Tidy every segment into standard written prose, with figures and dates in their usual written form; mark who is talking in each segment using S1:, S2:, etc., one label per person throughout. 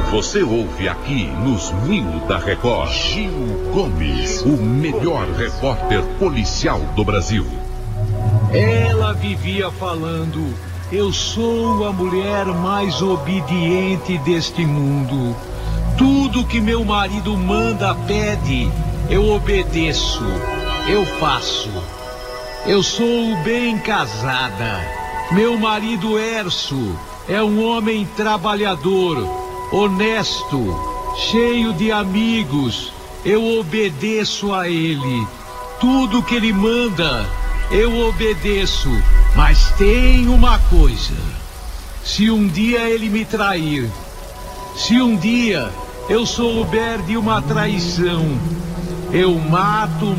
S1: Você ouve aqui nos Mil da Record, Gil Gomes, o melhor repórter policial do Brasil.
S2: Ela vivia falando: eu sou a mulher mais obediente deste mundo. Tudo que meu marido manda, pede, eu obedeço, eu faço. Eu sou bem casada. Meu marido Erso é um homem trabalhador, honesto, cheio de amigos. Eu obedeço a ele. Tudo que ele manda, eu obedeço. Mas tem uma coisa: se um dia ele me trair, se um dia eu souber de uma traição, eu mato.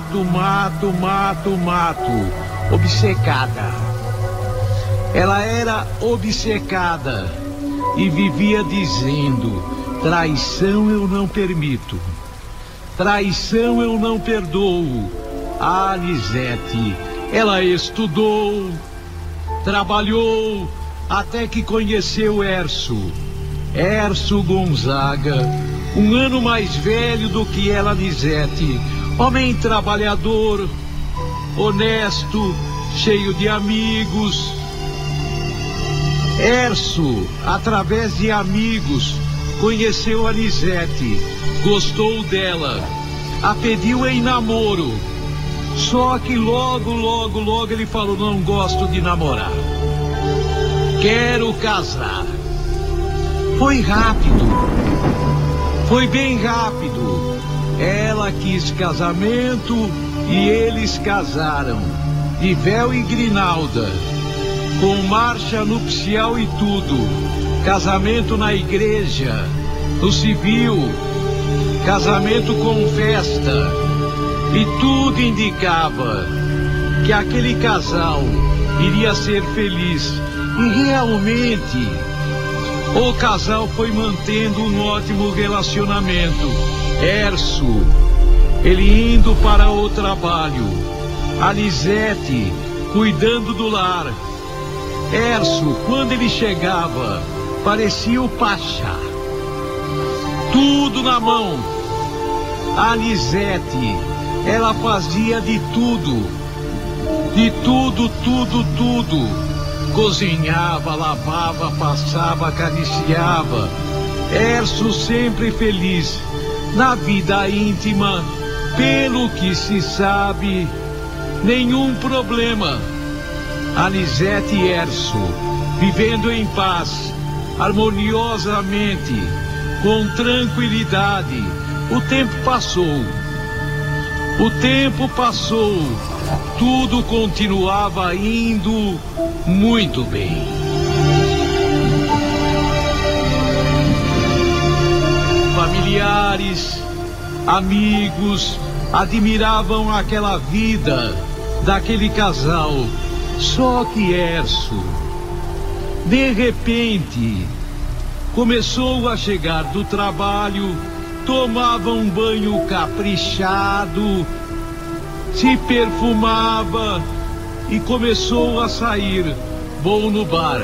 S2: Obcecada. Ela era obcecada e vivia dizendo: traição eu não permito, traição eu não perdoo. A Lisete, ela estudou, trabalhou, até que conheceu Erso Gonzaga, um ano mais velho do que ela, Lisete. Homem trabalhador, honesto, cheio de amigos. Erso, através de amigos, conheceu a Lisete, gostou dela, a pediu em namoro. Só que logo ele falou: não gosto de namorar, quero casar. Foi rápido, foi bem rápido. Ela quis casamento e eles casaram, de véu e grinalda, com marcha nupcial e tudo. Casamento na igreja, no civil, casamento com festa. E tudo indicava que aquele casal iria ser feliz. E realmente, o casal foi mantendo um ótimo relacionamento. Erso, ele indo para o trabalho, a Lisete cuidando do lar. Erso, quando ele chegava, parecia o Pachá, tudo na mão. A Lisete, ela fazia de tudo, tudo. Cozinhava, lavava, passava, acariciava. Erso sempre feliz. Na vida íntima, pelo que se sabe, nenhum problema. A Lisete e Erso, vivendo em paz, harmoniosamente, com tranquilidade. O tempo passou, tudo continuava indo muito bem. Familiares, amigos admiravam aquela vida daquele casal. Só que Erso, de repente, começou a chegar do trabalho, tomava um banho caprichado, se perfumava e começou a sair. Vou no bar.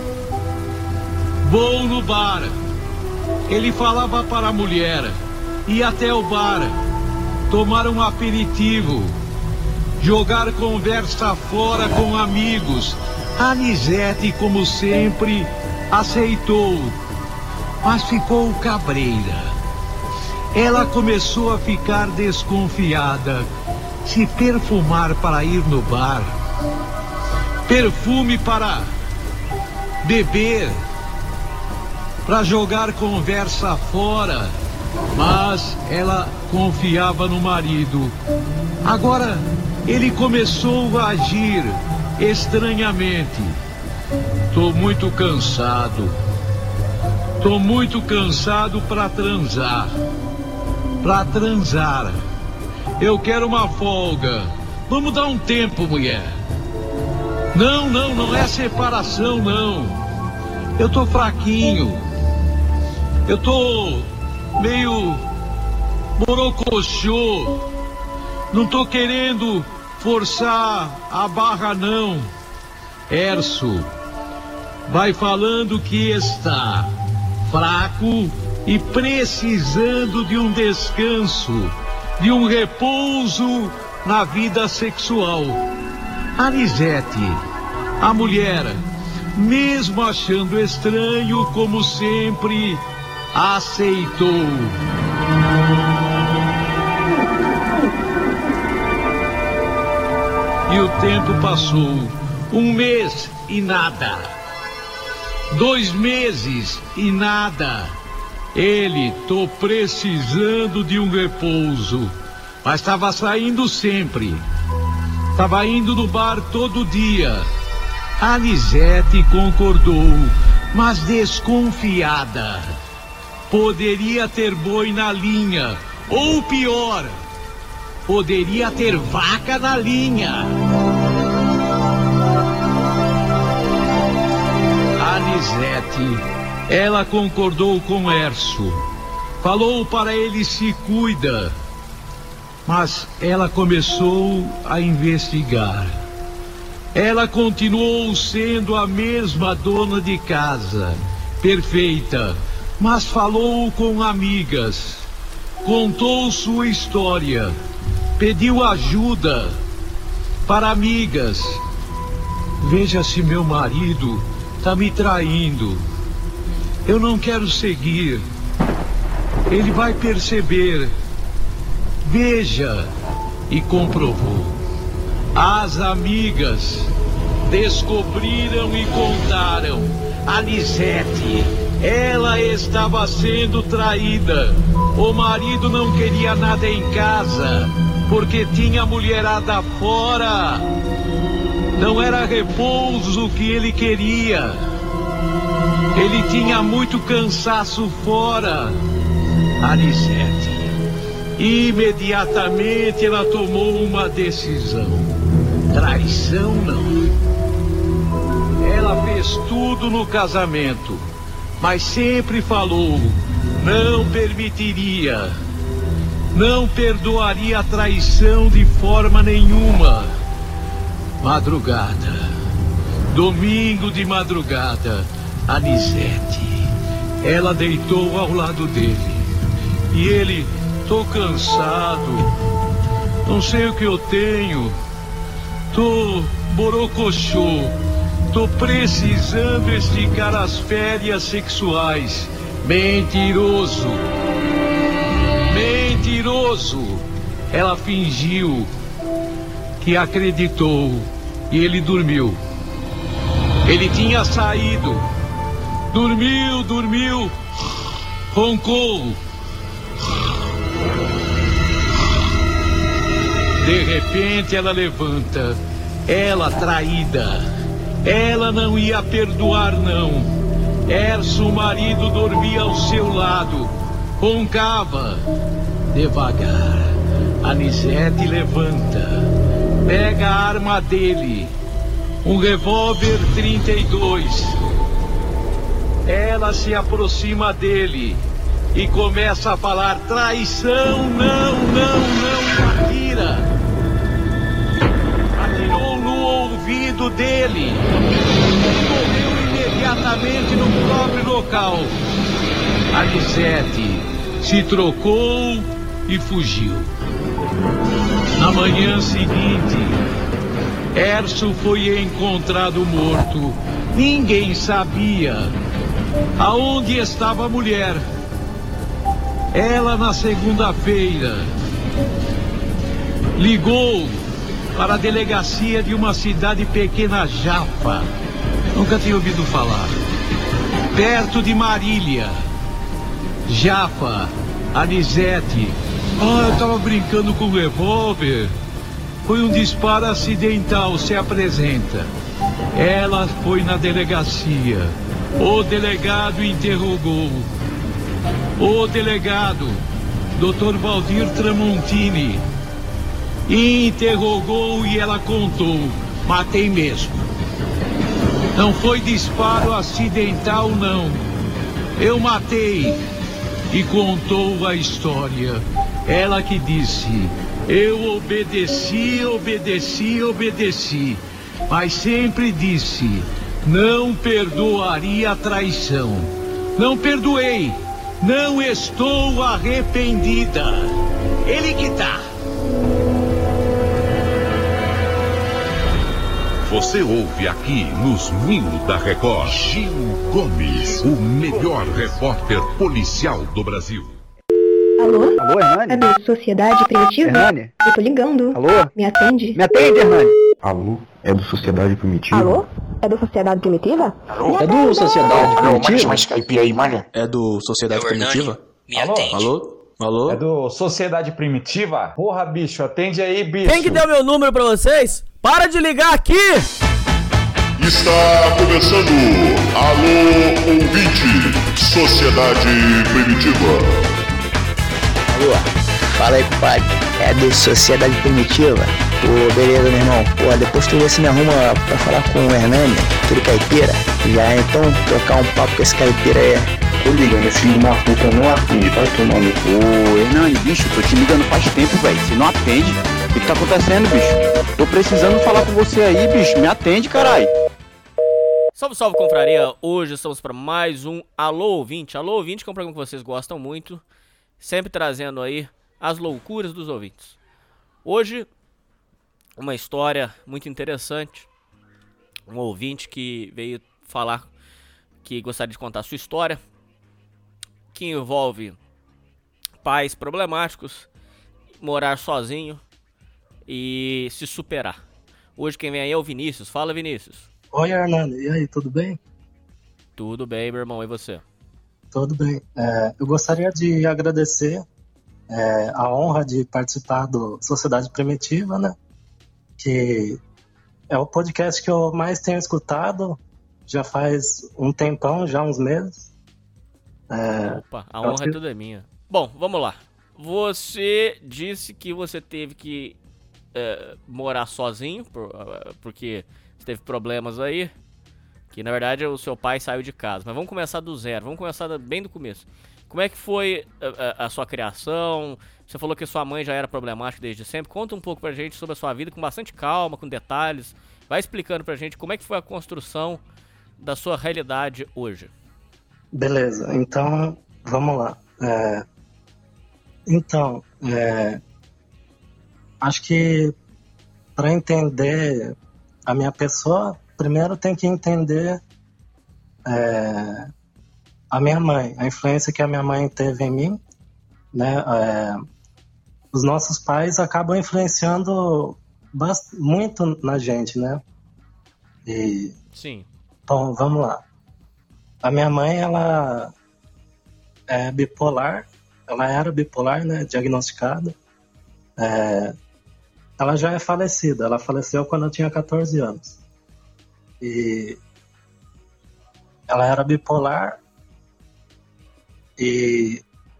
S2: Ele falava para a mulher: ir até o bar, tomar um aperitivo, jogar conversa fora com amigos. A Lisete, como sempre, aceitou, mas ficou cabreira. Ela começou a ficar desconfiada. Se perfumar para ir no bar, perfume para beber, para jogar conversa fora. Mas ela confiava no marido. Agora ele começou a agir estranhamente. Tô muito cansado para transar. Eu quero uma folga. Vamos dar um tempo, mulher. Não é separação, não. Eu tô fraquinho. Eu tô meio borocochô. Não tô querendo forçar a barra, não. Erso, vai falando que está. fraco e precisando de um descanso, de um repouso na vida sexual. Anisete, a mulher, mesmo achando estranho, como sempre, aceitou. E o tempo passou. 1 mês e nada. 2 meses e nada. Ele, tô precisando de um repouso. Mas estava saindo sempre. Estava indo no bar todo dia. Anisete concordou, mas desconfiada. Poderia ter boi na linha, ou pior, poderia ter vaca na linha. Anisete, ela concordou com Erso. Falou para ele se cuida. Mas ela começou a investigar. Ela continuou sendo a mesma dona de casa, perfeita, mas falou com amigas, contou sua história, pediu ajuda para amigas. Veja se meu marido está me traindo. Eu não quero seguir. Ele vai perceber. Veja, e comprovou. As amigas descobriram e contaram. Anisete, ela estava sendo traída. O marido não queria nada em casa, porque tinha a mulherada fora. Não era repouso que ele queria. Ele tinha muito cansaço fora. Anisete, imediatamente ela tomou uma decisão. Traição não. Ela fez tudo no casamento, mas sempre falou, não permitiria, não perdoaria a traição de forma nenhuma. Madrugada, domingo de madrugada, Anisete, ela deitou ao lado dele. E ele, tô cansado, não sei o que eu tenho, tô borocochô, tô precisando esticar as férias sexuais. Mentiroso, mentiroso. Ela fingiu que acreditou e ele dormiu. Ele tinha saído, dormiu, roncou. De repente ela levanta, ela traída, ela não ia perdoar não. Erso, o marido, dormia ao seu lado, roncava. Devagar, Anisete levanta, pega a arma dele, um revólver 32. Ela se aproxima dele e começa a falar, traição, não, atira. Atirou no ouvido dele e morreu imediatamente no próprio local. Anisete se trocou e fugiu. Na manhã seguinte, Erso foi encontrado morto. Ninguém sabia aonde estava a mulher. Ela, na segunda-feira, ligou para a delegacia de uma cidade pequena, Jaffa. Nunca tinha ouvido falar. Perto de Marília. Jaffa, Anisete. Eu estava brincando com o revólver. Foi um disparo acidental, se apresenta. Ela foi na delegacia. O delegado interrogou. O delegado, Dr. Valdir Tramontini, interrogou e ela contou, matei mesmo. Não foi disparo acidental, não. Eu matei. E contou a história. Ela que disse, eu obedeci, mas sempre disse, não perdoaria a traição. Não perdoei. Não estou arrependida. Ele que tá.
S1: Você ouve aqui nos Mil da Record, Gil Gomes, o melhor repórter policial do Brasil.
S3: Alô?
S4: Alô, Hernani?
S3: É do Sociedade Primitiva?
S4: Hernani?
S3: Eu tô ligando.
S4: Alô?
S3: Me atende?
S4: Me atende, Hernani?
S5: Alô? É do Sociedade Primitiva?
S3: Alô? É do Sociedade Primitiva?
S6: Alô?
S4: É do Sociedade Primitiva?
S6: Mais caipira aí, manja.
S7: É do Sociedade Primitiva?
S6: Me atende.
S7: Alô?
S8: É do Sociedade Primitiva? Porra, bicho, atende aí, bicho.
S9: Quem que deu meu número pra vocês? Para de ligar aqui!
S10: Está começando Alô Ouvinte, Sociedade Primitiva.
S11: Alô, fala aí, pai. É do Sociedade Primitiva? Pô, beleza, meu irmão. Pô, depois tu vê se me arruma pra falar com o Hernani, aquele caipira. Já então trocar um papo com esse caipira aí.
S5: Tô ligando, esse filho de uma puta não atende, vai tomar no cu.
S12: Ô, Hernani, bicho, tô te ligando faz tempo, velho. Você não atende. O que tá acontecendo, bicho? Tô precisando falar com você aí, bicho. Me atende, caralho.
S9: Salve, salve, confraria. Hoje estamos para mais um Alô Ouvinte. Alô Ouvinte, que é um programa que vocês gostam muito. Sempre trazendo aí as loucuras dos ouvintes. Hoje, uma história muito interessante. Um ouvinte que veio falar que gostaria de contar a sua história, que envolve pais problemáticos, morar sozinho e se superar. Hoje quem vem aí é o Vinícius. Fala, Vinícius.
S13: Oi, Hernani. E aí, tudo bem?
S9: Tudo bem, meu irmão. E você?
S13: Tudo bem. Eu gostaria de agradecer a honra de participar do Sociedade Primitiva, né? Que é o podcast que eu mais tenho escutado. Já faz um tempão, já uns meses.
S9: Opa, a honra toda é minha. Bom, vamos lá. Você disse que você teve que morar sozinho, porque você teve problemas aí, que na verdade o seu pai saiu de casa. Mas vamos começar do zero, vamos começar bem do começo. Como é que foi a sua criação? Você falou que sua mãe já era problemática desde sempre. Conta um pouco pra gente sobre a sua vida com bastante calma, com detalhes. Vai explicando pra gente como é que foi a construção da sua realidade hoje.
S13: Beleza, então vamos lá. Acho que para entender a minha pessoa, primeiro tem que entender a minha mãe, a influência que a minha mãe teve em mim, né? Os nossos pais acabam influenciando muito na gente, né?
S9: Sim.
S13: Então, vamos lá. A minha mãe, ela é bipolar, ela era bipolar, né? Diagnosticada. Ela já é falecida, ela faleceu quando eu tinha 14 anos. E ela era bipolar e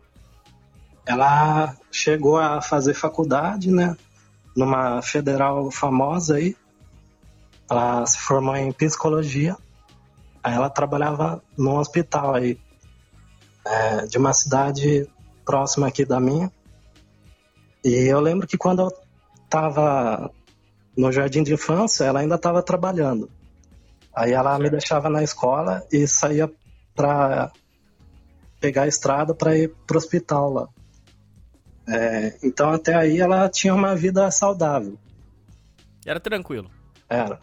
S13: ela chegou a fazer faculdade, né? Numa federal famosa aí. Ela se formou em psicologia. Aí ela trabalhava num hospital aí, de uma cidade próxima aqui da minha. E eu lembro que quando eu estava no jardim de infância, ela ainda estava trabalhando. Aí ela me deixava na escola e saía para pegar a estrada para ir pro hospital lá. Então até aí ela tinha uma vida saudável.
S9: Era tranquilo.
S13: Era.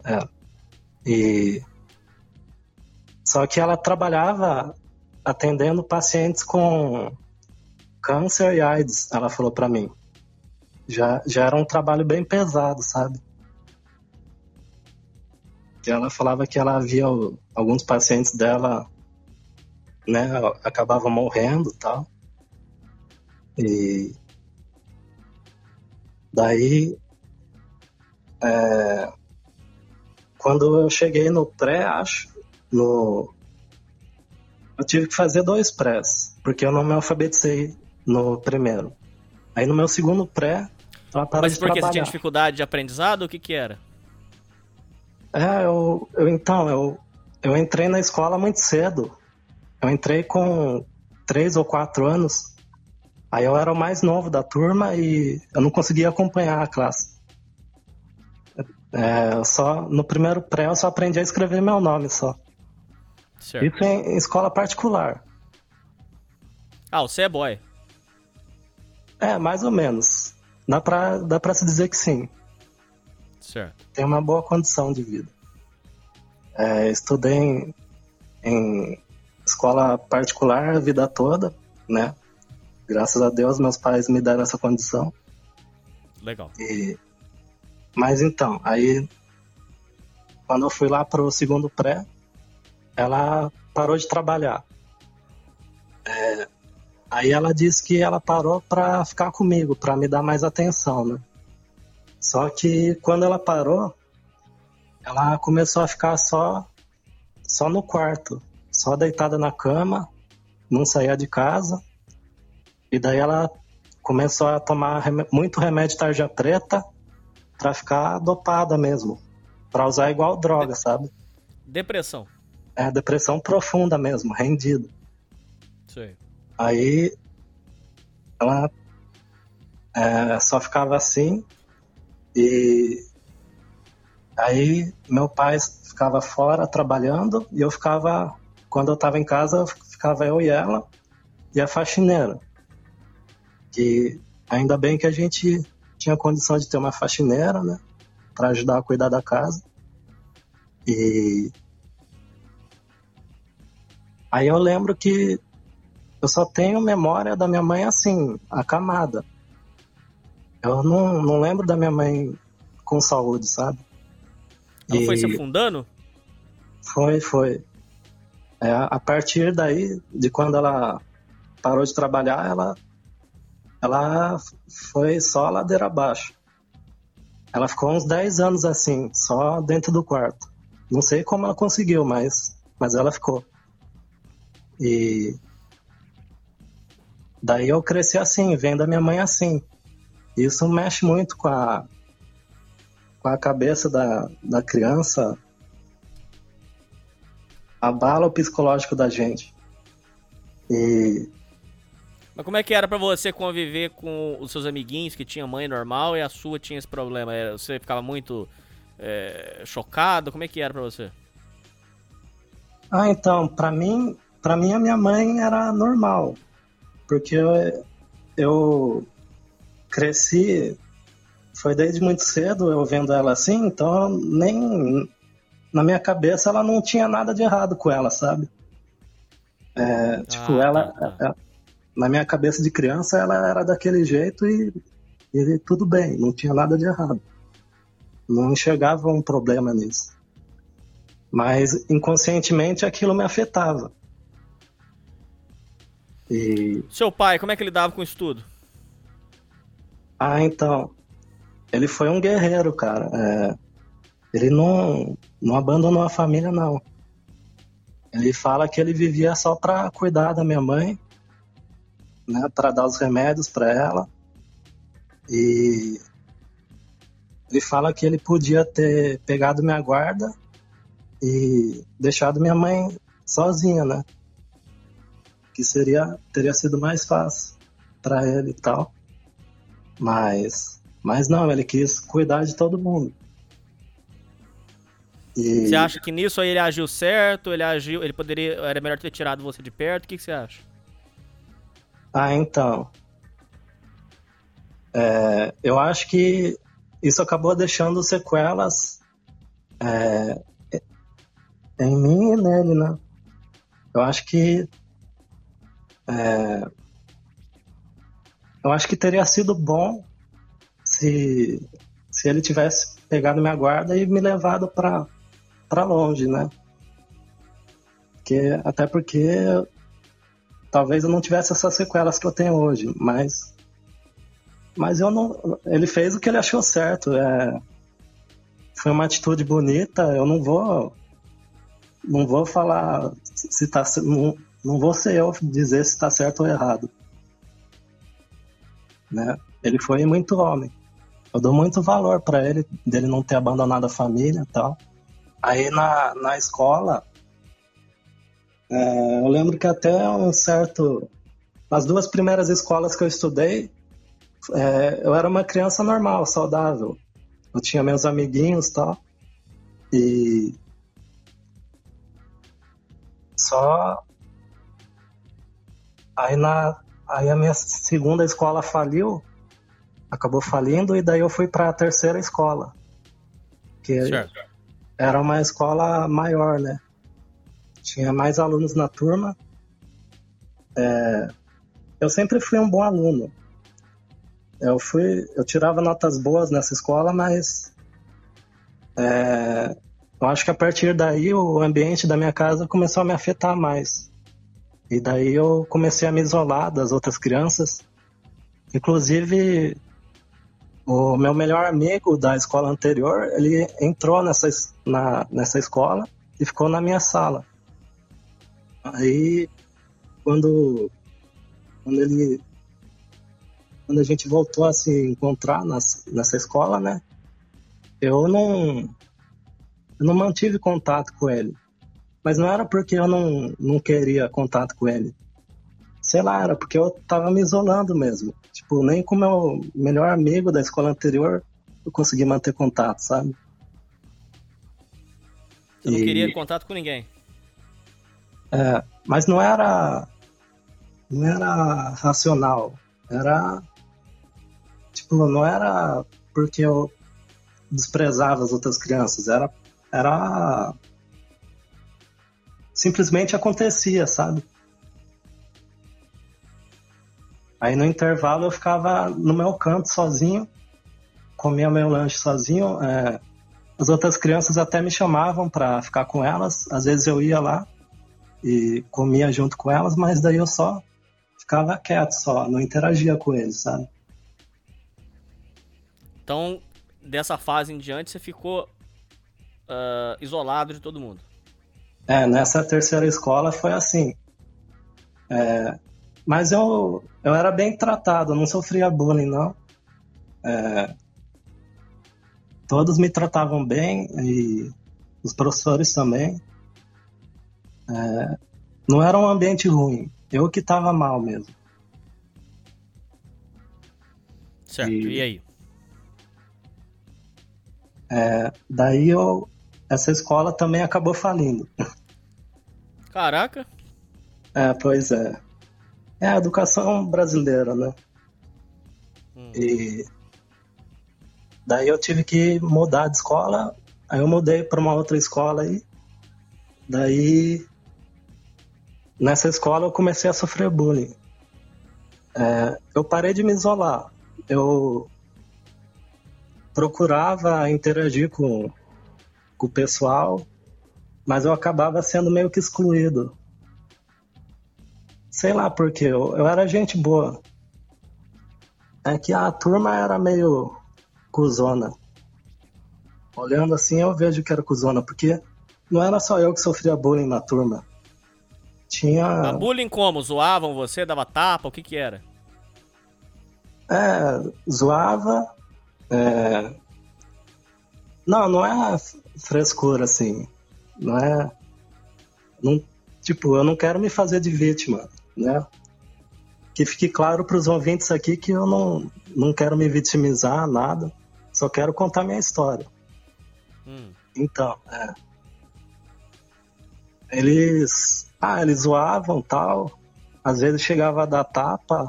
S13: Só que ela trabalhava atendendo pacientes com câncer e AIDS, ela falou pra mim. Já era um trabalho bem pesado, sabe? E ela falava que ela via alguns pacientes dela, né, acabavam morrendo e tal. E daí, quando eu cheguei no pré, eu tive que fazer 2 prés, porque eu não me alfabetizei no primeiro. Aí no meu segundo pré, ela parou de trabalhar. Mas por que?
S9: Você tinha dificuldade de aprendizado? O que era?
S13: Eu entrei na escola muito cedo. Eu entrei com 3 ou 4 anos. Aí eu era o mais novo da turma e eu não conseguia acompanhar a classe. No primeiro pré eu só aprendi a escrever meu nome só.
S9: Certo.
S13: Isso em escola particular.
S9: Ah, você é boy.
S13: Mais ou menos. Dá pra se dizer que sim.
S9: Certo.
S13: Tem uma boa condição de vida. Estudei em escola particular a vida toda, né? Graças a Deus meus pais me deram essa condição.
S9: Legal.
S13: Mas então, aí quando eu fui lá pro segundo pré, ela parou de trabalhar. Aí ela disse que ela parou pra ficar comigo, pra me dar mais atenção, né? Só que quando ela parou, ela começou a ficar só no quarto, só deitada na cama, não saía de casa. E daí ela começou a tomar muito remédio tarja preta pra ficar dopada mesmo, pra usar igual droga, sabe?
S9: Depressão.
S13: Depressão profunda mesmo, rendida.
S9: Sei.
S13: Aí ela só ficava assim. E aí meu pai ficava fora trabalhando e eu ficava, quando eu estava em casa, ficava eu e ela e a faxineira. Que ainda bem que a gente tinha condição de ter uma faxineira, né, para ajudar a cuidar da casa. E aí eu lembro que eu só tenho memória da minha mãe assim, acamada. Eu não lembro da minha mãe com saúde, sabe?
S9: Ela foi se afundando?
S13: Foi. A partir daí, de quando ela parou de trabalhar, ela foi só ladeira abaixo. Ela ficou uns 10 anos assim, só dentro do quarto. Não sei como ela conseguiu, mas ela ficou. E daí eu cresci assim, vendo a minha mãe assim. Isso mexe muito com a cabeça da criança, abala o psicológico da gente.
S9: Mas como é que era pra você conviver com os seus amiguinhos que tinham mãe normal e a sua tinha esse problema? Você ficava muito chocado? Como é que era pra você?
S13: Então, pra mim a minha mãe era normal, porque eu cresci, foi desde muito cedo eu vendo ela assim, então nem na minha cabeça ela não tinha nada de errado com ela, sabe? Na minha cabeça de criança ela era daquele jeito e tudo bem, não tinha nada de errado. Não enxergava um problema nisso. Mas inconscientemente aquilo me afetava.
S9: Seu pai, como é que ele lidava com isso tudo?
S13: Então, ele foi um guerreiro, cara. Ele não abandonou a família, não. Ele fala que ele vivia só pra cuidar da minha mãe, né, pra dar os remédios pra ela. E ele fala que ele podia ter pegado minha guarda e deixado minha mãe sozinha, né? Que teria sido mais fácil pra ele e tal. Mas não, ele quis cuidar de todo mundo.
S9: Você acha que nisso aí ele agiu certo? Era melhor ter tirado você de perto? O que você acha?
S13: Então, eu acho que isso acabou deixando sequelas em mim e nele, né? Eu acho que teria sido bom se ele tivesse pegado minha guarda e me levado pra longe, né? Até porque talvez eu não tivesse essas sequelas que eu tenho hoje, mas eu não. Ele fez o que ele achou certo. Foi uma atitude bonita. Eu não vou falar se tá. Não vou ser eu dizer se tá certo ou errado, né? Ele foi muito homem. Eu dou muito valor pra ele, dele não ter abandonado a família e tal. Aí na escola, eu lembro que até nas 2 primeiras escolas que eu estudei, eu era uma criança normal, saudável. Eu tinha meus amiguinhos e tal. E só... Aí Aí a minha segunda escola faliu, acabou falindo, e daí eu fui para a terceira escola, que era uma escola maior, né? Tinha mais alunos na turma. Eu sempre fui um bom aluno. Eu tirava notas boas nessa escola, mas eu acho que a partir daí o ambiente da minha casa começou a me afetar mais. E daí eu comecei a me isolar das outras crianças. Inclusive, o meu melhor amigo da escola anterior, ele entrou nessa escola e ficou na minha sala. Aí, quando a gente voltou a se encontrar nessa escola, né? Eu não mantive contato com ele. Mas não era porque eu não queria contato com ele. Sei lá, era porque eu tava me isolando mesmo. Tipo, nem com o meu melhor amigo da escola anterior eu consegui manter contato, sabe?
S9: Você não queria contato com ninguém?
S13: Mas não era racional. Era... Tipo, não era porque eu desprezava as outras crianças. Era... Simplesmente acontecia, sabe? Aí no intervalo eu ficava no meu canto sozinho, comia meu lanche sozinho. As outras crianças até me chamavam pra ficar com elas. Às vezes eu ia lá e comia junto com elas, mas daí eu só ficava quieto, só não interagia com eles, sabe?
S9: Então, dessa fase em diante, você ficou isolado de todo mundo?
S13: Nessa terceira escola foi assim. Mas eu era bem tratado, eu não sofria bullying, não. Todos me tratavam bem, e os professores também. Não era um ambiente ruim, eu que estava mal mesmo.
S9: Certo, e aí?
S13: Daí essa escola também acabou falindo.
S9: Caraca!
S13: Pois é. É a educação brasileira, né? E daí eu tive que mudar de escola. Aí eu mudei para uma outra escola aí. Daí nessa escola eu comecei a sofrer bullying. Eu parei de me isolar. Eu procurava interagir com o pessoal, mas eu acabava sendo meio que excluído. Sei lá por quê, eu era gente boa. É que a turma era meio cuzona. Olhando assim eu vejo que era cuzona, porque não era só eu que sofria bullying na turma. Tinha...
S9: bullying como? Zoavam você, dava tapa, o que era?
S13: Zoava. Não é frescura, assim. Não é... Tipo, eu não quero me fazer de vítima, né? Que fique claro para os ouvintes aqui que eu não quero me vitimizar, nada. Só quero contar minha história. Então, eles zoavam, tal. Às vezes chegava a dar tapa,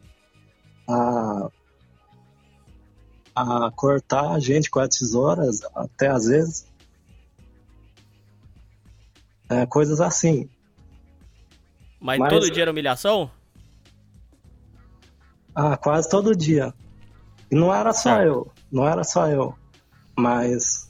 S13: a cortar a gente com as tesouras, até às vezes. Coisas assim.
S9: Mas todo dia era humilhação?
S13: Quase todo dia. E não era só eu. Mas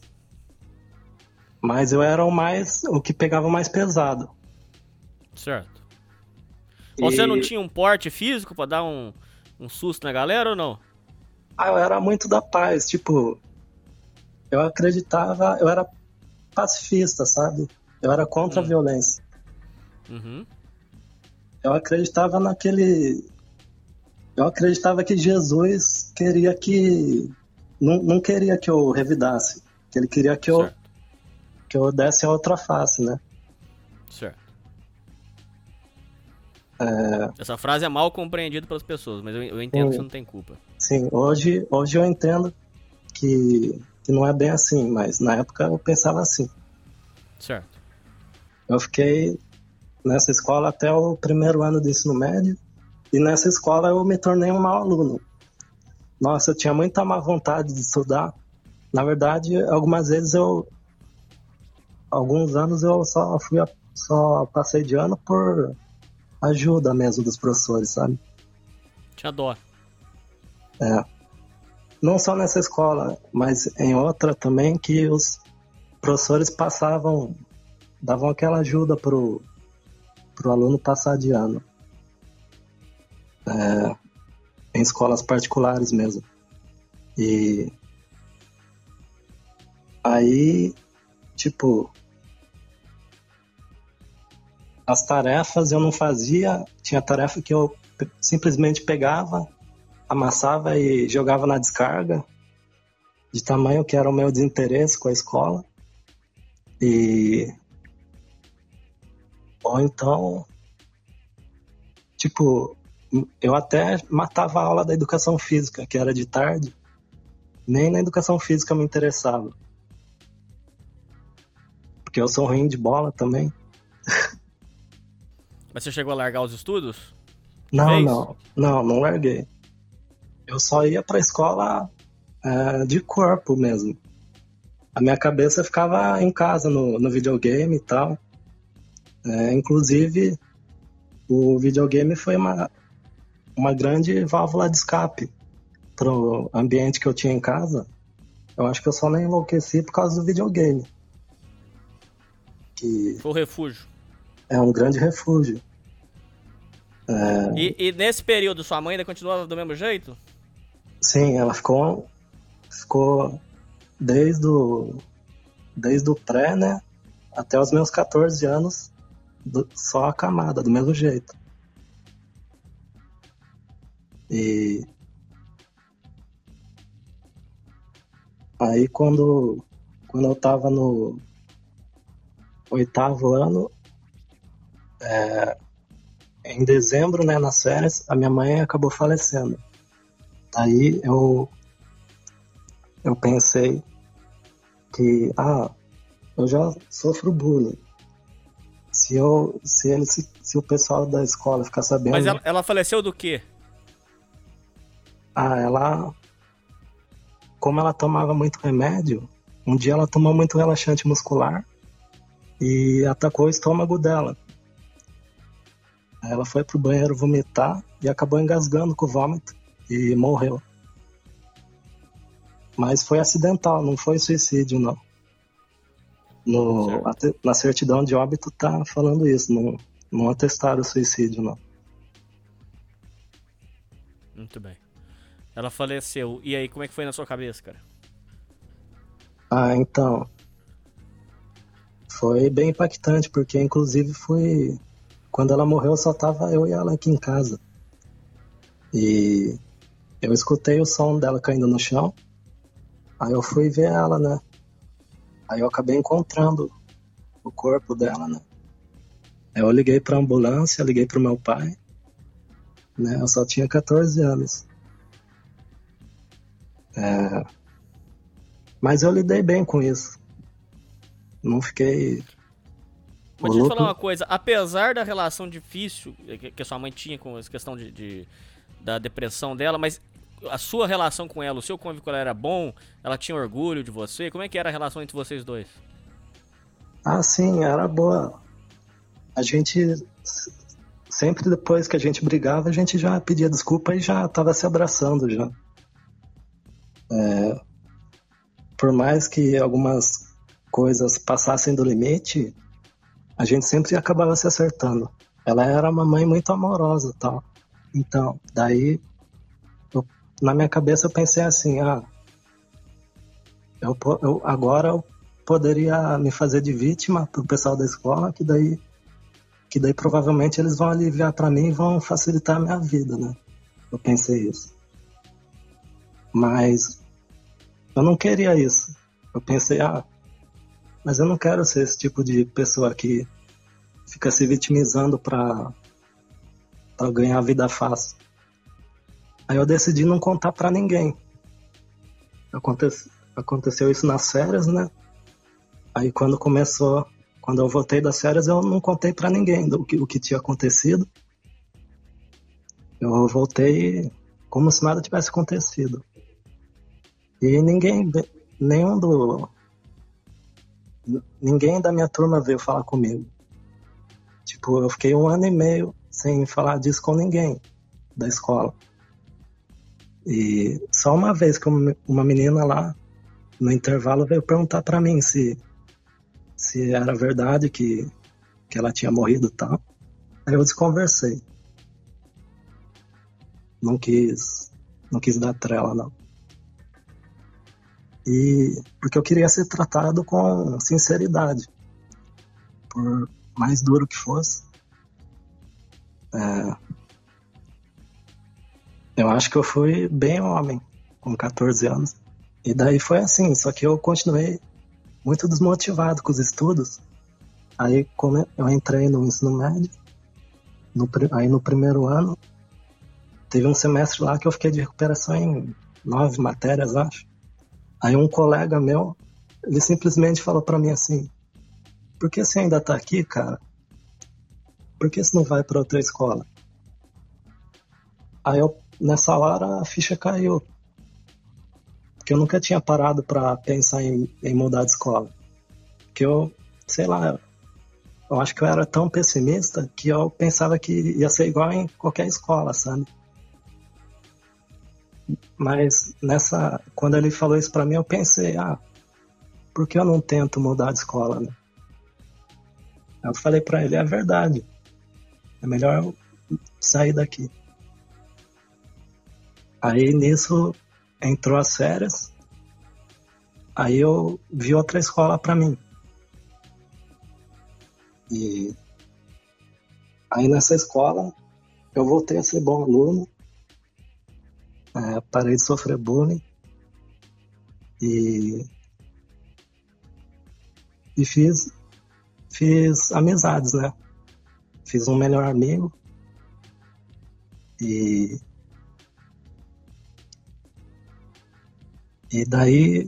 S13: eu era o que pegava mais pesado.
S9: Certo. Você não tinha um porte físico pra dar um susto na galera ou não?
S13: Eu era muito da paz, tipo... Eu acreditava... Eu era pacifista, sabe? Eu era contra a violência.
S9: Uhum.
S13: Eu acreditava Eu acreditava que Jesus queria que... Não queria que eu revidasse. Que ele queria que eu desse a outra face, né?
S9: Certo. Essa frase é mal compreendida pelas pessoas, mas eu entendo que você não tem culpa.
S13: Sim, hoje eu entendo que não é bem assim, mas na época eu pensava assim.
S9: Certo.
S13: Eu fiquei nessa escola até o primeiro ano do ensino médio, E nessa escola eu me tornei um mau aluno. Nossa, eu tinha muita má vontade de estudar. Na verdade, alguns anos eu só passei de ano por ajuda mesmo dos professores, sabe?
S9: Tinha dó.
S13: Não só nessa escola, mas em outra também, que os professores davam aquela ajuda pro aluno passar de ano. Em escolas particulares mesmo. E aí, tipo, as tarefas eu não fazia, tinha tarefa que eu simplesmente pegava, amassava e jogava na descarga, de tamanho que era o meu desinteresse com a escola. Ou então, tipo, eu até matava a aula da educação física, que era de tarde. Nem na educação física me interessava. Porque eu sou ruim de bola também.
S9: Mas você chegou a largar os estudos?
S13: Não larguei. Eu só ia pra escola de corpo mesmo. A minha cabeça ficava em casa, no videogame e tal. Inclusive, o videogame foi uma grande válvula de escape pro ambiente que eu tinha em casa. Eu acho que eu só não enlouqueci por causa do videogame. Que
S9: foi o refúgio.
S13: É um grande refúgio.
S9: E nesse período, sua mãe ainda continuava do mesmo jeito?
S13: Sim, ela ficou desde o pré, né, até os meus 14 anos, só acamada, do mesmo jeito. E aí quando eu tava no 8º ano, em dezembro, né, nas férias, a minha mãe acabou falecendo. Daí eu pensei que eu já sofro bullying. Se o pessoal da escola ficar sabendo...
S9: Mas ela faleceu do quê?
S13: Como ela tomava muito remédio, um dia ela tomou muito relaxante muscular e atacou o estômago dela. Aí ela foi pro banheiro vomitar e acabou engasgando com o vômito e morreu. Mas foi acidental, não foi suicídio, não. Na certidão de óbito tá falando isso, não atestaram o suicídio, não.
S9: Muito bem. Ela faleceu. E aí, como é que foi na sua cabeça, cara?
S13: Então... Foi bem impactante, porque inclusive quando ela morreu, só tava eu e ela aqui em casa. E eu escutei o som dela caindo no chão. Aí eu fui ver ela, né? Aí eu acabei encontrando o corpo dela, né? Aí eu liguei pra ambulância, liguei pro meu pai, né? Eu só tinha 14 anos. Mas eu lidei bem com isso. Não fiquei...
S9: Mas deixa eu te falar uma coisa. Apesar da relação difícil que a sua mãe tinha com essa questão da depressão dela, mas a sua relação com ela, o seu convívio com ela era bom? Ela tinha orgulho de você? Como é que era a relação entre vocês dois?
S13: Sim, era boa. A gente... Sempre depois que a gente brigava, a gente já pedia desculpa e já tava se abraçando já. Por mais que algumas coisas passassem do limite, a gente sempre acabava se acertando. Ela era uma mãe muito amorosa e tal. Então, daí, na minha cabeça eu pensei assim, agora eu poderia me fazer de vítima pro pessoal da escola, que daí provavelmente eles vão aliviar pra mim e vão facilitar a minha vida, né? Eu pensei isso. Mas eu não queria isso. Eu pensei, mas eu não quero ser esse tipo de pessoa que fica se vitimizando pra ganhar a vida fácil. Aí eu decidi não contar pra ninguém. Aconteceu isso nas férias, né? Aí quando eu voltei das férias, eu não contei pra ninguém o que tinha acontecido. Eu voltei como se nada tivesse acontecido. E ninguém da minha turma veio falar comigo. Tipo, eu fiquei 1 ano e meio sem falar disso com ninguém da escola. E só uma vez que uma menina lá, no intervalo, veio perguntar pra mim se era verdade que ela tinha morrido e tal. Aí eu desconversei. Não quis dar trela, não. E porque eu queria ser tratado com sinceridade. Por mais duro que fosse. Eu acho que eu fui bem homem, com 14 anos. E daí foi assim, só que eu continuei muito desmotivado com os estudos. Aí como eu entrei no ensino médio, aí no primeiro ano, teve um semestre lá que eu fiquei de recuperação em 9 matérias, acho. Aí um colega meu, ele simplesmente falou pra mim assim: por que você ainda tá aqui, cara? Por que você não vai pra outra escola? Aí nessa hora a ficha caiu. Porque eu nunca tinha parado pra pensar em mudar de escola. Porque sei lá, eu acho que eu era tão pessimista que eu pensava que ia ser igual em qualquer escola, sabe? Mas quando ele falou isso pra mim, eu pensei, por que eu não tento mudar de escola, né? Eu falei pra ele, é verdade. É melhor eu sair daqui. Aí nisso entrou as férias. Aí eu vi outra escola pra mim. E aí nessa escola eu voltei a ser bom aluno. Parei de sofrer bullying. E fiz amizades, né? Fiz um melhor amigo. E daí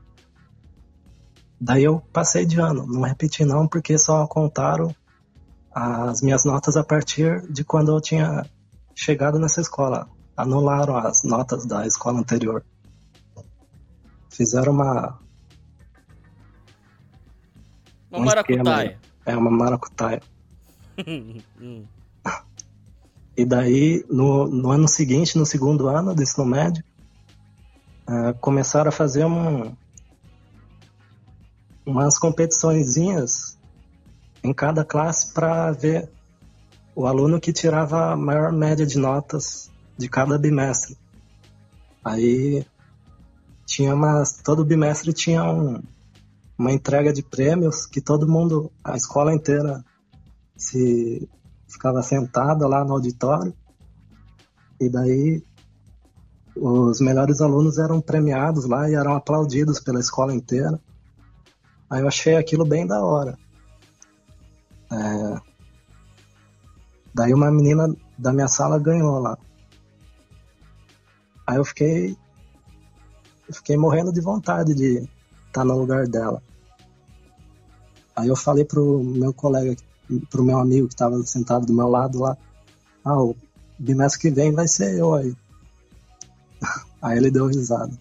S13: eu passei de ano. Não repeti não, porque só contaram as minhas notas a partir de quando eu tinha chegado nessa escola. Anularam as notas da escola anterior. Fizeram uma
S9: maracutaia.
S13: Uma maracutaia. E daí, no ano seguinte, no segundo ano do ensino médio, começaram a fazer umas competiçõezinhas em cada classe para ver o aluno que tirava a maior média de notas de cada bimestre. Aí todo bimestre tinha uma entrega de prêmios que todo mundo, a escola inteira, ficava sentada lá no auditório. E daí os melhores alunos eram premiados lá e eram aplaudidos pela escola inteira. Aí eu achei aquilo bem da hora. Daí uma menina da minha sala ganhou lá. Aí eu fiquei morrendo de vontade de estar no lugar dela. Aí eu falei pro meu colega, pro meu amigo que estava sentado do meu lado lá, o bimestre que vem vai ser eu aí. Aí ele deu risada.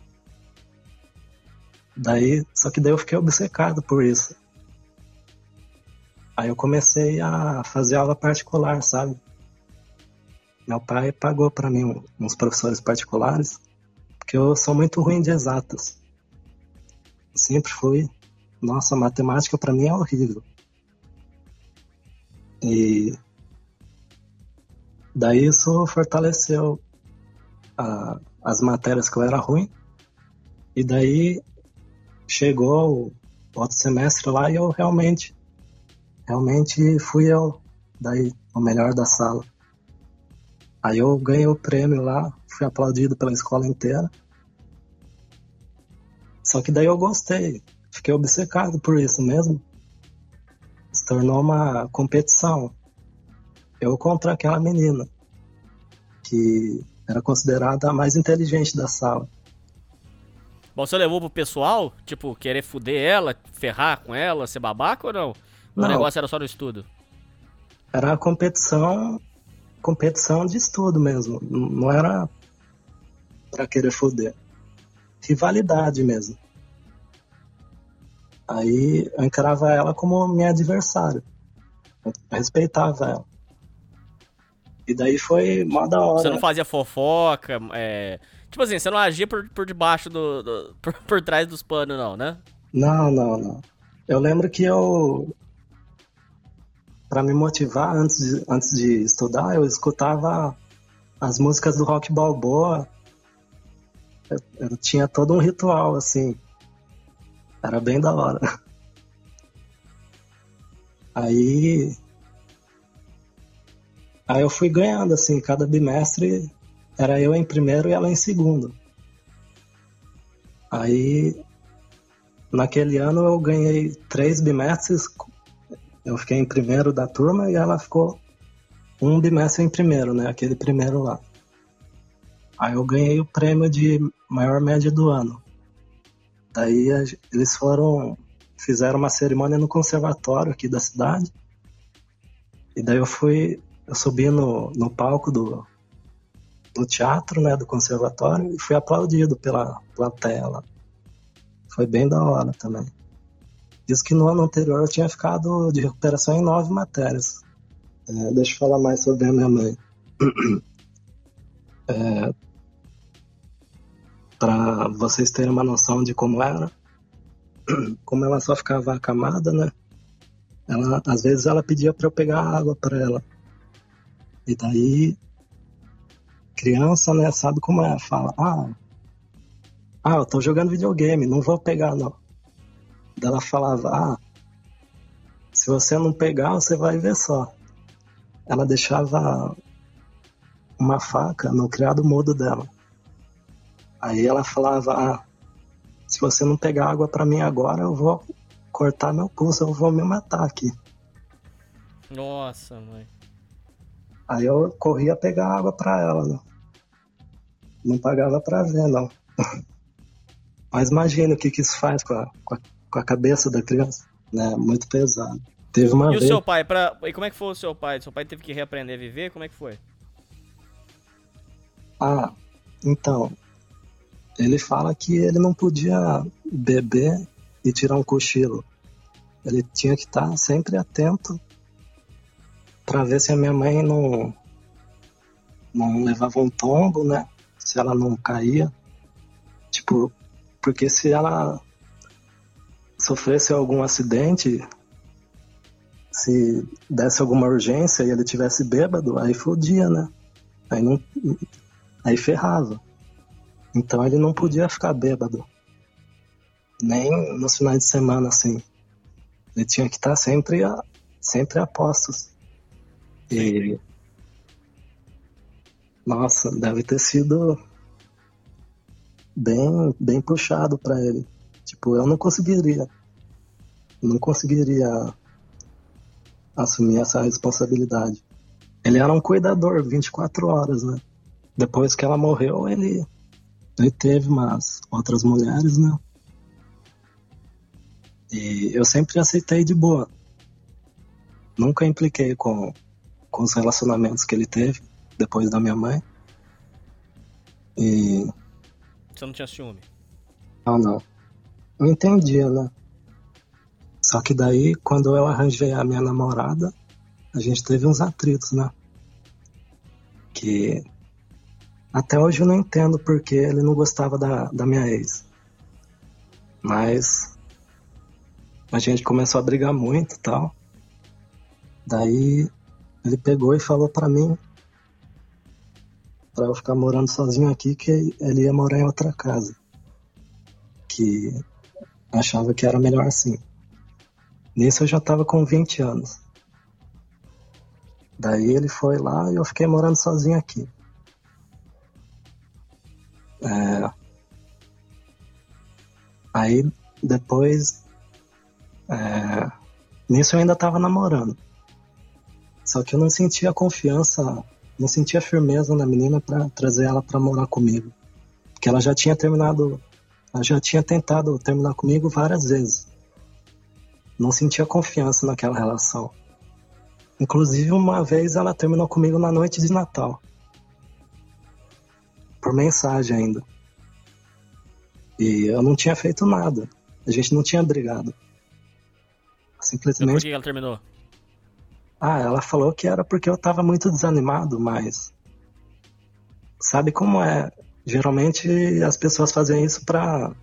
S13: Só que daí eu fiquei obcecado por isso. Aí eu comecei a fazer aula particular, sabe? Meu pai pagou pra mim uns professores particulares, porque eu sou muito ruim de exatas. Sempre fui. Nossa, matemática pra mim é horrível. E daí isso fortaleceu as matérias que eu era ruim. E daí chegou o outro semestre lá e eu realmente fui daí o melhor da sala. Aí eu ganhei o prêmio lá, fui aplaudido pela escola inteira. Só que daí eu gostei, fiquei obcecado por isso mesmo. Se tornou uma competição. Eu contra aquela menina, que era considerada a mais inteligente da sala.
S9: Bom, você levou pro pessoal? Tipo, querer fuder ela, ferrar com ela, ser babaca ou não? O negócio era só no estudo?
S13: Era a competição competição de estudo mesmo. Não era pra querer foder. Rivalidade mesmo. Aí eu encarava ela como minha adversária. Eu respeitava ela. E daí foi mó da hora.
S9: Você não fazia fofoca, tipo assim, você não agia por debaixo por trás dos panos, não, né?
S13: Não. Eu lembro que pra me motivar antes de estudar, eu escutava as músicas do Rock Balboa. Eu tinha todo um ritual, assim. Era bem da hora. Aí eu fui ganhando, assim, cada bimestre era eu em primeiro e ela em segundo. Aí, naquele ano eu ganhei 3 bimestres, eu fiquei em primeiro da turma e ela ficou um bimestre em primeiro, né, aquele primeiro lá. Aí eu ganhei o prêmio de maior média do ano. Daí eles fizeram uma cerimônia no conservatório aqui da cidade. E daí eu subi no palco do teatro, né, do conservatório, e fui aplaudido pela plateia lá. Foi bem da hora também. Diz que no ano anterior eu tinha ficado de recuperação em 9 matérias. Deixa eu falar mais sobre a minha mãe. Para vocês terem uma noção de como era, como ela só ficava acamada, né? Às vezes ela pedia para eu pegar água para ela. E daí, criança, né, sabe como é? Fala, eu tô jogando videogame, não vou pegar, não. Daí ela falava, se você não pegar, você vai ver só. Ela deixava uma faca no criado mudo dela. Aí ela falava, se você não pegar água pra mim agora, eu vou cortar meu pulso, eu vou me matar aqui.
S9: Nossa, mãe.
S13: Aí eu corria pegar água pra ela, né? Não pagava pra ver, não. Mas imagina o que isso faz com a cabeça da criança, né? Muito pesado. Teve uma vez...
S9: E o seu pai, e como é que foi o seu pai? Seu pai teve que reaprender a viver? Como é que foi?
S13: Então... Ele fala que ele não podia beber e tirar um cochilo. Ele tinha que estar sempre atento para ver se a minha mãe não levava um tombo, né? Se ela não caía. Tipo, porque se ela sofresse algum acidente, se desse alguma urgência e ele tivesse bêbado, aí fodia, né? Aí ferrava. Então ele não podia ficar bêbado. Nem nos finais de semana, assim. Ele tinha que estar sempre a postos. E... Nossa, deve ter sido bem puxado pra ele. Tipo, eu não conseguiria assumir essa responsabilidade. Ele era um cuidador 24 horas, né? Depois que ela morreu, ele teve umas outras mulheres, né? E eu sempre aceitei de boa. Nunca impliquei com os relacionamentos que ele teve depois da minha mãe. E...
S9: Você não tinha ciúme?
S13: Não. Eu entendia, né? Só que daí, quando eu arranjei a minha namorada, a gente teve uns atritos, né? Que... Até hoje eu não entendo porque ele não gostava da minha ex. Mas a gente começou a brigar muito e tal. Daí ele pegou e falou pra mim pra eu ficar morando sozinho aqui, que ele ia morar em outra casa. Que achava que era melhor assim. Nisso eu já tava com 20 anos. Daí ele foi lá e eu fiquei morando sozinho aqui. Aí depois nisso eu ainda tava namorando. Só que eu não sentia confiança, não sentia firmeza na menina pra trazer ela pra morar comigo. Porque ela já tinha tentado terminar comigo várias vezes. Não sentia confiança naquela relação. Inclusive, uma vez ela terminou comigo na noite de Natal. Por mensagem ainda. E eu não tinha feito nada. A gente não tinha brigado. Simplesmente...
S9: Por que ela terminou?
S13: Ela falou que era porque eu tava muito desanimado, mas... Sabe como é? Geralmente as pessoas fazem isso pra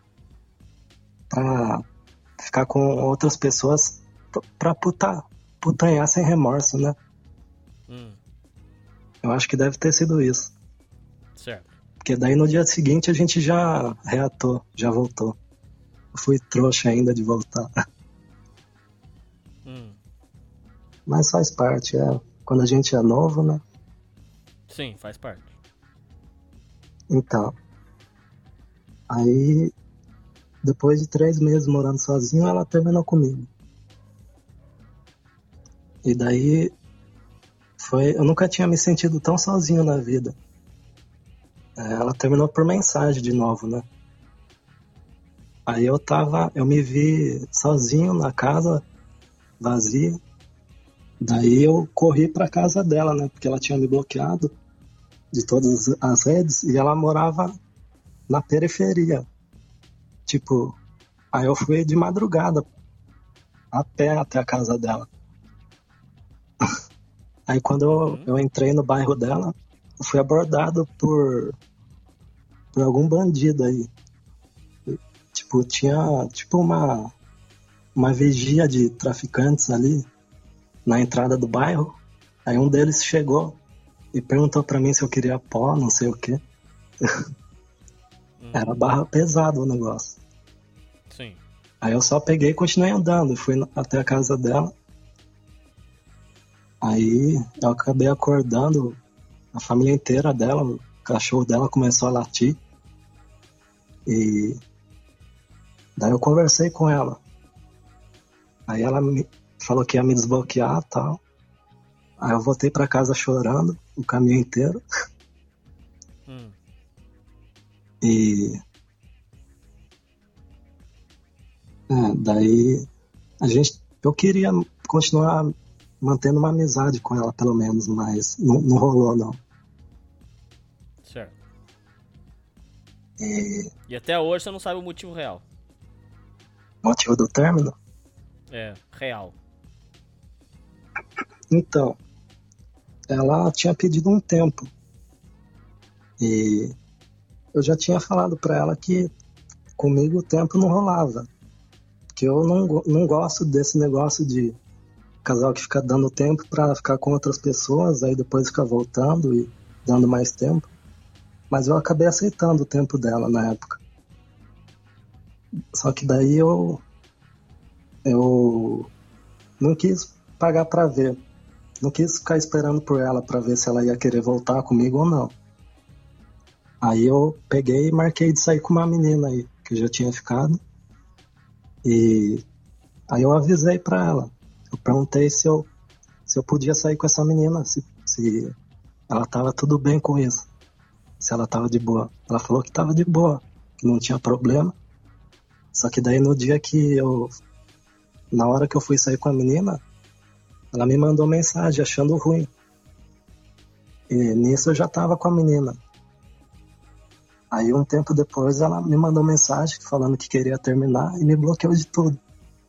S13: ficar com outras pessoas, pra putanhar sem remorso, né? Eu acho que deve ter sido isso.
S9: Certo.
S13: Porque daí no dia seguinte a gente já reatou, já voltou. Eu fui trouxa ainda de voltar. Mas faz parte, quando a gente é novo, né?
S9: Sim, faz parte.
S13: Então, aí depois de 3 meses morando sozinho, ela terminou comigo. E daí eu nunca tinha me sentido tão sozinho na vida. Ela terminou por mensagem de novo, né? Aí eu me vi sozinho na casa, vazia. Daí eu corri pra casa dela, né? Porque ela tinha me bloqueado de todas as redes e ela morava na periferia. Tipo, aí eu fui de madrugada a pé até a casa dela. Aí quando eu entrei no bairro dela, eu fui abordado por algum bandido aí. Tipo, tinha uma vigia de traficantes ali na entrada do bairro. Aí um deles chegou e perguntou pra mim se eu queria pó, não sei o quê. Era barra pesada o negócio.
S9: Sim.
S13: Aí eu só peguei e continuei andando. Fui até a casa dela. Aí eu acabei acordando a família inteira dela. O cachorro dela começou a latir. E daí eu conversei com ela. Aí ela me falou que ia me desbloquear e tal. Aí eu voltei pra casa chorando o caminho inteiro. E daí eu queria continuar mantendo uma amizade com ela, pelo menos, mas não rolou, não.
S9: Certo. E até hoje você não sabe o motivo real.
S13: Motivo do término?
S9: Real.
S13: Então, ela tinha pedido um tempo. E eu já tinha falado pra ela que comigo o tempo não rolava. Que eu não gosto desse negócio de casal que fica dando tempo pra ficar com outras pessoas, aí depois fica voltando e dando mais tempo. Mas eu acabei aceitando o tempo dela na época. Só que daí eu não quis pagar pra ver. Não quis ficar esperando por ela pra ver se ela ia querer voltar comigo ou não. Aí eu peguei e marquei de sair com uma menina aí, que eu já tinha ficado. E aí eu avisei pra ela. Eu perguntei se eu podia sair com essa menina, se ela tava tudo bem com isso. Se ela tava de boa. Ela falou que tava de boa, que não tinha problema. Só que daí no dia na hora que eu fui sair com a menina, ela me mandou mensagem achando ruim. E nisso eu já tava com a menina. Aí um tempo depois ela me mandou mensagem falando que queria terminar e me bloqueou de tudo.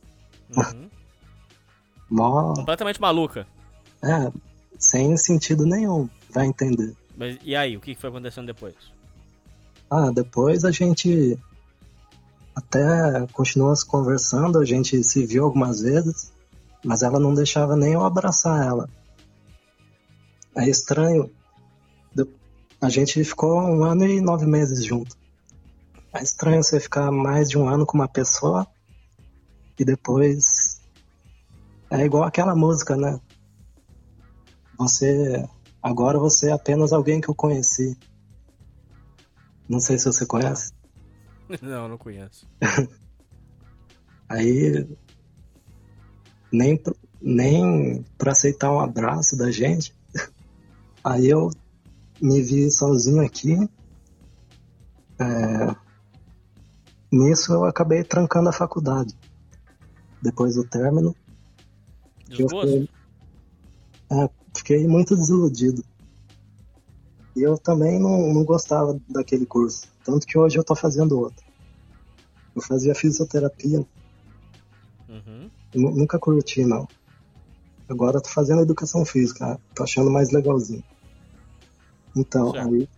S9: Completamente maluca.
S13: Sem sentido nenhum, vai entender.
S9: Mas e aí, o que foi acontecendo depois?
S13: Depois a gente até continuou se conversando, a gente se viu algumas vezes, mas ela não deixava nem eu abraçar ela. É estranho. A gente ficou 1 ano e 9 meses junto. É estranho você ficar mais de 1 ano com uma pessoa e depois... É igual aquela música, né? Agora você é apenas alguém que eu conheci. Não sei se você conhece.
S9: Não conheço.
S13: Aí... Nem pra aceitar um abraço da gente. Aí eu me vi sozinho aqui. Nisso eu acabei trancando a faculdade. Depois do término.
S9: Desgosto?
S13: Fiquei muito desiludido. E eu também não gostava daquele curso. Tanto que hoje eu tô fazendo outro. Eu fazia fisioterapia. Nunca curti, não. Agora eu tô fazendo educação física. Tô achando mais legalzinho. Então,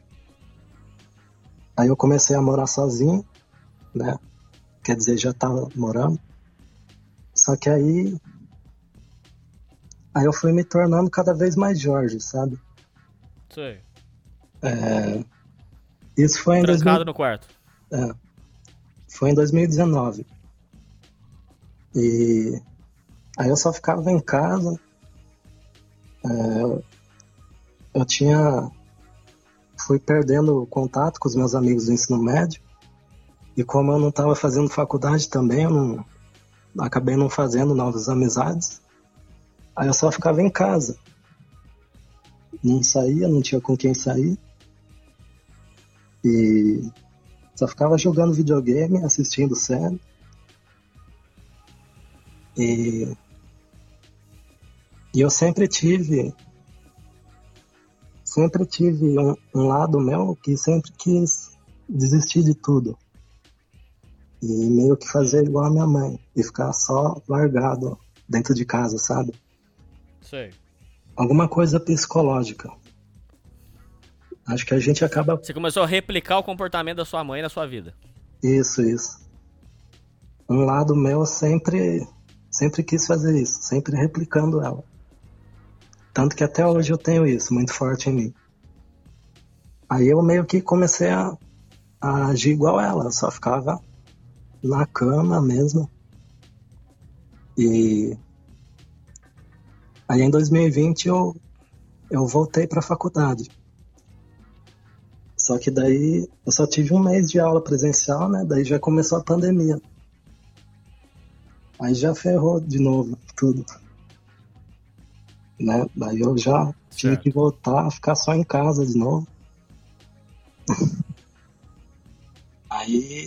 S13: aí eu comecei a morar sozinho, né? Quer dizer, já tava morando. Só que aí eu fui me tornando cada vez mais Jorge, sabe?
S9: Sei.
S13: Isso foi em
S9: Trancado no quarto.
S13: Foi em 2019. E aí eu só ficava em casa. Fui perdendo contato com os meus amigos do ensino médio. E como eu não estava fazendo faculdade também, eu acabei não fazendo novas amizades. Aí eu só ficava em casa. Não saía, não tinha com quem sair. E só ficava jogando videogame, assistindo série. E eu sempre tive um lado meu que sempre quis desistir de tudo. E meio que fazer igual a minha mãe. E ficar só largado dentro de casa, sabe?
S9: Sei.
S13: Alguma coisa psicológica. Acho que a gente acaba...
S9: Você começou a replicar o comportamento da sua mãe na sua vida.
S13: Isso. Um lado meu sempre quis fazer isso. Sempre replicando ela. Tanto que até hoje eu tenho isso muito forte em mim. Aí eu meio que comecei a agir igual ela. Eu só ficava na cama mesmo. E aí em 2020 eu voltei para a faculdade. Só que daí eu só tive um mês de aula presencial, né? Daí já começou a pandemia. Aí já ferrou de novo tudo. Né? Daí eu já tive que voltar a ficar só em casa de novo. Aí...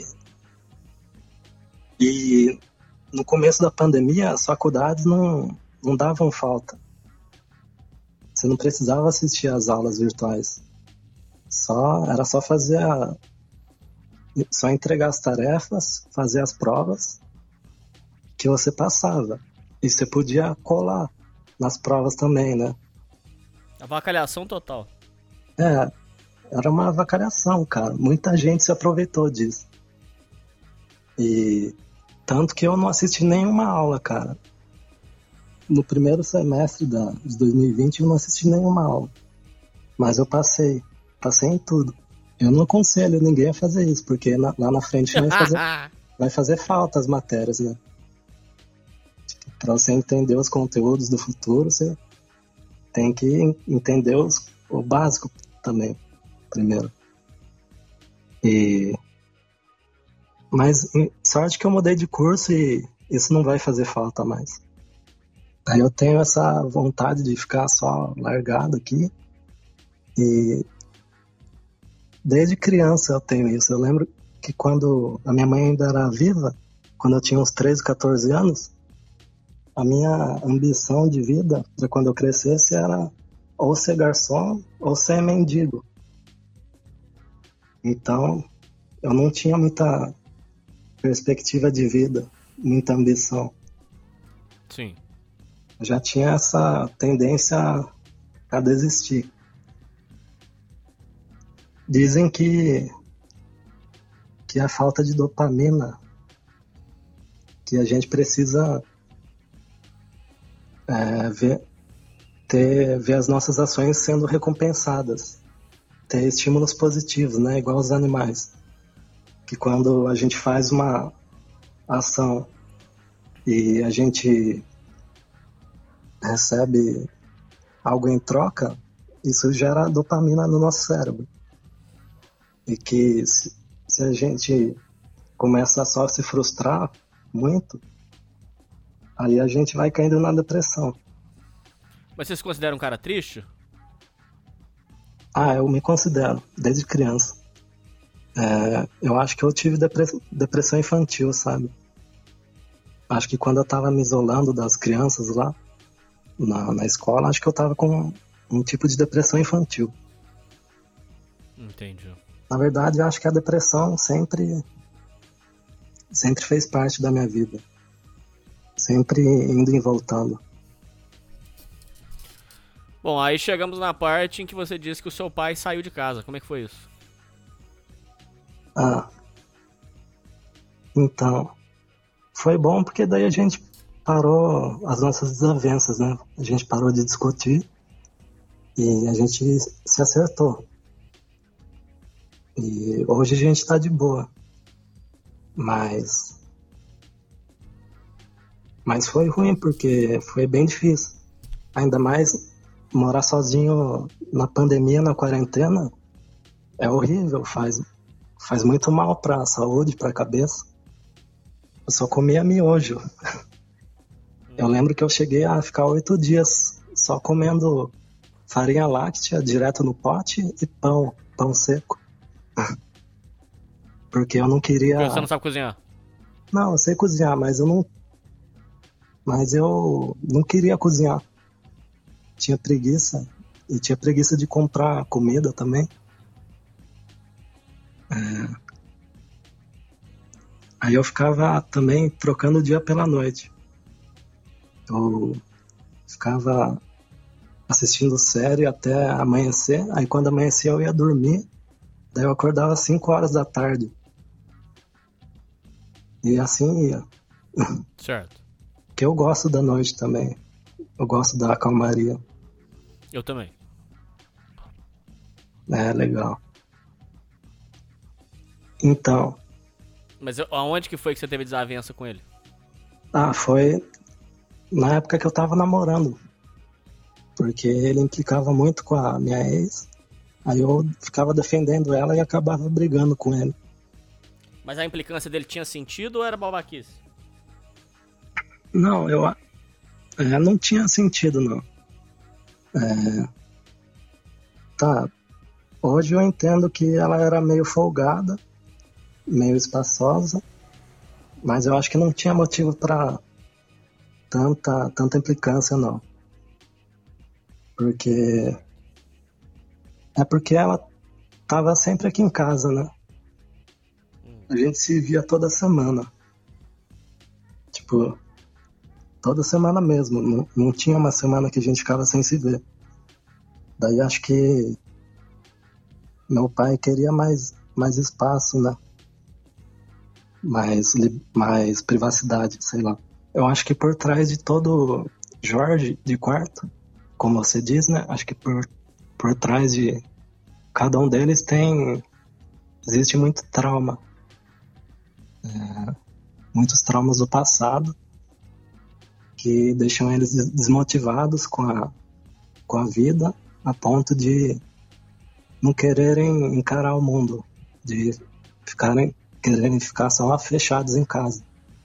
S13: E no começo da pandemia, as faculdades não davam falta. Você não precisava assistir às aulas virtuais. Era só fazer só entregar as tarefas, fazer as provas que você passava. E você podia colar nas provas também, né?
S9: Avacalhação total.
S13: Era uma avacalhação, cara. Muita gente se aproveitou disso. E tanto que eu não assisti nenhuma aula, cara. No primeiro semestre de 2020 eu não assisti nenhuma aula. Mas eu passei em tudo. Eu não aconselho ninguém a fazer isso, porque lá na frente vai fazer falta as matérias, né? Para você entender os conteúdos do futuro, você tem que entender o básico também, primeiro. Mas sorte que eu mudei de curso e isso não vai fazer falta mais. Aí eu tenho essa vontade de ficar só largado aqui. E desde criança eu tenho isso. Eu lembro que quando a minha mãe ainda era viva, quando eu tinha uns 13, 14 anos, a minha ambição de vida, para quando eu crescesse, era ou ser garçom ou ser mendigo. Então, eu não tinha muita perspectiva de vida, muita ambição.
S9: Sim.
S13: Eu já tinha essa tendência a desistir. Dizem que a falta de dopamina, que a gente precisa ver as nossas ações sendo recompensadas, ter estímulos positivos, né? Igual os animais, que quando a gente faz uma ação e a gente recebe algo em troca, isso gera dopamina no nosso cérebro. E que se a gente começa a só se frustrar muito, aí a gente vai caindo na depressão.
S9: Mas você se considera um cara triste?
S13: Eu me considero, desde criança. Eu acho que eu tive depressão infantil, sabe? Acho que quando eu tava me isolando das crianças lá, na escola, acho que eu tava com um tipo de depressão infantil.
S9: Entendi.
S13: Na verdade, eu acho que a depressão sempre fez parte da minha vida. Sempre indo e voltando.
S9: Bom, aí chegamos na parte em que você disse que o seu pai saiu de casa. Como é que foi isso?
S13: Então, foi bom porque daí a gente parou as nossas desavenças, né? A gente parou de discutir e a gente se acertou. E hoje a gente tá de boa. Mas foi ruim porque foi bem difícil. Ainda mais morar sozinho na pandemia, na quarentena, é horrível, faz muito mal pra saúde, pra cabeça. Eu só comia miojo. Eu lembro que eu cheguei a ficar 8 dias só comendo farinha láctea direto no pote e pão seco. Porque eu não queria...
S9: Porque você não sabe cozinhar?
S13: Não, eu sei cozinhar, mas eu não queria cozinhar. Tinha preguiça. E tinha preguiça de comprar comida também. Aí eu ficava também trocando o dia pela noite. Eu ficava assistindo série até amanhecer. Aí quando amanhecia eu ia dormir. Daí eu acordava às 5 horas da tarde. E assim ia.
S9: Certo.
S13: Porque eu gosto da noite também. Eu gosto da calmaria.
S9: Eu também.
S13: É, legal. Então...
S9: Mas aonde que foi que você teve desavença com ele?
S13: Foi na época que eu tava namorando. Porque ele implicava muito com a minha ex. Aí eu ficava defendendo ela e acabava brigando com ele.
S9: Mas a implicância dele tinha sentido ou era babaquice?
S13: Não, não tinha sentido, não. Tá. Hoje eu entendo que ela era meio folgada, meio espaçosa, mas eu acho que não tinha motivo pra tanta implicância, não. Porque ela tava sempre aqui em casa, né? A gente se via toda semana. Tipo, toda semana mesmo. Não tinha uma semana que a gente ficava sem se ver. Daí acho que meu pai queria mais espaço, né? Mais privacidade, sei lá. Eu acho que por trás de todo Jorge de quarto, como você diz, né? Acho que por trás de cada um deles existe muito trauma. Muitos traumas do passado que deixam eles desmotivados com a vida, a ponto de não quererem encarar o mundo, de quererem ficar só fechados em casa.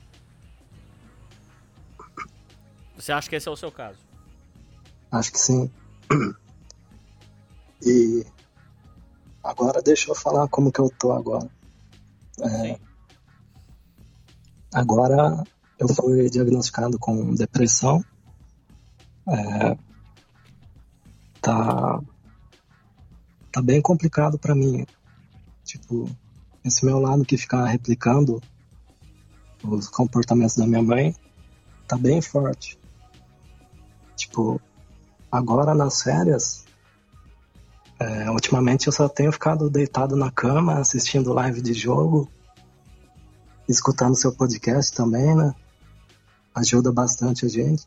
S9: Você acha que esse é o seu caso?
S13: Acho que sim. E agora deixa eu falar como que eu tô agora. Agora eu fui diagnosticado com depressão. Tá bem complicado pra mim. Tipo, esse meu lado que fica replicando os comportamentos da minha mãe tá bem forte. Tipo, agora nas férias, ultimamente eu só tenho ficado deitado na cama, assistindo live de jogo, escutando seu podcast também, né? Ajuda bastante a gente.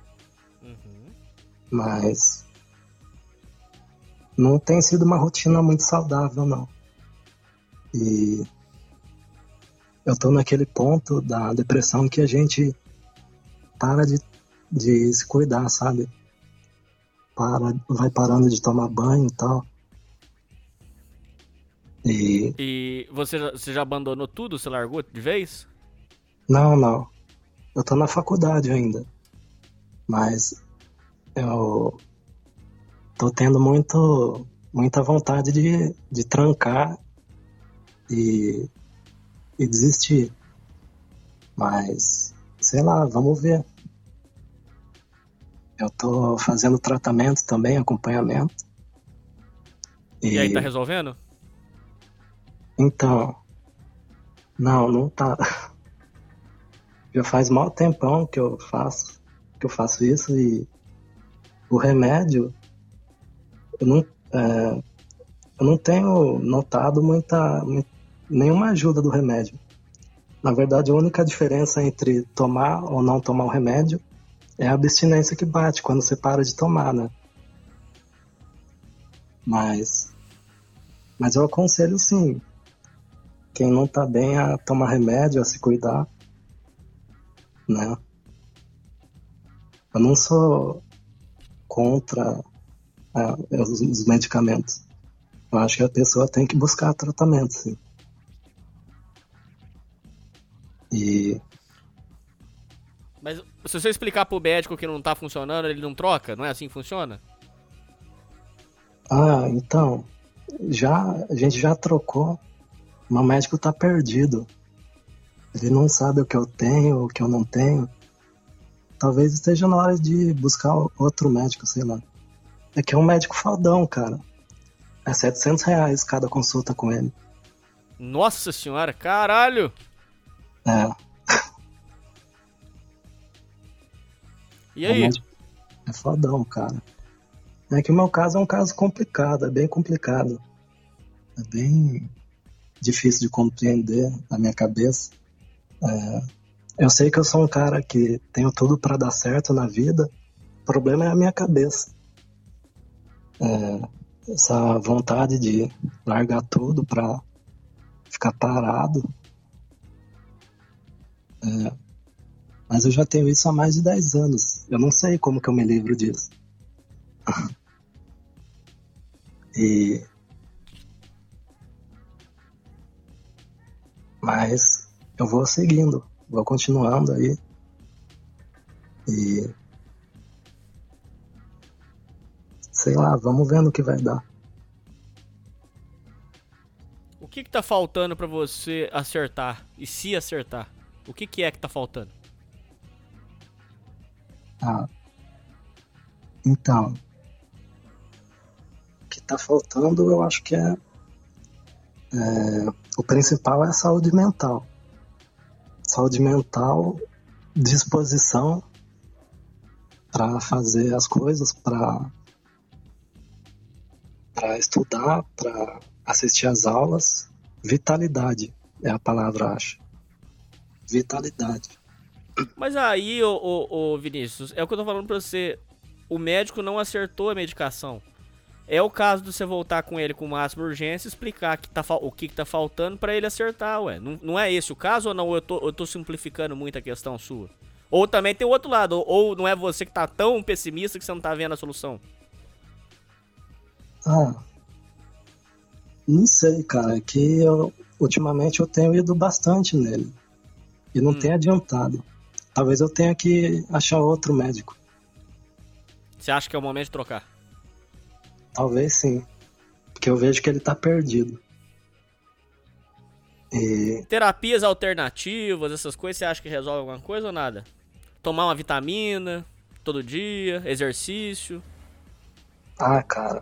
S13: Mas não tem sido uma rotina muito saudável, não. E eu tô naquele ponto da depressão que a gente para de se cuidar, sabe? Vai parando de tomar banho e tal.
S9: E você já abandonou tudo? Você largou de vez?
S13: Não. Eu tô na faculdade ainda. Mas eu tô tendo muita vontade de trancar e desistir. Mas, sei lá, vamos ver. Eu tô fazendo tratamento também, acompanhamento.
S9: E aí, tá resolvendo?
S13: Então, não tá. Já faz mó tempão que eu faço isso e o remédio, eu não tenho notado nenhuma ajuda do remédio. Na verdade, a única diferença entre tomar ou não tomar o remédio é a abstinência que bate quando você para de tomar, né? Mas eu aconselho sim, quem não tá bem a tomar remédio, a se cuidar, né? Eu não sou contra os medicamentos. Eu acho que a pessoa tem que buscar tratamento, sim.
S9: Mas se você explicar pro médico que não tá funcionando, ele não troca? Não é assim que funciona?
S13: Então, a gente já trocou, mas o médico tá perdido. Ele não sabe o que eu tenho, o que eu não tenho. Talvez esteja na hora de buscar outro médico, sei lá. É que é um médico fodão, cara. É R$700 cada consulta com ele.
S9: Nossa senhora, caralho! E aí?
S13: É fodão, cara. É que o meu caso é um caso complicado, é bem complicado. É bem difícil de compreender na minha cabeça. Eu sei que eu sou um cara que tenho tudo pra dar certo na vida. O problema é a minha cabeça. Essa vontade de largar tudo pra ficar parado. Mas eu já tenho isso há mais de 10 anos. Eu não sei como que eu me livro disso. Mas eu vou seguindo, vou continuando aí. Sei lá, vamos vendo o que vai dar.
S9: O que tá faltando pra você acertar? E se acertar? O que é que tá faltando?
S13: Então, o que tá faltando, eu acho que o principal é a saúde mental. Saúde mental, disposição para fazer as coisas, para estudar, para assistir às aulas. Vitalidade é a palavra, acho. Vitalidade.
S9: Mas aí, ô Vinícius, é o que eu tô falando pra você. O médico não acertou a medicação. É o caso de você voltar com ele com máxima urgência e explicar o que tá faltando pra ele acertar, ué. Não é esse o caso ou não? Eu tô simplificando muito a questão sua? Ou também tem o outro lado, ou não é você que tá tão pessimista que você não tá vendo a solução?
S13: Não sei, cara. É que ultimamente eu tenho ido bastante nele. E não tem adiantado. Talvez eu tenha que achar outro médico.
S9: Você acha que é o momento de trocar?
S13: Talvez sim. Porque eu vejo que ele tá perdido.
S9: Terapias alternativas, essas coisas, você acha que resolve alguma coisa ou nada? Tomar uma vitamina todo dia, exercício?
S13: Cara.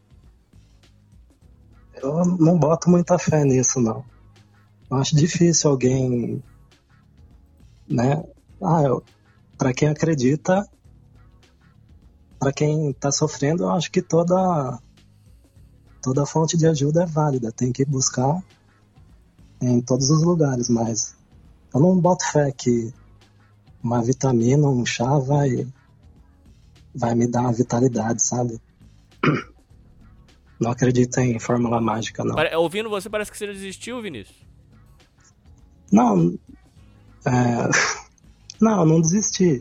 S13: Eu não boto muita fé nisso, não. Eu acho difícil alguém, né? Pra quem acredita, pra quem tá sofrendo, eu acho que toda fonte de ajuda é válida. Tem que buscar em todos os lugares, mas eu não boto fé que uma vitamina, um chá vai me dar uma vitalidade, sabe? Não acredito em fórmula mágica, não.
S9: Ouvindo você, parece que você desistiu, Vinícius.
S13: Não, não desisti.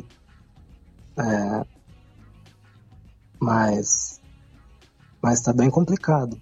S13: Mas tá bem complicado.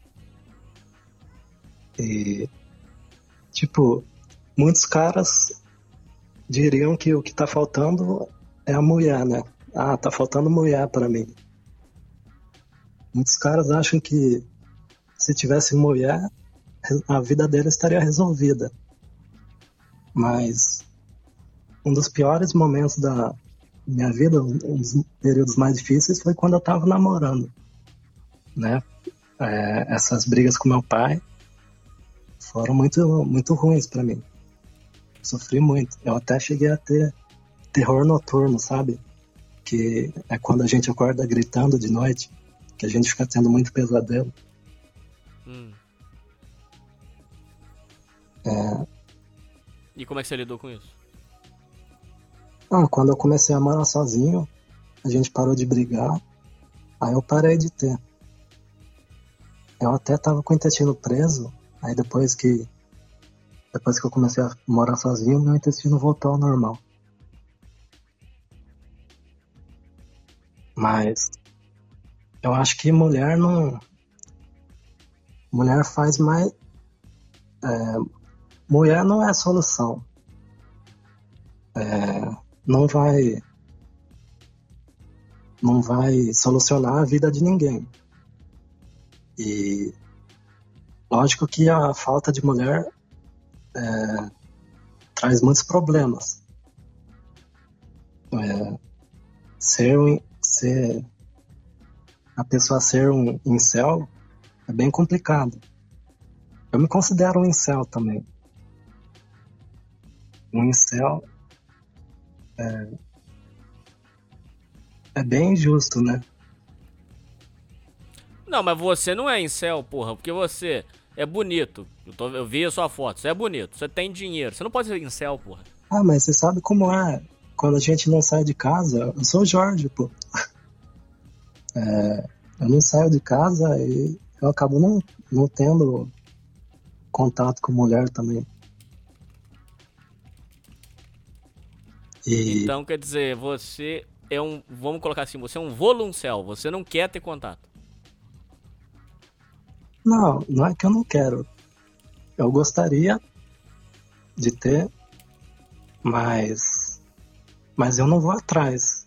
S13: Muitos caras diriam que o que tá faltando é a mulher, né? Tá faltando mulher pra mim. Muitos caras acham que se tivesse mulher, a vida dele estaria resolvida. Mas um dos piores momentos da minha vida, um dos períodos mais difíceis foi quando eu tava namorando, né? Essas brigas com meu pai foram muito ruins pra mim. Sofri muito. Eu até cheguei a ter terror noturno, sabe? Que é quando a gente acorda gritando de noite, que a gente fica tendo muito pesadelo.
S9: E como é que você lidou com isso?
S13: Quando eu comecei a morar sozinho, a gente parou de brigar, aí eu parei de ter. Eu até tava com o intestino preso, aí depois que eu comecei a morar sozinho, meu intestino voltou ao normal. Mas eu acho que mulher não... Mulher faz mais... Mulher não é a solução. Não vai solucionar a vida de ninguém. E lógico que a falta de mulher traz muitos problemas. A pessoa ser um incel é bem complicado. Eu me considero um incel também. Um incel é bem injusto, né?
S9: Não, mas você não é incel, porra, porque você é bonito. Eu vi a sua foto, você é bonito, você tem dinheiro. Você não pode ser incel, porra.
S13: Mas você sabe como é quando a gente não sai de casa? Eu sou o Jorge, pô. Eu não saio de casa e eu acabo não tendo contato com mulher também.
S9: Então, quer dizer, você é vamos colocar assim, você é um voluncel, você não quer ter contato.
S13: Não é que eu não quero. Eu gostaria de ter, mas eu não vou atrás.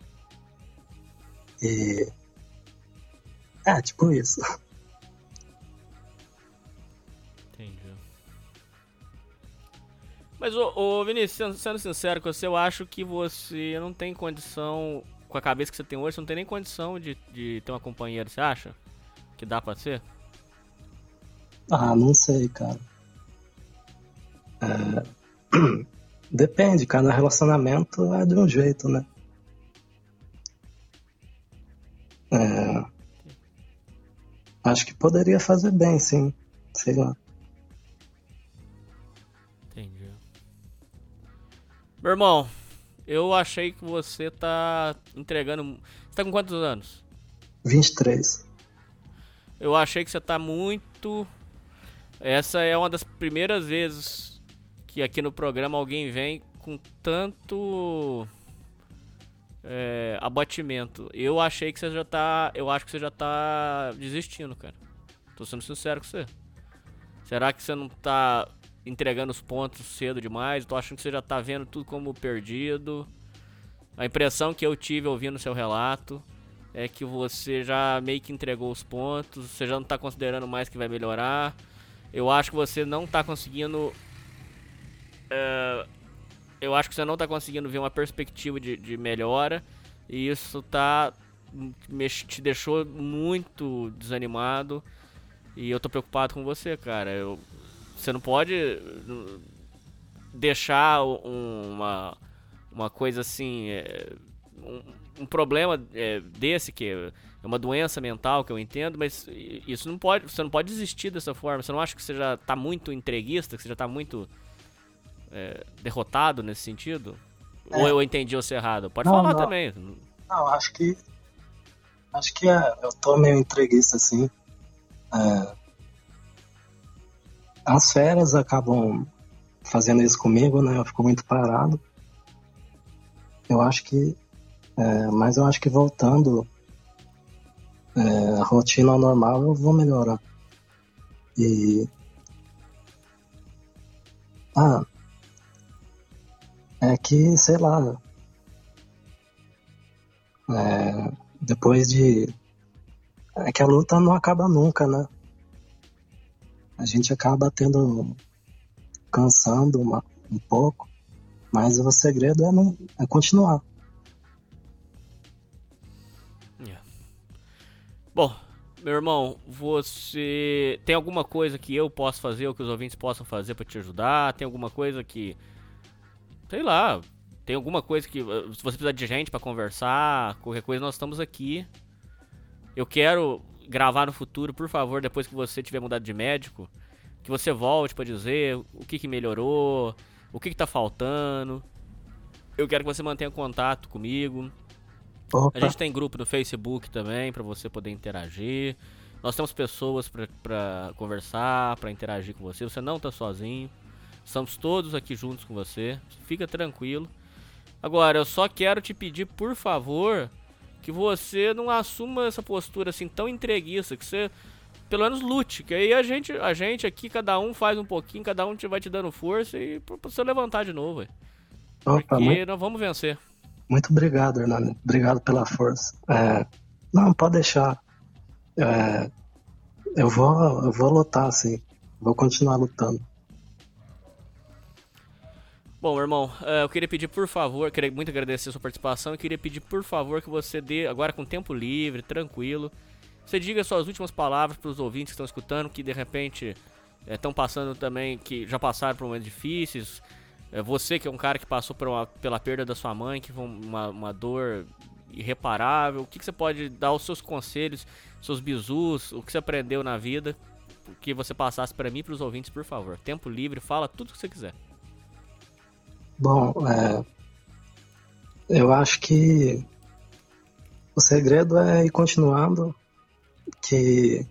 S13: Tipo isso.
S9: Entendi. Mas, ô Vinícius, sendo sincero com você, eu acho que você não tem condição, com a cabeça que você tem hoje, você não tem nem condição de ter uma companheira, você acha? Que dá pra ser?
S13: Não sei, cara. Depende, cada relacionamento é de um jeito, né? Acho que poderia fazer bem, sim. Sei lá.
S9: Entendi. Meu irmão, eu achei que você tá entregando... Você tá com quantos anos?
S13: 23.
S9: Eu achei que você tá muito... Essa é uma das primeiras vezes que aqui no programa alguém vem com tanto abatimento. Eu achei que você já tá... Eu acho que você já tá desistindo, cara. Tô sendo sincero com você. Será que você não tá entregando os pontos cedo demais? Eu tô achando que você já tá vendo tudo como perdido. A impressão que eu tive ouvindo o seu relato é que você já meio que entregou os pontos. Você já não tá considerando mais que vai melhorar. Eu acho que você não tá conseguindo... eu acho que você não tá conseguindo ver uma perspectiva de melhora. E isso te deixou muito desanimado. E eu tô preocupado com você, cara. Você não pode deixar uma coisa assim... um problema desse, que é uma doença mental, que eu entendo, mas isso não pode, você não pode desistir dessa forma. Você não acha que você já tá muito entreguista, que você já tá muito derrotado nesse sentido? Ou eu entendi você errado? Pode falar também.
S13: Não, acho que eu tô meio entreguista, assim. As férias acabam fazendo isso comigo, né? Eu fico muito parado. Eu acho que... mas eu acho que voltando a rotina ao normal, eu vou melhorar. É que, sei lá, depois de... É que a luta não acaba nunca, né? A gente acaba cansando um pouco, mas o segredo é continuar.
S9: Bom, meu irmão, você tem alguma coisa que eu possa fazer ou que os ouvintes possam fazer pra te ajudar? Tem alguma coisa que... sei lá, tem alguma coisa que... se você precisar de gente pra conversar, qualquer coisa, nós estamos aqui. Eu quero gravar no futuro, por favor, depois que você tiver mudado de médico, que você volte pra dizer o que melhorou, o que tá faltando. Eu quero que você mantenha contato comigo.
S13: Opa.
S9: A gente tem grupo no Facebook também, pra você poder interagir. Nós temos pessoas pra conversar, pra interagir com você. Você não tá sozinho. Estamos todos aqui juntos com você. Fica tranquilo. Agora, eu só quero te pedir, por favor, que você não assuma essa postura assim tão entreguista, que você pelo menos lute, que aí a gente aqui, cada um faz um pouquinho, cada um vai te dando força e pra você levantar de novo, porque nós vamos vencer.
S13: Muito obrigado, Hernani. Obrigado pela força. Não, pode deixar. Eu vou lutar, sim. Vou continuar lutando.
S9: Bom, meu irmão, eu queria pedir, por favor, queria muito agradecer a sua participação. Eu queria pedir, por favor, que você dê, agora com tempo livre, tranquilo, você diga suas últimas palavras para os ouvintes que estão escutando, que de repente estão passando também, que já passaram por momentos difíceis. Você que é um cara que passou pela perda da sua mãe, que foi uma dor irreparável. O que você pode dar os seus conselhos, seus bizus, o que você aprendeu na vida, que você passasse para mim e para os ouvintes, por favor. Tempo livre, fala tudo o que você quiser.
S13: Bom, eu acho que o segredo é ir continuando, que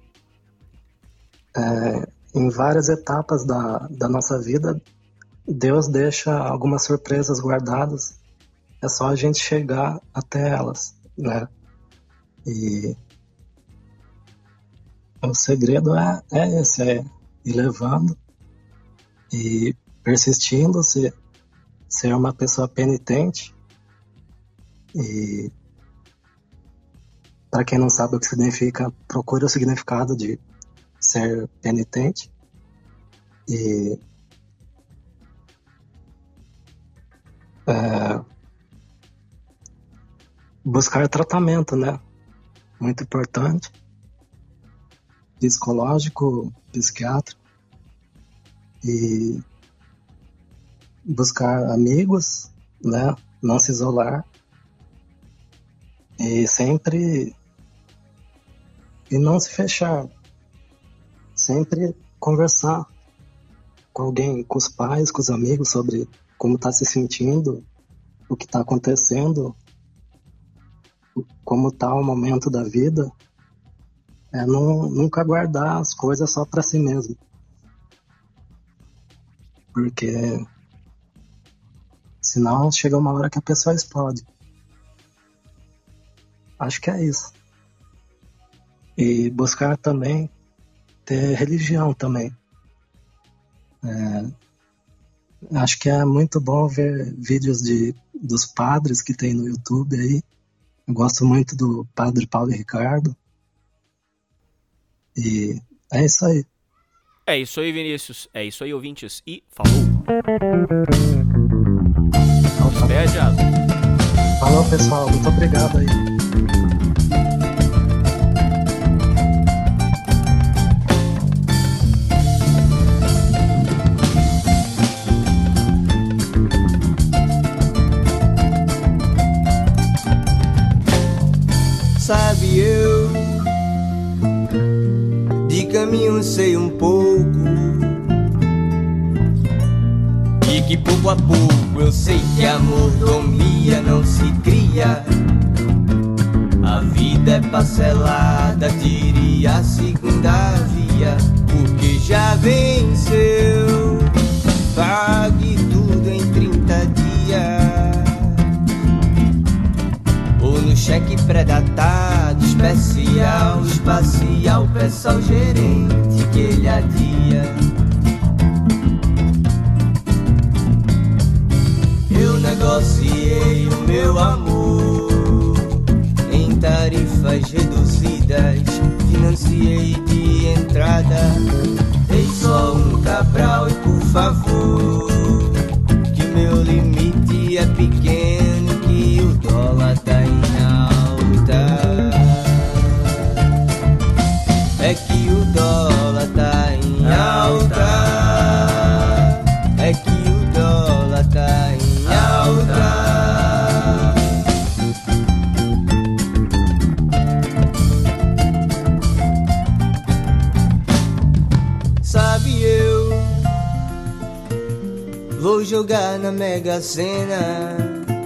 S13: em várias etapas da nossa vida, Deus deixa algumas surpresas guardadas, é só a gente chegar até elas, né? E o segredo é esse, é ir levando e persistindo, ser uma pessoa penitente. E para quem não sabe o que significa, procure o significado de ser penitente. E buscar tratamento, né? Muito importante. Psicológico, psiquiátrico. E buscar amigos, né? Não se isolar. E sempre... e não se fechar. Sempre conversar com alguém, com os pais, com os amigos, sobre como está se sentindo, o que está acontecendo, como está o momento da vida. Nunca guardar as coisas só para si mesmo. Porque senão chega uma hora que a pessoa explode. Acho que é isso. E buscar também ter religião também. Acho que é muito bom ver vídeos dos padres que tem no YouTube aí. Eu gosto muito do padre Paulo Ricardo. E é isso aí.
S9: É isso aí, Vinícius. É isso aí, ouvintes. E falou. Despede, Asa.
S13: Falou, pessoal. Muito obrigado aí.
S6: Sabe, eu de caminho sei um pouco, e que pouco a pouco eu sei que a mordomia não se cria. A vida é parcelada, diria a segunda via, porque já venceu. Pague tudo em 30 dias. Ou no cheque pré-datado, especial, espacial, peça ao gerente que ele adia. Eu negociei o meu amor em tarifas reduzidas, financiei de entrada, dei só um Cabral e por favor, que meu limite é pequeno, que o dólar tá em alta. sabe eu vou jogar na Mega Sena.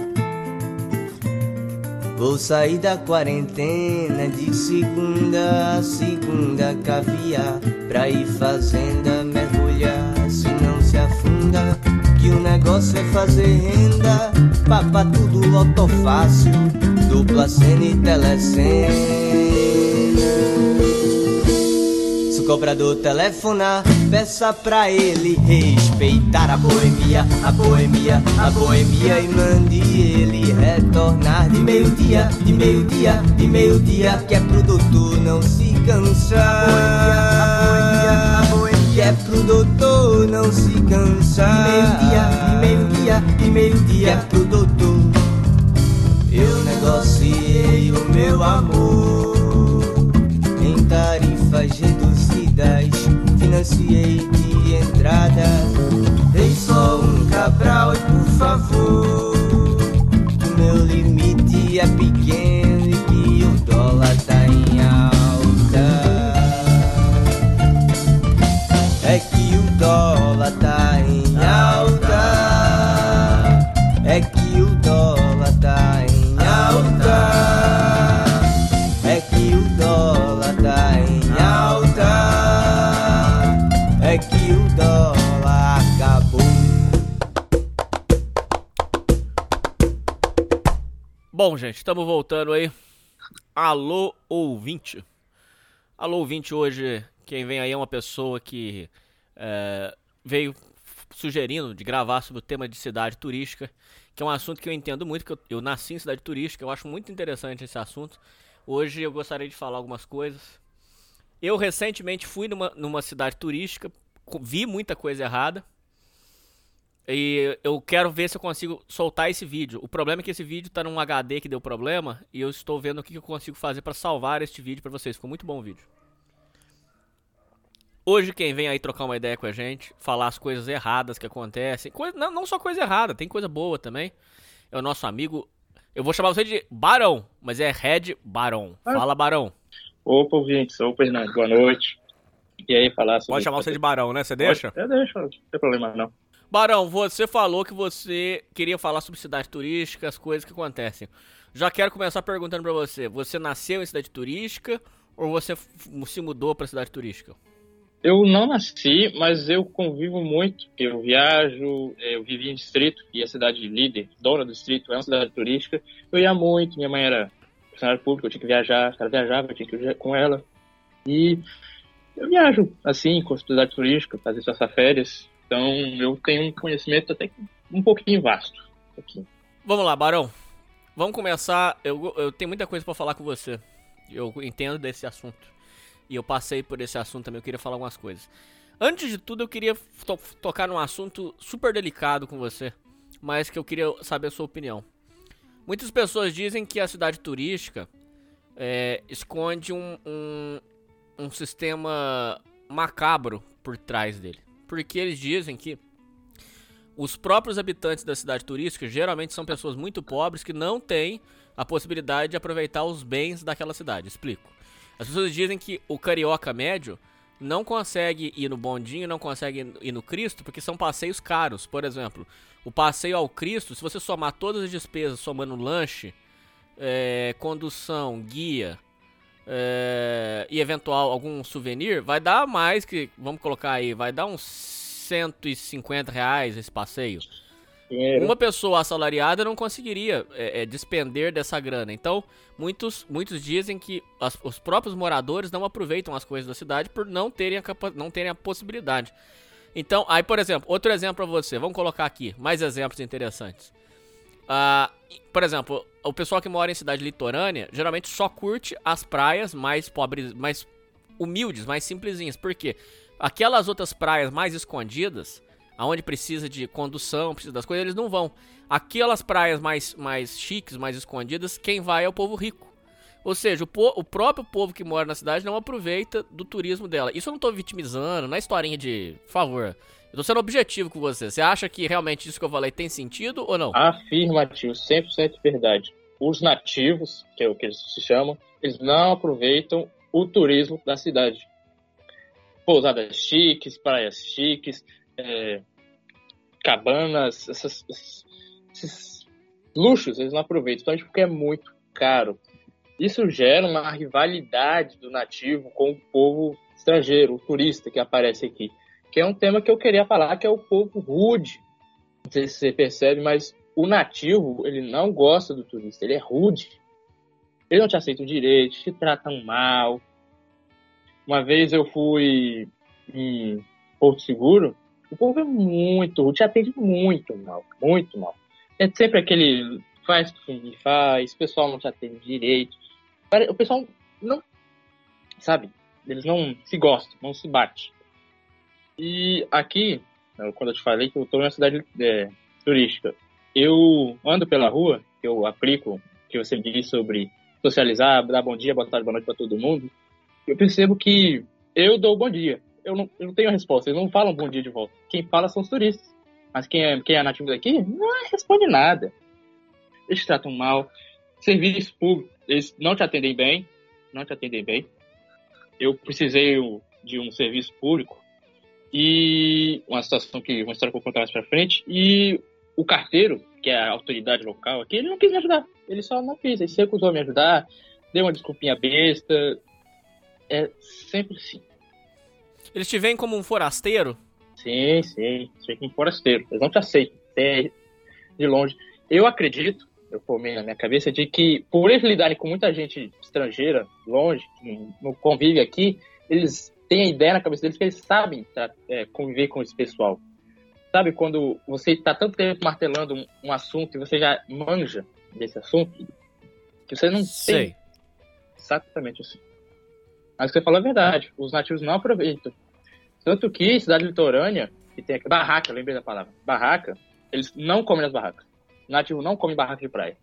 S6: Vou sair da quarentena de segunda a segunda, caviar pra ir fazenda, mergulhar se não se afunda. Que o negócio é fazer renda, papa tudo loto fácil, dupla cena e telecena. Se o cobrador telefonar, peça pra ele respeitar a boemia, a boemia, a boemia, e mande ele retornar de meio-dia, de meio-dia, de meio-dia, que é pro doutor não se cansar. A boemia, que é pro doutor não se cansar. De meio-dia, de meio-dia, que é pro doutor. Eu negociei o meu amor em tarifas reduzidas, financiei de entrada, dei só um Cabral e por favor, o meu limite é pequeno e que o dólar tá em alta. É que o dólar tá em alta. É que o dólar tá em alta. É que o dólar tá em alta. É que o dólar acabou.
S9: Bom, gente, estamos voltando aí. Alô, ouvinte. Alô, ouvinte, hoje quem vem aí é uma pessoa que veio sugerindo de gravar sobre o tema de cidade turística, que é um assunto que eu entendo muito, que eu nasci em cidade turística, eu acho muito interessante esse assunto. Hoje eu gostaria de falar algumas coisas. Eu recentemente fui numa cidade turística, vi muita coisa errada, e eu quero ver se eu consigo soltar esse vídeo. O problema é que esse vídeo tá num HD que deu problema, e eu estou vendo o que eu consigo fazer para salvar este vídeo para vocês. Ficou muito bom o vídeo. Hoje quem vem aí trocar uma ideia com a gente, falar as coisas erradas que acontecem, não só coisa errada, tem coisa boa também, é o nosso amigo, eu vou chamar você de Barão, mas é Red Barão. Fala, Barão.
S14: Opa, ouvintes, opa, Hernani, boa noite. E aí, falar sobre...
S9: Pode chamar você de Barão, né? Você deixa?
S14: Eu deixo, não tem problema não.
S9: Barão, você falou que você queria falar sobre cidade turística, as coisas que acontecem. Já quero começar perguntando pra você, você nasceu em cidade turística ou você se mudou pra cidade turística?
S14: Eu não nasci, mas eu convivo muito. Eu viajo, eu vivi em distrito, e a cidade líder, dona do distrito, é uma cidade turística. Eu ia muito, minha mãe era funcionária pública, eu tinha que viajar, ela viajava, eu tinha que ir com ela. E eu viajo, assim, com a cidade turística, fazer suas férias. Então eu tenho um conhecimento até um pouquinho vasto.
S9: Vamos lá, Barão. Vamos começar. Eu tenho muita coisa pra falar com você. Eu entendo desse assunto. E eu passei por esse assunto também, eu queria falar algumas coisas. Antes de tudo, eu queria tocar num assunto super delicado com você, mas que eu queria saber a sua opinião. Muitas pessoas dizem que a cidade turística esconde um sistema macabro por trás dele. Porque eles dizem que os próprios habitantes da cidade turística geralmente são pessoas muito pobres que não têm a possibilidade de aproveitar os bens daquela cidade. Explico. As pessoas dizem que o carioca médio não consegue ir no bondinho, não consegue ir no Cristo, porque são passeios caros. Por exemplo, o passeio ao Cristo, se você somar todas as despesas, somando lanche, condução, guia e eventual algum souvenir, vai dar mais que, vamos colocar aí, vai dar uns R$150 esse passeio. Uma pessoa assalariada não conseguiria despender dessa grana. Então, muitos dizem que os próprios moradores não aproveitam as coisas da cidade por não terem a possibilidade. Então, aí, por exemplo, outro exemplo para você. Vamos colocar aqui mais exemplos interessantes. Por exemplo, o pessoal que mora em cidade litorânea geralmente só curte as praias mais pobres, mais humildes, mais simplesinhas. Por quê? Aquelas outras praias mais escondidas, aonde precisa de condução, precisa das coisas, eles não vão. Aquelas praias mais chiques, mais escondidas, quem vai é o povo rico. Ou seja, o próprio povo que mora na cidade não aproveita do turismo dela. Isso eu não tô vitimizando, não é historinha de... Por favor, eu tô sendo objetivo com você. Você acha que realmente isso que eu falei tem sentido ou não?
S14: Afirmativo, 100% verdade. Os nativos, que é o que eles se chamam, eles não aproveitam o turismo da cidade. pousadas chiques, praias chiques, cabanas, esses luxos eles não aproveitam, principalmente porque é muito caro. Isso gera uma rivalidade do nativo com o povo estrangeiro, o turista que aparece aqui, que é um tema que eu queria falar, que é o povo rude. Não sei se você percebe, mas o nativo, ele não gosta do turista, ele é rude. Ele não te aceita direito, te tratam mal. Uma vez eu fui em Porto Seguro, o povo é muito rude, te atende muito mal, muito mal. É sempre aquele faz o que faz, o pessoal não te atende direito. O pessoal não, sabe, eles não se gostam, não se bate. E aqui, quando eu te falei que eu estou numa cidade turística, eu ando pela rua, eu aplico o que você disse sobre socializar, dar bom dia, boa tarde, boa noite para todo mundo. Eu percebo que eu dou bom dia. Eu não tenho resposta, eles não falam bom dia de volta. Quem fala são os turistas. Mas quem é nativo daqui não responde nada. Eles tratam mal. Serviço público, eles não te atendem bem. Não te atendem bem. Eu precisei de um serviço público e uma história que eu vou contar mais pra frente, e o carteiro, que é a autoridade local aqui, ele não quis me ajudar. Ele só não quis, ele se recusou a me ajudar, deu uma desculpinha besta. É sempre assim.
S9: Eles te veem como um forasteiro?
S14: Sim, como um forasteiro. Eles não te aceitam, de longe. Eu acredito, eu formei na minha cabeça, de que por eles lidarem com muita gente estrangeira, longe, que não convive aqui, eles têm a ideia na cabeça deles que eles sabem conviver com esse pessoal. Sabe quando você está tanto tempo martelando um assunto e você já manja desse assunto, que você não tem exatamente assim. Mas o que você falou é verdade, os nativos não aproveitam. Tanto que cidade litorânea, que tem aqui, barraca, lembrei da palavra, barraca, eles não comem nas barracas. O nativo não come barraca de praia.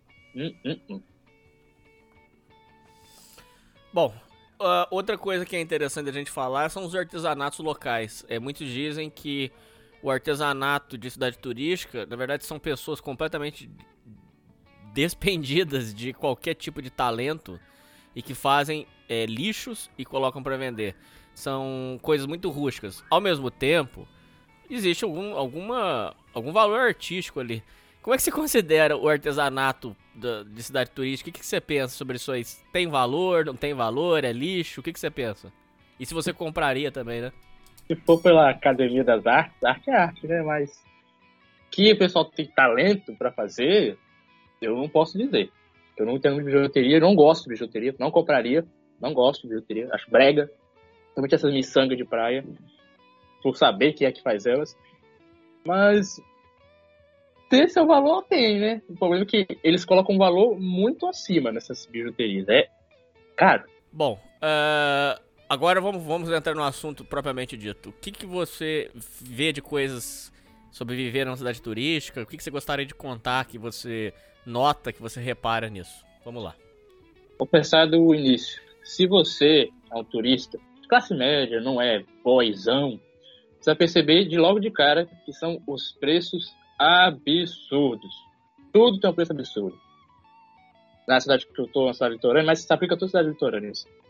S9: Bom, outra coisa que é interessante a gente falar são os artesanatos locais. Muitos dizem que o artesanato de cidade turística, na verdade, são pessoas completamente despendidas de qualquer tipo de talento e que fazem lixos e colocam para vender. São coisas muito rústicas. Ao mesmo tempo, existe algum valor artístico ali. Como é que você considera o artesanato de cidade turística? O que você pensa sobre isso aí? Tem valor, não tem valor, é lixo? O que você pensa? E se você compraria também, né?
S14: Se for pela Academia das Artes, arte é arte, né? Mas que o pessoal tem talento para fazer, eu não posso dizer. Eu não entendo de bijuteria, não gosto de bijuteria, não compraria, não gosto de bijuteria, acho brega. Principalmente essas miçangas de praia, por saber quem é que faz elas. Mas ter seu valor tem, né? O problema é que eles colocam um valor muito acima nessas bijuterias. É caro.
S9: Bom, agora vamos entrar no assunto propriamente dito. O que você vê de coisas sobre viver numa cidade turística? O que você gostaria de contar que você nota, que você repara nisso? Vamos lá.
S14: Vou pensar do início. Se você é um turista de classe média, não é boyzão, você vai perceber logo de cara que são os preços absurdos. Tudo tem um preço absurdo. Na cidade que eu estou, na cidade litorânea, mas se aplica a toda cidade litorânea.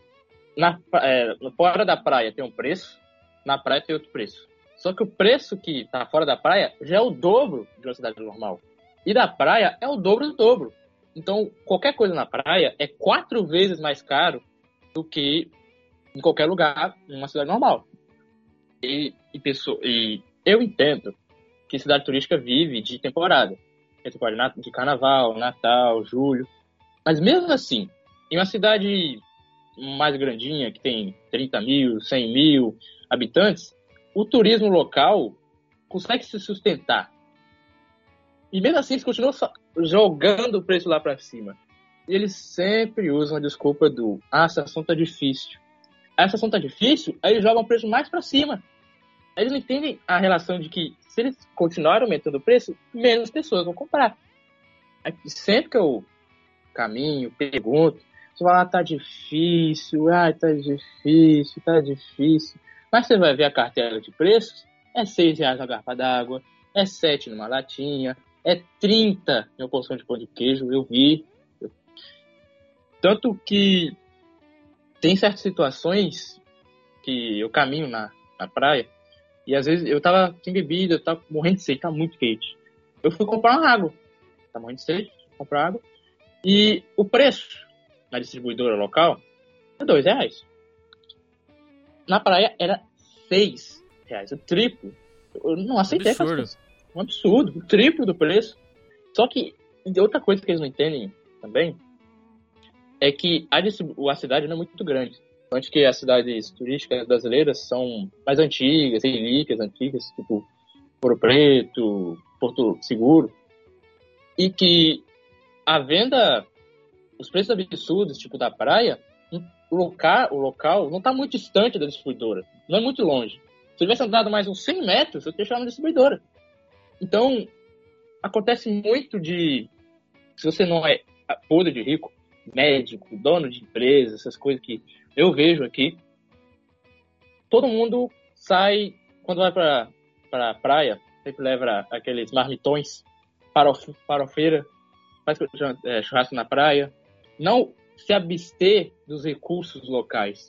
S14: Fora da praia tem um preço, na praia tem outro preço. Só que o preço que está fora da praia já é o dobro de uma cidade normal. E da praia é o dobro do dobro. Então, qualquer coisa na praia é 4 vezes mais caro do que em qualquer lugar, em uma cidade normal. E eu entendo que cidade turística vive de temporada. É temporada de carnaval, Natal, julho. Mas mesmo assim, em uma cidade mais grandinha, que tem 30 mil, 100 mil habitantes, o turismo local consegue se sustentar. E mesmo assim, eles continuam jogando o preço lá para cima. E eles sempre usam a desculpa do essa ação tá difícil. Essa ação tá difícil, aí eles jogam o preço mais para cima. Eles não entendem a relação de que se eles continuarem aumentando o preço, menos pessoas vão comprar. Aí, sempre que eu caminho, pergunto, você fala, tá difícil, tá difícil. Mas você vai ver a cartela de preços, é R$6 a garrafa d'água, é R$7 numa latinha, é 30 em uma porção de pão de queijo, eu vi. Tanto que tem certas situações que eu caminho na praia. E às vezes eu tava sem bebida, eu tava morrendo de sede, tava muito quente. Eu fui comprar uma água. Tava morrendo de sede, fui comprar água. E o preço na distribuidora local é R$2. Na praia era R$6, o triplo. Eu não aceitei essas coisas. Um absurdo, o triplo do preço. Só que outra coisa que eles não entendem também é que a cidade não é muito grande. Antes que as cidades turísticas brasileiras são mais antigas, relíquias antigas, tipo Ouro Preto, Porto Seguro, e que a venda, os preços absurdos, tipo da praia, o local não está muito distante da distribuidora, não é muito longe. Se eu tivesse andado mais uns 100 metros, eu teria chegado na distribuidora. Então, acontece muito de, se você não é podre de rico, médico, dono de empresa, essas coisas que eu vejo aqui, todo mundo sai, quando vai para a praia, sempre leva aqueles marmitões, farofeira, faz churrasco na praia, não se abster dos recursos locais.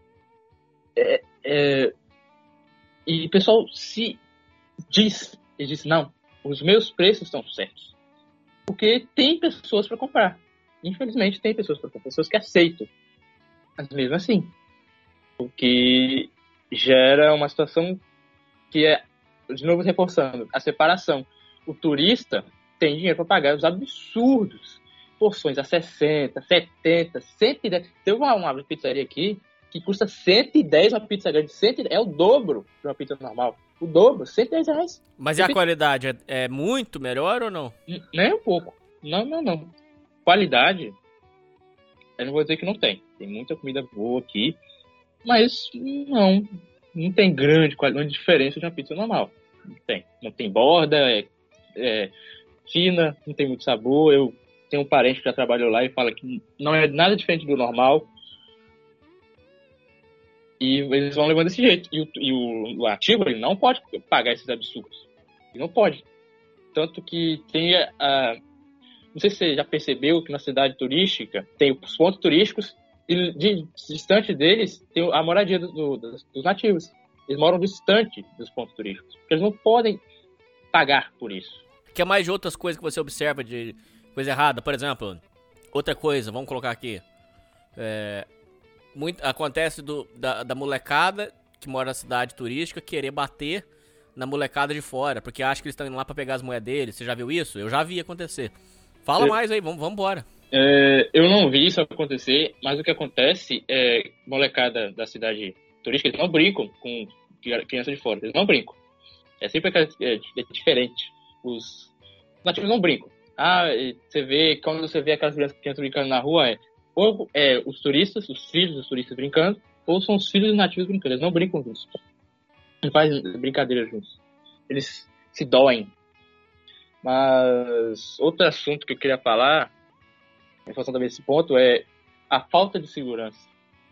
S14: E o pessoal diz, não, os meus preços estão certos. Porque tem pessoas para comprar. Infelizmente tem pessoas para comprar, pessoas que aceitam. Mas mesmo assim, o que gera uma situação que é, de novo reforçando, a separação. O turista tem dinheiro para pagar os absurdos. Porções a 60, 70, 110. Tem uma pizzaria aqui que custa 110 uma pizza grande. 110, é o dobro de uma pizza normal. O dobro, R$110.
S9: Mas e a qualidade? É muito melhor ou não?
S14: Nem um pouco. Não. Qualidade, eu não vou dizer que não tem. Tem muita comida boa aqui. Mas não tem grande diferença de uma pizza normal. Não tem. Não tem borda, é fina, não tem muito sabor. Eu tenho um parente que já trabalhou lá e fala que não é nada diferente do normal. E eles vão levando desse jeito. E o ativo, ele não pode pagar esses absurdos. Ele não pode. Tanto que tem não sei se você já percebeu que na cidade turística tem os pontos turísticos e distante deles tem a moradia dos nativos. Eles moram distante dos pontos turísticos. Porque eles não podem pagar por isso.
S9: Que é mais de outras coisas que você observa de coisa errada. Por exemplo, outra coisa, vamos colocar aqui. Acontece da molecada que mora na cidade turística querer bater na molecada de fora, porque acha que eles estão indo lá pra pegar as moedas deles. Você já viu isso? Eu já vi acontecer. Fala mais aí, vamos embora.
S14: Eu não vi isso acontecer, mas o que acontece é molecada da cidade turística, eles não brincam com criança de fora, eles não brincam. É sempre diferente. Os nativos não brincam. Quando você vê aquelas crianças brincando na rua, ou os turistas, os filhos dos turistas brincando, ou são os filhos dos nativos brincando. Eles não brincam juntos. Não fazem brincadeira juntos. Eles se doem. Mas outro assunto que eu queria falar, em função também desse ponto, é a falta de segurança.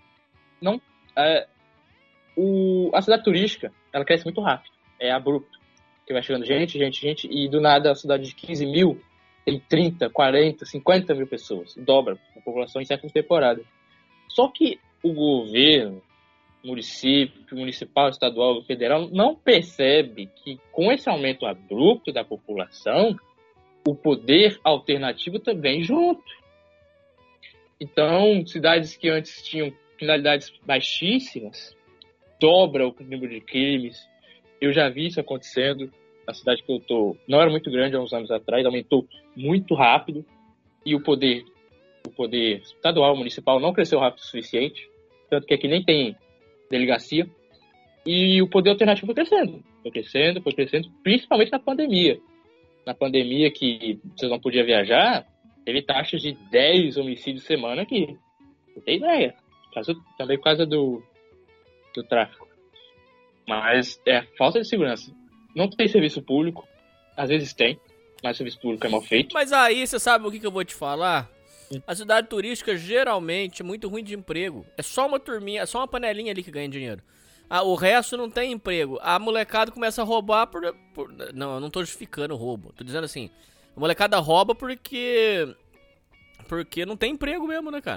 S14: A cidade turística, ela cresce muito rápido. É abrupto. Que vai chegando gente, e do nada a cidade de 15 mil tem 30, 40, 50 mil pessoas. Dobra a população em certas temporadas. Só que o governo, municipal, estadual, federal, não percebe que com esse aumento abrupto da população, o poder alternativo também junto. Então, cidades que antes tinham criminalidades baixíssimas, dobra o número de crimes. Eu já vi isso acontecendo. A cidade que eu tô não era muito grande há uns anos atrás, aumentou muito rápido, e o poder estadual, municipal não cresceu rápido o suficiente, tanto que aqui nem tem delegacia, e o poder alternativo foi crescendo, principalmente na pandemia. Na pandemia que você não podia viajar, teve taxas de 10 homicídios semana aqui. Não tem ideia. Também por causa do tráfico. Mas é falta de segurança. Não tem serviço público. Às vezes tem, mas o serviço público é mal feito.
S9: Mas aí, você sabe o que eu vou te falar? A cidade turística geralmente é muito ruim de emprego. É só uma turminha, é só uma panelinha ali que ganha dinheiro. O resto não tem emprego. A molecada começa a roubar Não, eu não tô justificando o roubo. Tô dizendo assim, a molecada rouba porque não tem emprego mesmo, né, cara?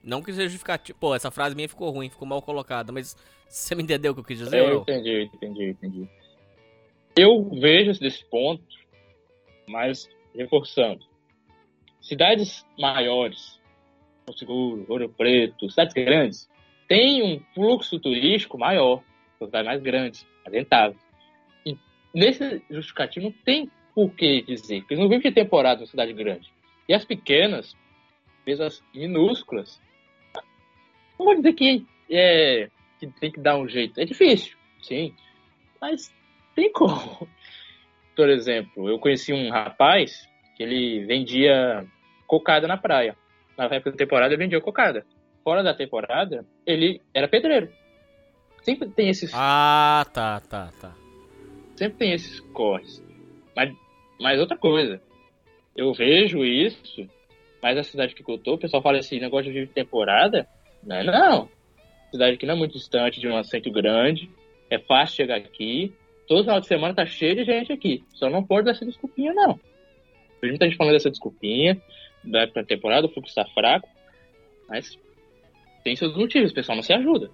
S9: Não que seja justificativo. Pô, essa frase minha ficou ruim, ficou mal colocada, mas você me entendeu o que eu quis dizer?
S14: Eu entendi. Eu vejo desse ponto, mas reforçando. Cidades maiores, Porto Seguro, Ouro Preto, cidades grandes, têm um fluxo turístico maior, cidades mais grandes, mais rentáveis. E nesse justificativo não tem por que dizer, porque não vive de temporada em cidade grande. E as pequenas, as minúsculas, não vou dizer que tem que dar um jeito. É difícil, sim, mas tem como. Por exemplo, eu conheci um rapaz que ele vendia cocada na praia. Na época da temporada ele vendia cocada. Fora da temporada, ele era pedreiro. Sempre tem esses...
S9: Ah, tá.
S14: Sempre tem esses corres. Mas outra coisa, eu vejo isso, mas a cidade que eu tô, o pessoal fala assim, negócio de temporada, não. Cidade que não é muito distante de um centro grande, é fácil chegar aqui, todo final de semana tá cheio de gente aqui, só não pode dar essa desculpinha, não. Tem muita gente falando dessa desculpinha, da época da temporada, o fluxo tá fraco, mas tem seus motivos, o pessoal não se ajuda.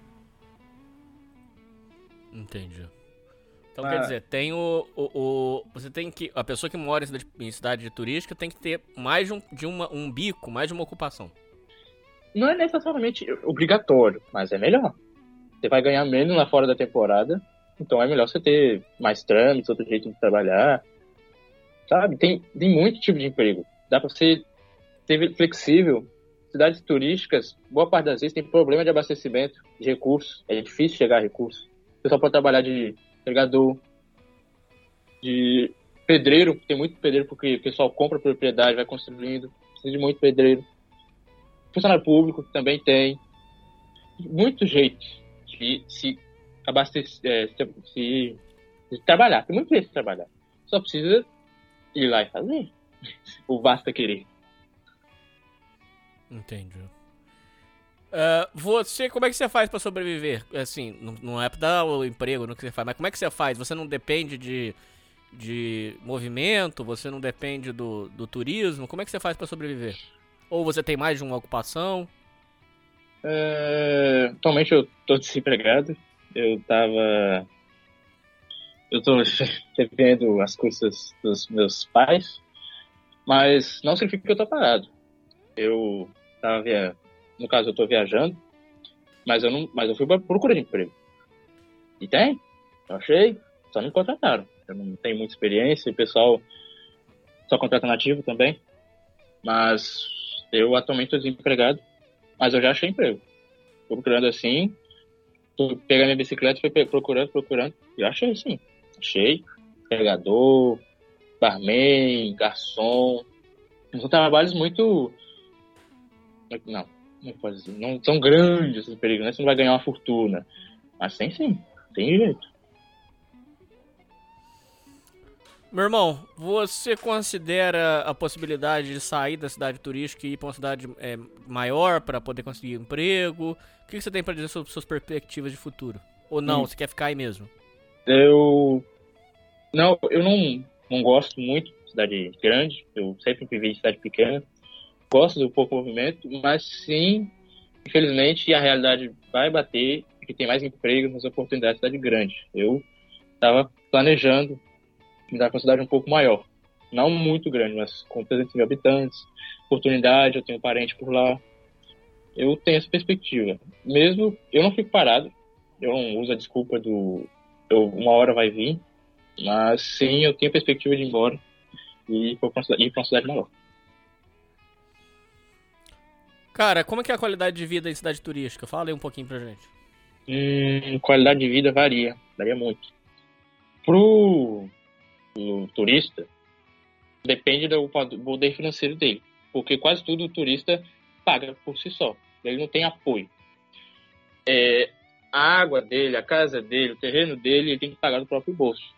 S9: Entendi. Então quer dizer, tem você tem que... A pessoa que mora em cidade turística tem que ter mais de um bico, mais de uma ocupação.
S14: Não é necessariamente obrigatório, mas é melhor. Você vai ganhar menos lá fora da temporada, então é melhor você ter mais trâmites, outro jeito de trabalhar. Sabe? Tem muito tipo de emprego. Dá pra você ser flexível. Cidades turísticas, boa parte das vezes tem problema de abastecimento de recursos. É difícil chegar a recursos. O pessoal pode trabalhar de entregador, de pedreiro, tem muito pedreiro porque o pessoal compra propriedade, vai construindo, precisa de muito pedreiro. Funcionário público também tem. Muito jeito de se abastecer, de trabalhar, tem muito jeito de trabalhar. Só precisa ir lá e fazer. O basta querer.
S9: Entendi. Você, como é que você faz pra sobreviver? Assim, não é pra dar o emprego no que você faz, mas como é que você faz? Você não depende de movimento? Você não depende do turismo? Como é que você faz pra sobreviver? Ou você tem mais de uma ocupação?
S14: Atualmente eu tô desempregado. Eu tô recebendo as custas dos meus pais, mas não significa que eu tô parado. No caso, eu tô viajando, mas eu fui pra procura de emprego. E tem, eu achei, só não me contrataram. Eu não tenho muita experiência, o pessoal só contrata nativo também. Mas eu atualmente tô desempregado, mas eu já achei emprego. Tô procurando assim, tô pegando minha bicicleta e fui procurando, e eu achei sim. Achei, entregador, barman, garçom. São trabalhos muito... Não pode dizer, não são grandes os perigos, né? Você não vai ganhar uma fortuna. Mas tem sim, tem jeito.
S9: Meu irmão, você considera a possibilidade de sair da cidade turística e ir para uma cidade maior para poder conseguir emprego? O que você tem para dizer sobre suas perspectivas de futuro? Ou não, você quer ficar aí mesmo?
S14: Eu não gosto muito de cidade grande. Eu sempre vivi em cidade pequena. Gosto do pouco movimento, mas sim, infelizmente, a realidade vai bater porque tem mais emprego, mais oportunidades na cidade grande. Eu estava planejando mudar para uma cidade um pouco maior. Não muito grande, mas com 300 mil habitantes, oportunidade, eu tenho parente por lá. Eu tenho essa perspectiva. Mesmo, eu não fico parado, eu não uso a desculpa uma hora vai vir, mas sim, eu tenho a perspectiva de ir embora e ir para uma cidade maior.
S9: Cara, como é que é a qualidade de vida em cidade turística? Fala aí um pouquinho pra gente.
S14: Qualidade de vida varia muito. Pro turista, depende do poder financeiro dele, porque quase tudo o turista paga por si só, ele não tem apoio. A água dele, a casa dele, o terreno dele, ele tem que pagar do próprio bolso.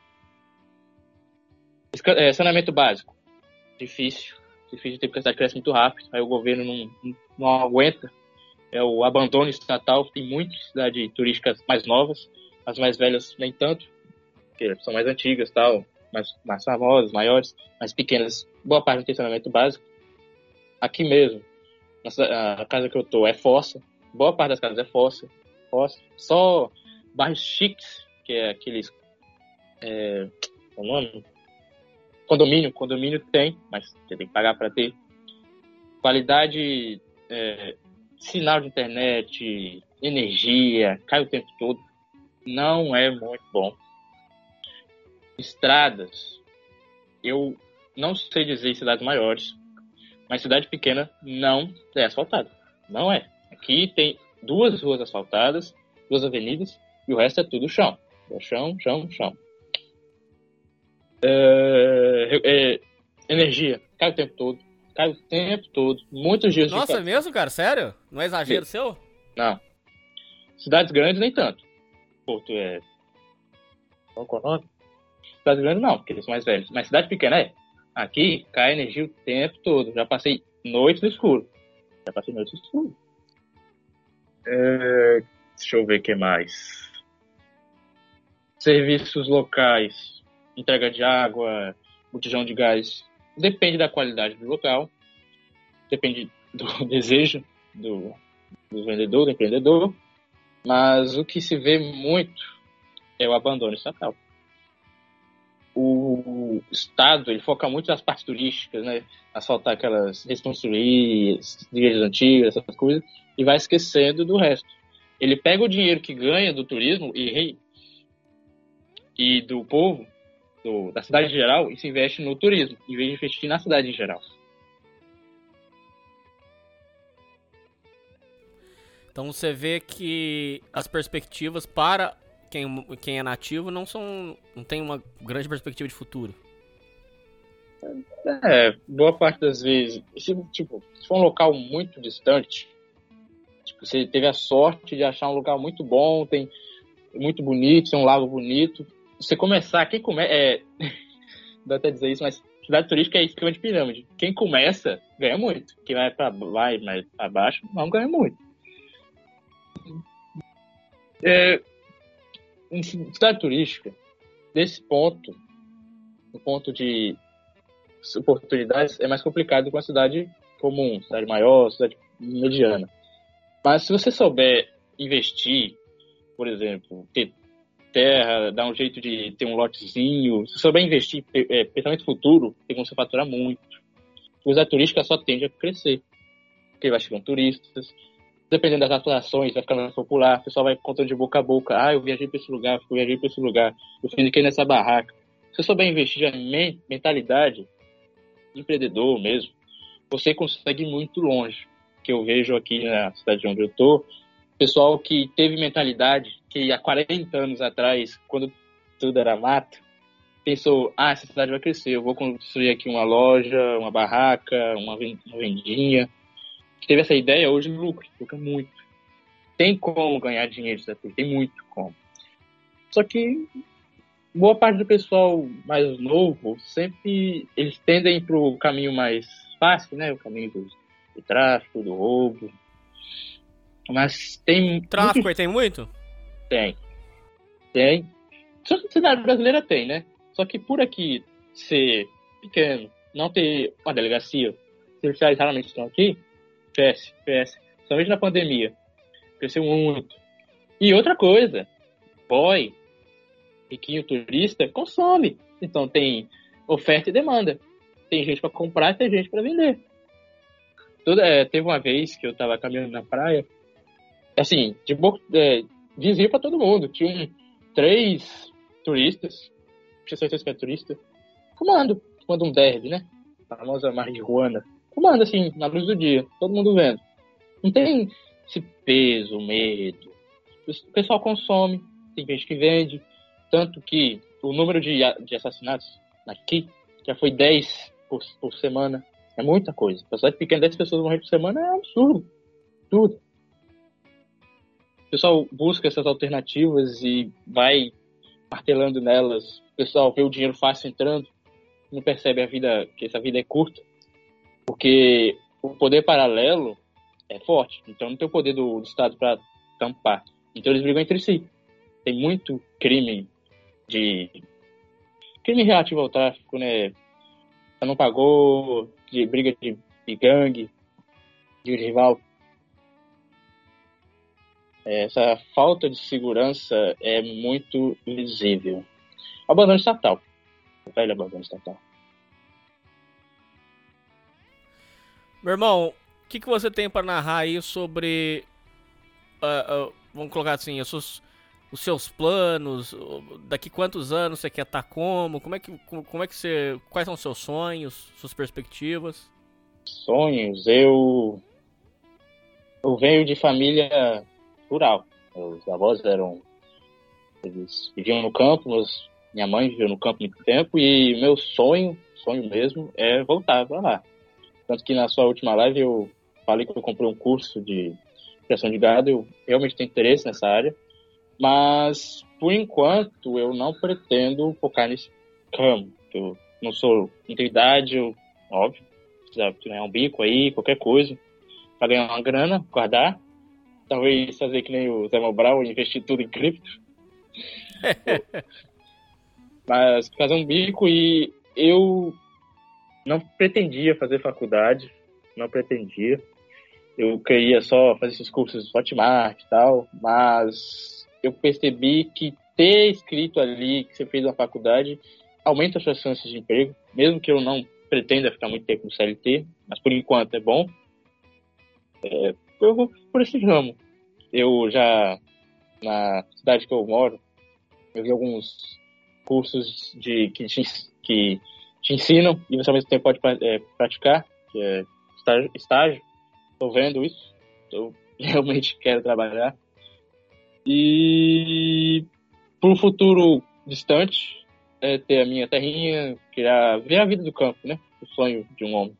S14: Saneamento básico, difícil ter, porque a cidade cresce muito rápido, aí o governo não aguenta, o abandono estatal. Tem muitas cidades turísticas mais novas, as mais velhas nem tanto, porque são mais antigas, tal, mais famosas, maiores, mais pequenas, boa parte não tem saneamento básico. Aqui mesmo, A casa que eu tô é fossa. Boa parte das casas é fossa. Só bairros chiques, que é aqueles... qual é o nome? Condomínio tem, mas você tem que pagar para ter. Qualidade, sinal de internet, energia, cai o tempo todo. Não é muito bom. Estradas, eu não sei dizer em cidades maiores, mas cidade pequena não é asfaltada. Não é. Aqui tem 2 ruas asfaltadas, 2 avenidas, e o resto é tudo chão. É chão. Energia, cai o tempo todo. Muitos dias
S9: Nossa,
S14: de...
S9: é mesmo, cara? Sério? Não é exagero seu?
S14: Não. Cidades grandes, nem tanto. Porto é... Qual é o nome? Cidades grandes não, porque eles são mais velhos. Mas cidade pequena é. Aqui cai energia o tempo todo. Já passei noite no escuro. Deixa eu ver o que mais. Serviços locais. Entrega de água, botijão de gás. Depende da qualidade do local. Depende do desejo do vendedor, do empreendedor. Mas o que se vê muito é o abandono estatal. O Estado, ele foca muito nas partes turísticas, né? Asfaltar aquelas, reconstruir as igrejas antigas, essas coisas, e vai esquecendo do resto. Ele pega o dinheiro que ganha do turismo e do povo, da cidade em geral, e se investe no turismo, em vez de investir na cidade em geral.
S9: Então você vê que as perspectivas para quem é nativo não tem uma grande perspectiva de futuro.
S14: Boa parte das vezes, se for um local muito distante, você teve a sorte de achar um lugar muito bom, muito bonito, tem um lago bonito. Você começar, dá até dizer isso, mas cidade turística é esquema de pirâmide. Quem começa, ganha muito. Quem vai mais para baixo, não ganha muito. Em cidade turística, desse ponto, no ponto de oportunidades, é mais complicado que uma cidade comum, cidade maior, cidade mediana. Mas se você souber investir, por exemplo, ter terra, dar um jeito de ter um lotezinho, se souber investir, pensamento futuro, tem como você faturar muito. A cidade turística só tende a crescer, porque vai chegando turistas, dependendo das atrações, vai ficando mais popular, o pessoal vai contando de boca a boca, eu viajei para esse lugar, eu fiquei nessa barraca. Se você souber investir em mentalidade de empreendedor mesmo, você consegue ir muito longe. Que eu vejo aqui na cidade onde eu tô, pessoal que teve mentalidade que há 40 anos atrás, quando tudo era mato, pensou, essa cidade vai crescer, eu vou construir aqui uma loja, uma barraca, uma vendinha. Teve essa ideia, hoje lucra muito. Tem como ganhar dinheiro, tem muito como. Só que boa parte do pessoal mais novo, sempre eles tendem para o caminho mais fácil, né? O caminho do tráfico, do roubo. Mas tem...
S9: Tráfico aí tem muito?
S14: Tem. Só que a cidade brasileira tem, né? Só que por aqui ser pequeno, não ter uma delegacia, os policiais raramente estão aqui, PS, somente na pandemia, cresceu muito. E outra coisa, riquinho turista, consome. Então tem oferta e demanda. Tem gente para comprar e tem gente para vender. Teve uma vez que eu tava caminhando na praia, assim, vizinho para todo mundo. Tinha 3 turistas, tinha certeza que é turista, fumando um derby, né? A famosa marihuana. Fumando, assim, na luz do dia, todo mundo vendo. Não tem esse peso, medo. O pessoal consome, tem gente que vende. Tanto que o número de assassinatos aqui já foi 10 por semana. É muita coisa. A cidade pequena, 10 pessoas morrendo por semana é absurdo. Tudo. O pessoal busca essas alternativas e vai martelando nelas. O pessoal vê o dinheiro fácil entrando, não percebe que essa vida é curta. Porque o poder paralelo é forte. Então não tem o poder do Estado para tampar. Então eles brigam entre si. Tem muito crime relativo ao tráfico, né? Não pagou, de briga de gangue, rival. Essa falta de segurança é muito visível. Abandono estatal. O velho abandono estatal.
S9: Meu irmão, o que você tem para narrar aí sobre, vamos colocar assim, os seus planos, daqui quantos anos você quer estar como é que você, quais são os seus sonhos, suas perspectivas?
S14: Sonhos, eu venho de família rural. Os avós eles viviam no campo, minha mãe viveu no campo muito tempo e meu sonho mesmo é voltar para lá. Tanto que na sua última live eu falei que eu comprei um curso de criação de gado, eu realmente tenho interesse nessa área, mas por enquanto eu não pretendo focar nesse ramo. Eu não tenho idade, óbvio, precisava ganhar um bico aí, qualquer coisa, para ganhar uma grana, guardar, talvez fazer que nem o Zé Mobral e investir tudo em cripto. Mas fazer um bico, e eu não pretendia fazer faculdade, não pretendia. Eu queria só fazer esses cursos de Hotmart e tal, mas eu percebi que ter escrito ali que você fez uma faculdade aumenta as suas chances de emprego, mesmo que eu não pretenda ficar muito tempo no CLT, mas por enquanto é bom. Eu vou por esse ramo. Eu já, na cidade que eu moro, eu vi alguns cursos que te ensinam e você ao mesmo tempo pode praticar, que é estágio. Estou vendo isso, eu realmente quero trabalhar. E para um futuro distante, ter a minha terrinha, ver a vida do campo, né? O sonho de um homem.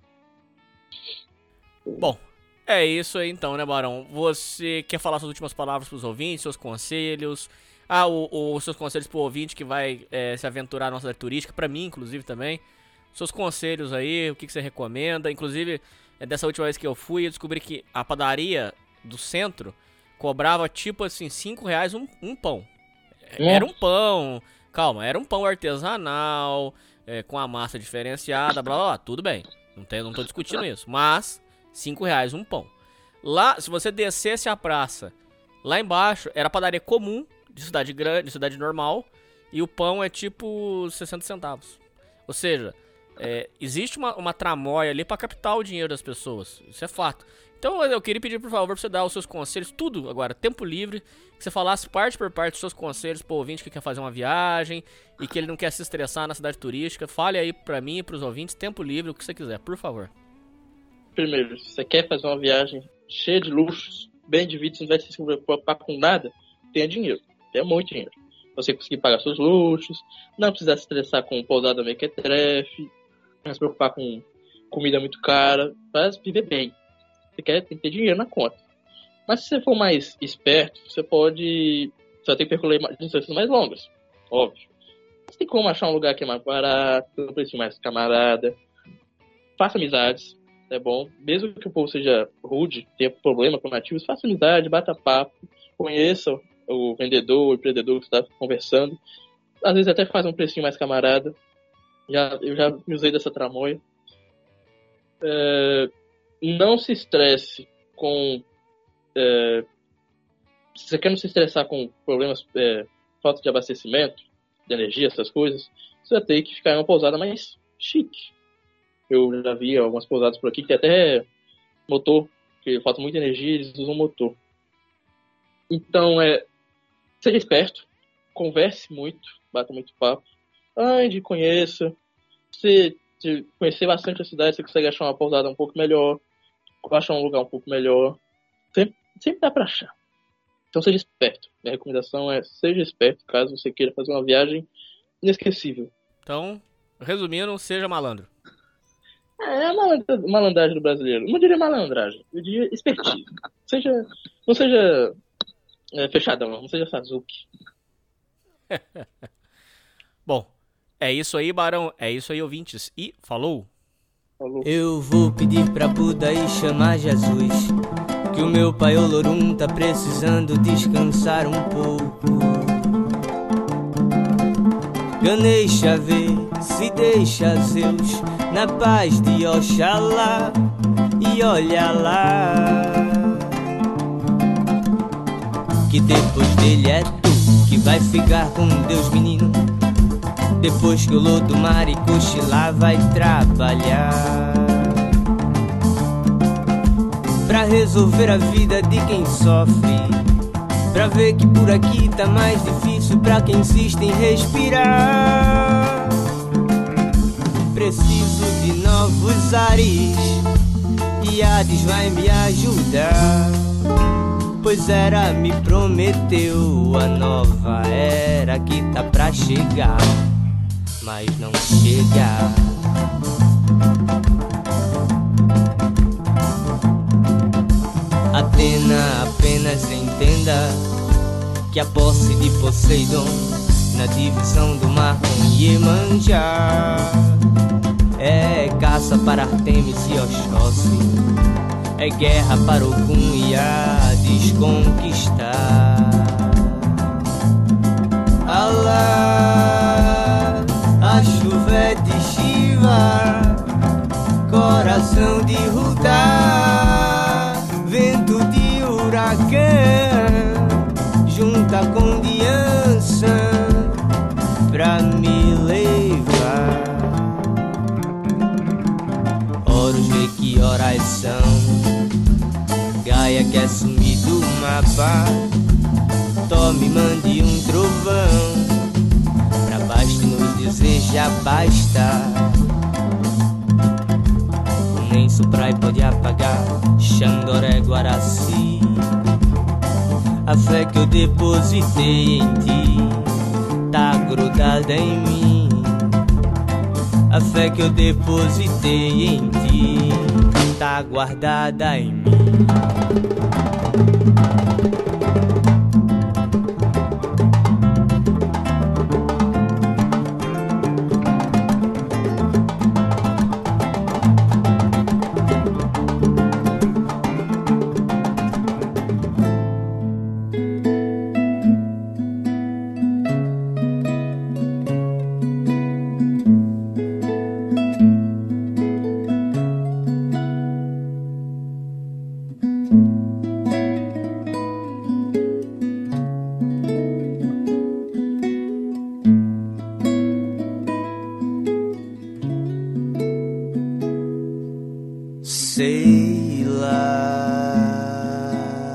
S9: Bom, é isso aí então, né, Barão? Você quer falar suas últimas palavras para os ouvintes, seus conselhos? Os seus conselhos para o ouvinte que vai se aventurar na nossa área turística, para mim, inclusive, também. Seus conselhos aí, o que você recomenda? Inclusive, dessa última vez que eu fui, eu descobri que a padaria do centro cobrava, tipo assim, R$5 um pão. Era um pão, calma, era um pão artesanal, com a massa diferenciada, blá blá blá, tudo bem. Não tô discutindo isso, mas R$5 um pão. Lá, se você descesse a praça, lá embaixo era padaria comum, de cidade grande, de cidade normal, e o pão é tipo 60 centavos. Ou seja, existe uma tramóia ali pra captar o dinheiro das pessoas. Isso é fato. Então eu queria pedir, por favor, pra você dar os seus conselhos, tudo agora, tempo livre, que você falasse parte por parte dos seus conselhos pro ouvinte que quer fazer uma viagem e que ele não quer se estressar na cidade turística. Fale aí pra mim e pros ouvintes, tempo livre, o que você quiser, por favor.
S14: Primeiro, se você quer fazer uma viagem cheia de luxos, bem de vida, você não vai se preocupar com nada, tenha dinheiro, tenha muito dinheiro. Você conseguir pagar seus luxos, não precisar se estressar com pousada mequetrefe, não se preocupar com comida muito cara, mas viver bem. Você tem que ter dinheiro na conta. Mas se você for mais esperto, você vai ter que percorrer distâncias mais longas, óbvio. Você tem como achar um lugar que é mais barato, um preço mais camarada. Faça amizades, é bom. Mesmo que o povo seja rude, tenha problema com nativos, faça amizade, bata papo, conheça o vendedor, o empreendedor que você está conversando. Às vezes até faz um precinho mais camarada. Eu já me usei dessa tramóia. Não se estresse com... se você quer não se estressar com problemas, falta de abastecimento, de energia, essas coisas, você vai ter que ficar em uma pousada mais chique. Eu já vi algumas pousadas por aqui que tem até motor, porque falta muita energia, eles usam motor. Então, seja esperto, converse muito, bata muito papo, ande, conheça. Se conhecer bastante a cidade, você consegue achar uma pousada um pouco melhor, achar um lugar um pouco melhor. Sempre dá pra achar. Então seja esperto. Minha recomendação é seja esperto caso você queira fazer uma viagem inesquecível.
S9: Então, resumindo, seja malandro.
S14: É a malandragem do brasileiro. Eu não diria malandragem, eu diria espertice. Não seja fechadão, não seja Sasuke.
S9: Bom, é isso aí, Barão. É isso aí, ouvintes. E falou!
S6: Eu vou pedir pra Buda e chamar Jesus, que o meu pai Olorum tá precisando descansar um pouco. Ganesha vê, se deixa Zeus na paz de Oxalá. E olha lá, que depois dele é tu que vai ficar com Deus, menino. Depois que o lodo mar e cochilar vai trabalhar pra resolver a vida de quem sofre, pra ver que por aqui tá mais difícil pra quem insiste em respirar. Preciso de novos ares e Hades vai me ajudar, pois Hera me prometeu a nova era que tá pra chegar, mas não chega. Atena, apenas entenda que a posse de Poseidon na divisão do mar com Iemanjá é caça para Artemis e Oxóssi, é guerra para Ogum e Hades conquistar. Alá, a chuva é de Shiva, coração de Rudá, vento de huracão, junta com Diança pra me levar. Horus vê que horas são, Gaia quer sumir do mapa, tome, mande um trovão pra baixo nos dizer já basta. Nem soprar e pode apagar Xandoré, Guaraci. A fé que eu depositei em ti tá grudada em mim. A fé que eu depositei em ti tá guardada em mim. Sei lá,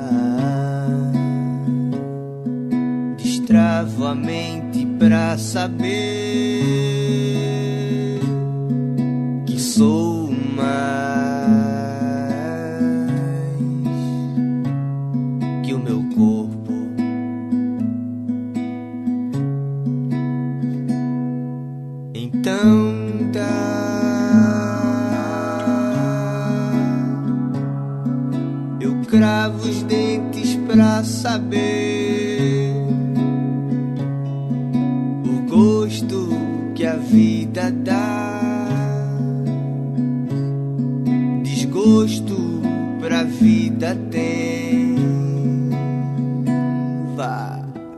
S6: destravo a mente pra saber que sou mais que o meu corpo. Então cravo os dentes pra saber o gosto que a vida dá, desgosto pra vida tem. Vá.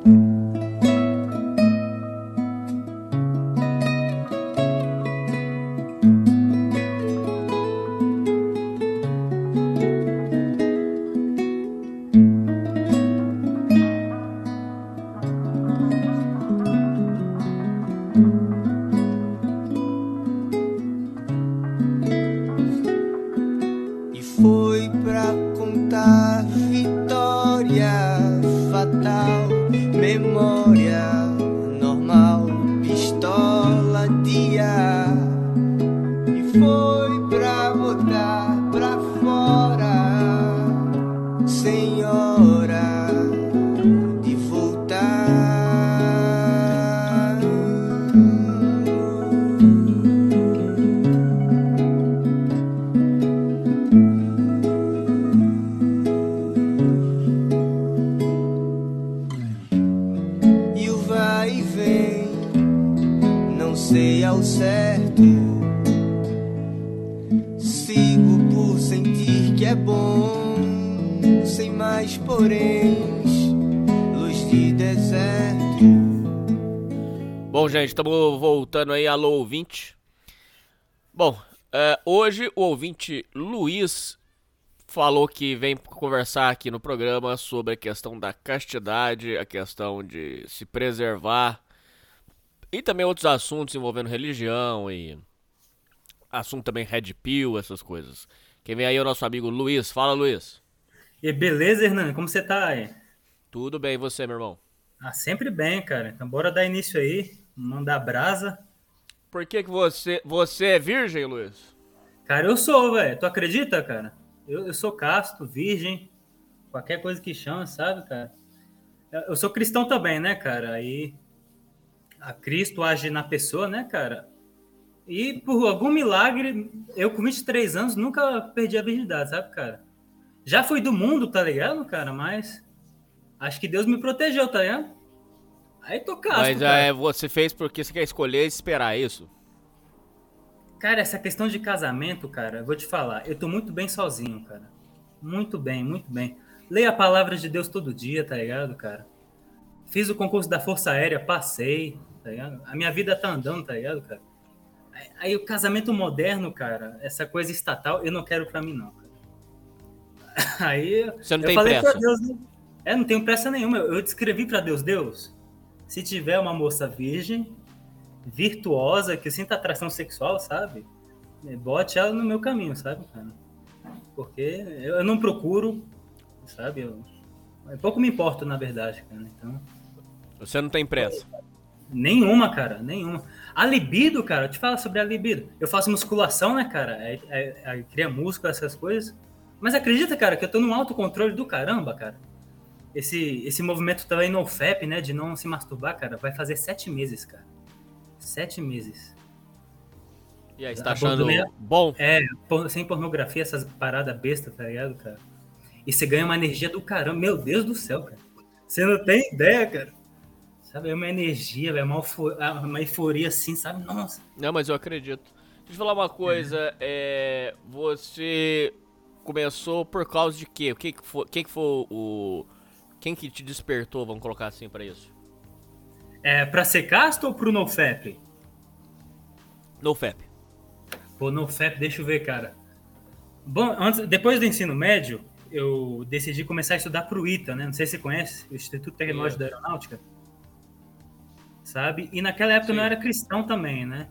S6: Foi pra contar vitória fatal, memória normal, pistola de ar. E foi pra botar pra fora, sem hora de voltar. Sei ao certo, sigo por sentir que é bom, sem mais poréns, luz de deserto.
S9: Bom, gente, estamos voltando aí, alô ouvinte. Bom, Hoje o ouvinte Luiz falou que vem conversar aqui no programa sobre a questão da castidade, a questão de se preservar e também outros assuntos envolvendo religião e assunto também Red Pill, essas coisas. Quem vem aí é o nosso amigo Luiz. Fala, Luiz.
S15: E beleza, Hernani? Como você tá aí?
S9: Tudo bem, e você, meu irmão?
S15: Sempre bem, cara. Então bora dar início aí, mandar brasa.
S9: Por que você é virgem, Luiz?
S15: Cara, eu sou, velho. Tu acredita, cara? Eu sou casto, virgem, qualquer coisa que chama, sabe, cara? Eu sou cristão também, né, cara? Aí a Cristo age na pessoa, né, cara? E por algum milagre, eu com 23 anos nunca perdi a virgindade, sabe, cara? Já fui do mundo, tá ligado, cara? Mas acho que Deus me protegeu, tá ligado? Aí tô casto,
S9: Mas
S15: cara.
S9: você fez porque você quer escolher e esperar isso?
S15: Cara, essa questão de casamento, cara, eu vou te falar, eu tô muito bem sozinho, cara. Muito bem, muito bem. Leio a palavra de Deus todo dia, tá ligado, cara? Fiz o concurso da Força Aérea, passei, tá ligado? A minha vida tá andando, tá ligado, cara? Aí o casamento moderno, cara, essa coisa estatal, eu não quero pra mim, não, cara. Aí
S9: você não
S15: eu
S9: tem
S15: falei
S9: pressa?
S15: Pra Deus, não tenho pressa nenhuma. Eu descrevi pra Deus, se tiver uma moça virgem, virtuosa, que sinta atração sexual, sabe? Bote ela no meu caminho, sabe, cara? Porque eu não procuro, sabe? Eu pouco me importo, na verdade, cara. Então,
S9: você não tem pressa?
S15: Nenhuma, cara, nenhuma. A libido, cara, eu te falo sobre a libido. Eu faço musculação, né, cara? Cria músculo, essas coisas. Mas acredita, cara, que eu tô num autocontrole do caramba, cara. Esse movimento também no FEP, né, de não se masturbar, cara, vai fazer 7 meses, cara. 7 meses.
S9: E aí, você tá achando bom?
S15: Sem pornografia, essas paradas bestas, tá ligado, cara? E você ganha uma energia do caramba. Meu Deus do céu, cara. Você não tem ideia, cara. Sabe, é uma energia, é uma euforia assim, sabe? Nossa.
S9: Não, mas eu acredito. Deixa eu te falar uma coisa. Você começou por causa de quê? Quem que te despertou, vamos colocar assim, pra isso?
S15: Pra ser casto ou pro NoFap?
S9: NoFap.
S15: Pô, NoFap, deixa eu ver, cara. Bom, depois do ensino médio, eu decidi começar a estudar pro ITA, né? Não sei se você conhece, o Instituto Tecnológico da Aeronáutica. Sabe? E naquela época eu não era cristão também, né?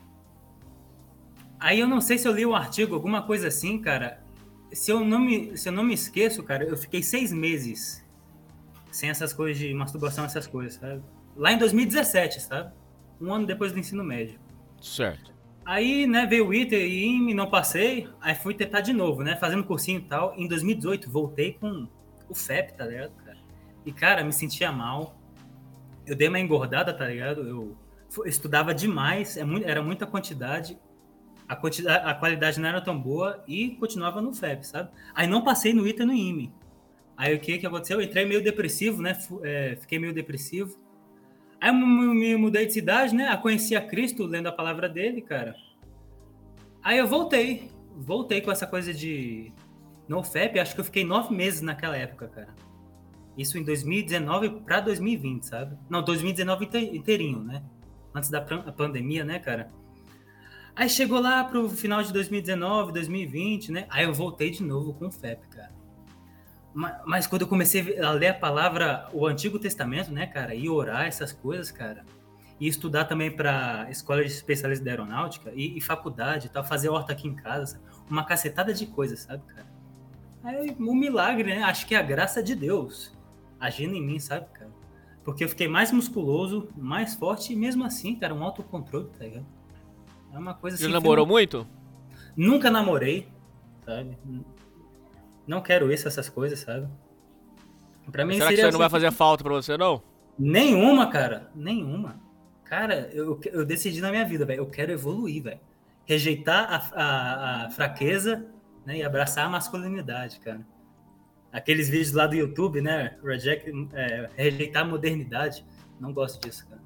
S15: Aí eu não sei se eu li um artigo, alguma coisa assim, cara. Se eu não me esqueço, cara, eu fiquei 6 meses sem essas coisas de masturbação, essas coisas, sabe? Lá em 2017, sabe? 1 ano depois do ensino médio.
S9: Certo.
S15: Aí, né, veio o ITA e não passei. Aí fui tentar de novo, né? Fazendo cursinho e tal. Em 2018, voltei com o FEP, tá ligado, cara? E, cara, me sentia mal. Eu dei uma engordada, tá ligado? Eu estudava demais, era muita quantidade. A qualidade não era tão boa e continuava no FEP, sabe? Aí não passei no ITA e no IME. Aí o que aconteceu? Eu entrei meio depressivo, né? Fiquei meio depressivo. Aí eu me mudei de cidade, né? Conheci a Cristo, lendo a palavra dele, cara. Aí eu voltei com essa coisa de NoFap. Acho que eu fiquei 9 meses naquela época, cara. Isso em 2019 pra 2020, sabe? Não, 2019 inteirinho, né? Antes da pandemia, né, cara? Aí chegou lá pro final de 2019, 2020, né? Aí eu voltei de novo com o FEP, cara. Mas quando eu comecei a ler a palavra, o Antigo Testamento, né, cara? E orar essas coisas, cara. E estudar também pra escola de especialistas da aeronáutica e faculdade e tal. Fazer horta aqui em casa, sabe? Uma cacetada de coisas, sabe, cara? Aí um milagre, né? Acho que é a graça de Deus agindo em mim, sabe, cara? Porque eu fiquei mais musculoso, mais forte e mesmo assim, cara, um autocontrole, tá ligado? É uma coisa assim...
S9: Você namorou muito?
S15: Nunca namorei, sabe? Não quero essas coisas, sabe? Pra mim,
S9: será que isso aí não vai fazer falta pra você, não?
S15: Nenhuma, cara. Nenhuma. Cara, eu decidi na minha vida, velho. Eu quero evoluir, velho. Rejeitar a fraqueza, né? E abraçar a masculinidade, cara. Aqueles vídeos lá do YouTube, né? Rejeitar a modernidade. Não gosto disso, cara.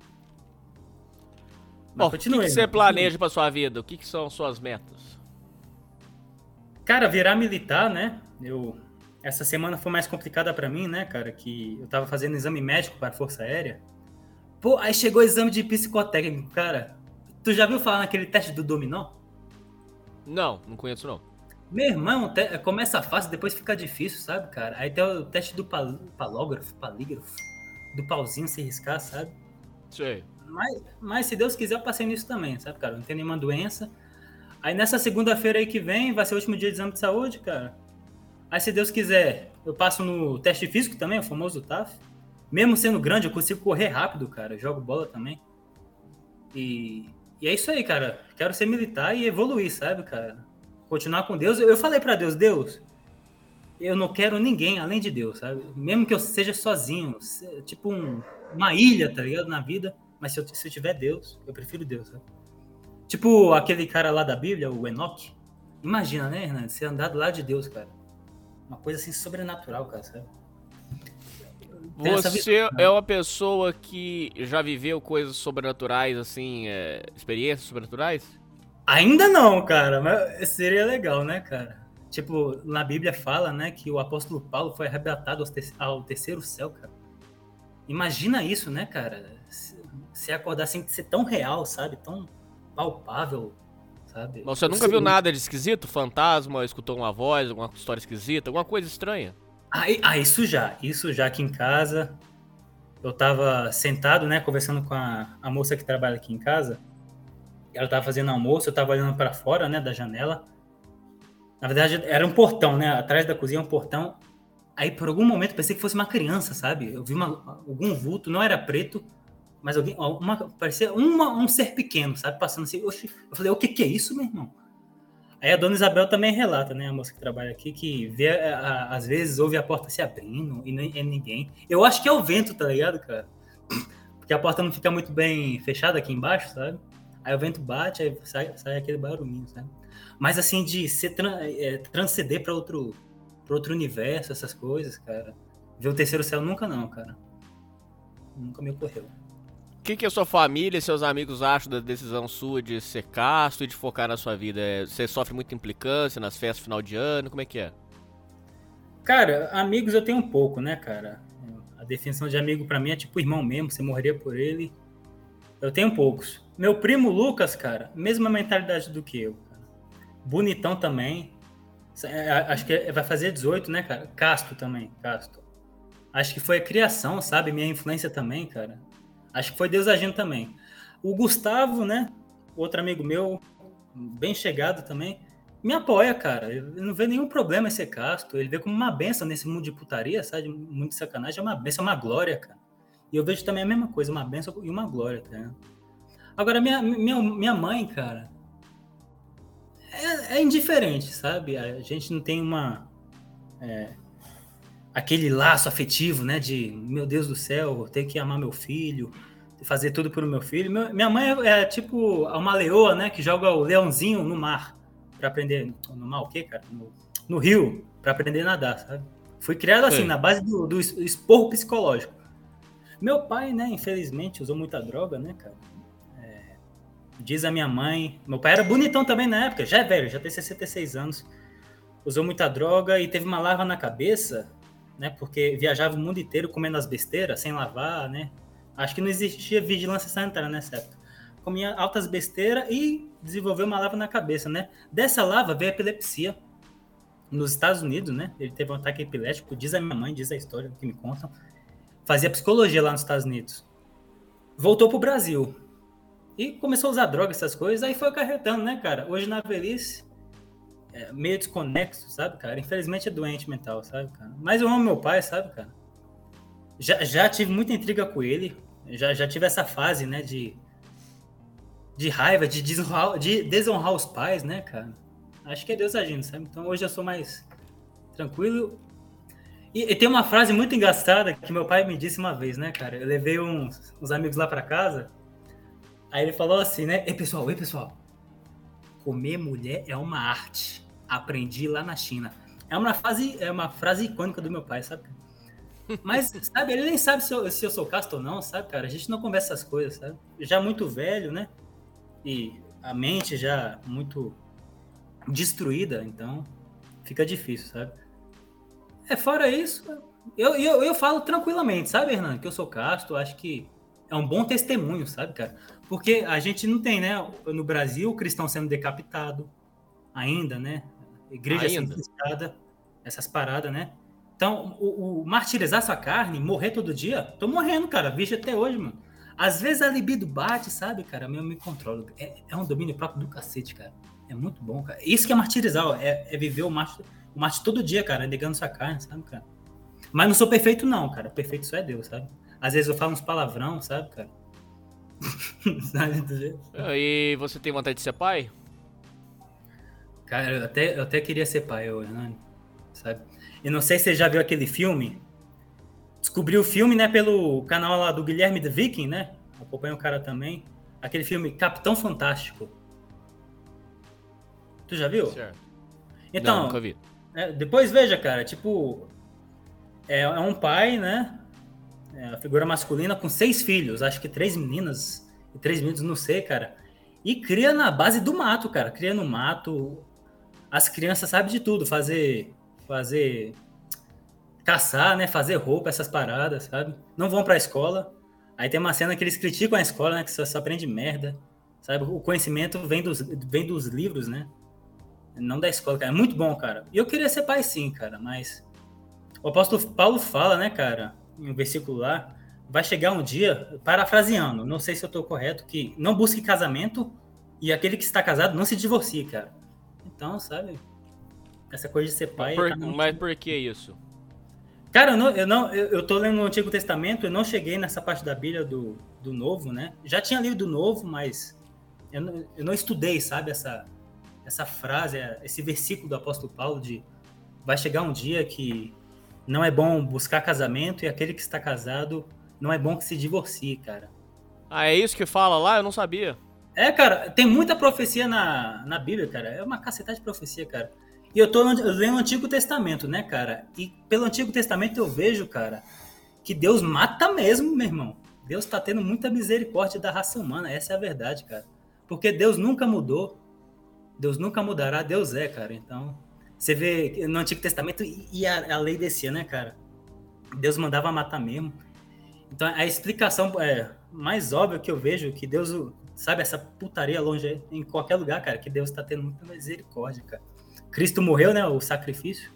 S9: Bom, o que você planeja pra sua vida? O que são suas metas?
S15: Cara, virar militar, né? Essa semana foi mais complicada pra mim, né, cara? Que eu tava fazendo exame médico para a Força Aérea. Pô, aí chegou o exame de psicotécnico, cara. Tu já viu falar naquele teste do dominó?
S9: Não conheço não.
S15: Meu irmão, começa fácil, depois fica difícil, sabe, cara? Aí tem o teste do palígrafo, do pauzinho se riscar, sabe?
S9: Sei.
S15: Mas se Deus quiser, eu passei nisso também, sabe, cara? Não tem nenhuma doença. Aí nessa segunda-feira aí que vem, vai ser o último dia de exame de saúde, cara. Aí se Deus quiser, eu passo no teste físico também, o famoso TAF. Mesmo sendo grande, eu consigo correr rápido, cara. Eu jogo bola também. E é isso aí, cara. Quero ser militar e evoluir, sabe, cara? Continuar com Deus. Eu falei pra Deus, eu não quero ninguém além de Deus, sabe? Mesmo que eu seja sozinho, tipo uma ilha, tá ligado? Na vida. Mas se eu tiver Deus, eu prefiro Deus, sabe? Tipo aquele cara lá da Bíblia, o Enoque. Imagina, né, Hernandes? Você andar do lado de Deus, cara. Uma coisa assim sobrenatural, cara, sabe?
S9: Você é uma pessoa que já viveu coisas sobrenaturais, assim, experiências sobrenaturais?
S15: Ainda não, cara, mas seria legal, né, cara? Tipo, na Bíblia fala, né, que o apóstolo Paulo foi arrebatado ao terceiro céu, cara. Imagina isso, né, cara? Se acordar assim, ser tão real, sabe? Tão palpável, sabe?
S9: Mas você nunca viu nada de esquisito? Fantasma, escutou uma voz, alguma história esquisita, alguma coisa estranha?
S15: Isso já aqui em casa. Eu tava sentado, né, conversando com a moça que trabalha aqui em casa. Ela tava fazendo almoço, eu tava olhando pra fora, né, da janela. Na verdade, era um portão, né, atrás da cozinha um portão. Aí, por algum momento, pensei que fosse uma criança, sabe? Eu vi algum vulto, não era preto, mas parecia um ser pequeno, sabe? Passando assim. Oxi. Eu falei, o que é isso, meu irmão? Aí a dona Isabel também relata, né, a moça que trabalha aqui, que vê, às vezes, ouve a porta se abrindo e não é ninguém. Eu acho que é o vento, tá ligado, cara? Porque a porta não fica muito bem fechada aqui embaixo, sabe? Aí o vento bate, aí sai aquele barulhinho, sabe? Mas assim, de transcender para outro universo, essas coisas, cara. Ver o terceiro céu nunca não, cara. Nunca me ocorreu.
S9: O que a sua família e seus amigos acham da decisão sua de ser casto e de focar na sua vida? Você sofre muita implicância nas festas final de ano? Como é que é?
S15: Cara, amigos eu tenho um pouco, né, cara? A definição de amigo pra mim é tipo irmão mesmo, você morreria por ele. Eu tenho poucos. Meu primo Lucas, cara, mesma mentalidade do que eu, cara. Bonitão também. Acho que vai fazer 18, né, cara? Casto também, casto. Acho que foi a criação, sabe? Minha influência também, cara. Acho que foi Deus agindo também. O Gustavo, né? Outro amigo meu, bem chegado também, me apoia, cara. Ele não vê nenhum problema em ser casto. Ele vê como uma benção nesse mundo de putaria, sabe? Mundo de sacanagem. É uma benção, é uma glória, cara. E eu vejo também a mesma coisa, uma benção e uma glória, tá? Agora, minha mãe, cara, é indiferente, sabe? A gente não tem aquele laço afetivo, né? De, meu Deus do céu, ter que amar meu filho, fazer tudo pelo meu filho. Minha mãe é tipo uma leoa, né? Que joga o leãozinho no mar pra aprender... No mar o quê, cara? No rio, pra aprender a nadar, sabe? Fui criado assim, na base do esporro psicológico. Meu pai, né, infelizmente, usou muita droga, né, cara? Diz a minha mãe... Meu pai era bonitão também na época, já é velho, já tem 66 anos. Usou muita droga e teve uma larva na cabeça, né? Porque viajava o mundo inteiro comendo as besteiras, sem lavar, né? Acho que não existia vigilância sanitária nessa época. Comia altas besteiras e desenvolveu uma larva na cabeça, né? Dessa larva veio a epilepsia. Nos Estados Unidos, né? Ele teve um ataque epilético, diz a minha mãe, diz a história que me contam. Fazia psicologia lá nos Estados Unidos. Voltou pro Brasil. E começou a usar droga, essas coisas, aí foi acarretando, né, cara? Hoje na velhice, meio desconexo, sabe, cara? Infelizmente é doente mental, sabe, cara? Mas eu amo meu pai, sabe, cara? Já tive muita intriga com ele, já tive essa fase, né, de raiva, de desonrar os pais, né, cara? Acho que é Deus agindo, sabe? Então hoje eu sou mais tranquilo. E tem uma frase muito engraçada que meu pai me disse uma vez, né, cara? Eu levei uns amigos lá pra casa. Aí ele falou assim, né? Ei, pessoal. Comer mulher é uma arte. Aprendi lá na China. É uma frase icônica do meu pai, sabe? Mas, sabe, ele nem sabe se eu sou casto ou não, sabe, cara? A gente não conversa essas coisas, sabe? Já muito velho, né? E a mente já muito destruída, então fica difícil, sabe? Fora isso, eu falo tranquilamente, sabe, Hernando? Que eu sou casto, acho que é um bom testemunho, sabe, cara? Porque a gente não tem, né, no Brasil, o cristão sendo decapitado, ainda, né? Igreja
S9: Ainda?
S15: santificada, essas paradas, né? Então, o martirizar sua carne, morrer todo dia, tô morrendo, cara, bicho até hoje, mano. Às vezes a libido bate, sabe, cara, eu me controlo. É um domínio próprio do cacete, cara. É muito bom, cara. Isso que é martirizar, ó, é viver o marte todo dia, cara, negando sua carne, sabe, cara? Mas não sou perfeito, não, cara. Perfeito só é Deus, sabe? Às vezes eu falo uns palavrão, sabe, cara? Sabe do jeito?
S9: E você tem vontade de ser pai?
S15: Cara, eu até queria ser pai hoje, né? Sabe? Eu não sei se você já viu aquele filme. Descobri o filme, né, pelo canal lá do Guilherme The Viking, né? Acompanha o cara também. Aquele filme Capitão Fantástico. Tu já viu?
S9: Certo.
S15: Então,
S9: não, nunca vi.
S15: Depois veja, cara, tipo... É um pai, né? A figura masculina com 6 filhos. Acho que 3 meninas e 3 meninos, não sei, cara. E cria na base do mato, cara. Cria no mato. As crianças sabem de tudo. Fazer caçar, né? Fazer roupa, essas paradas, sabe? Não vão pra escola. Aí tem uma cena que eles criticam a escola, né? Que só aprende merda. Sabe? O conhecimento vem dos livros, né? Não da escola, cara. É muito bom, cara. E eu queria ser pai sim, cara. Mas o apóstolo Paulo fala, né, cara? Em um versículo lá. Vai chegar um dia, parafraseando. Não sei se eu tô correto. Que não busque casamento e aquele que está casado não se divorcie, cara. Então, sabe? Essa coisa de ser pai...
S9: Mas por que isso?
S15: Cara, eu tô lendo no Antigo Testamento, eu não cheguei nessa parte da Bíblia do Novo, né? Já tinha lido do Novo, mas eu não estudei, sabe? Essa frase, esse versículo do apóstolo Paulo de vai chegar um dia que não é bom buscar casamento e aquele que está casado não é bom que se divorcie, cara.
S9: Ah, é isso que fala lá? Eu não sabia.
S15: Cara, tem muita profecia na Bíblia, cara. É uma cacetada de profecia, cara. E eu tô lendo o Antigo Testamento, né, cara? E pelo Antigo Testamento eu vejo, cara, que Deus mata mesmo, meu irmão. Deus tá tendo muita misericórdia da raça humana, essa é a verdade, cara. Porque Deus nunca mudou. Deus nunca mudará, Deus é, cara. Então, você vê no Antigo Testamento e a lei descia, né, cara? Deus mandava matar mesmo. Então, a explicação mais óbvia que eu vejo, que Deus, sabe, essa putaria longe em qualquer lugar, cara, que Deus tá tendo muita misericórdia, cara. Cristo morreu, né, o sacrifício.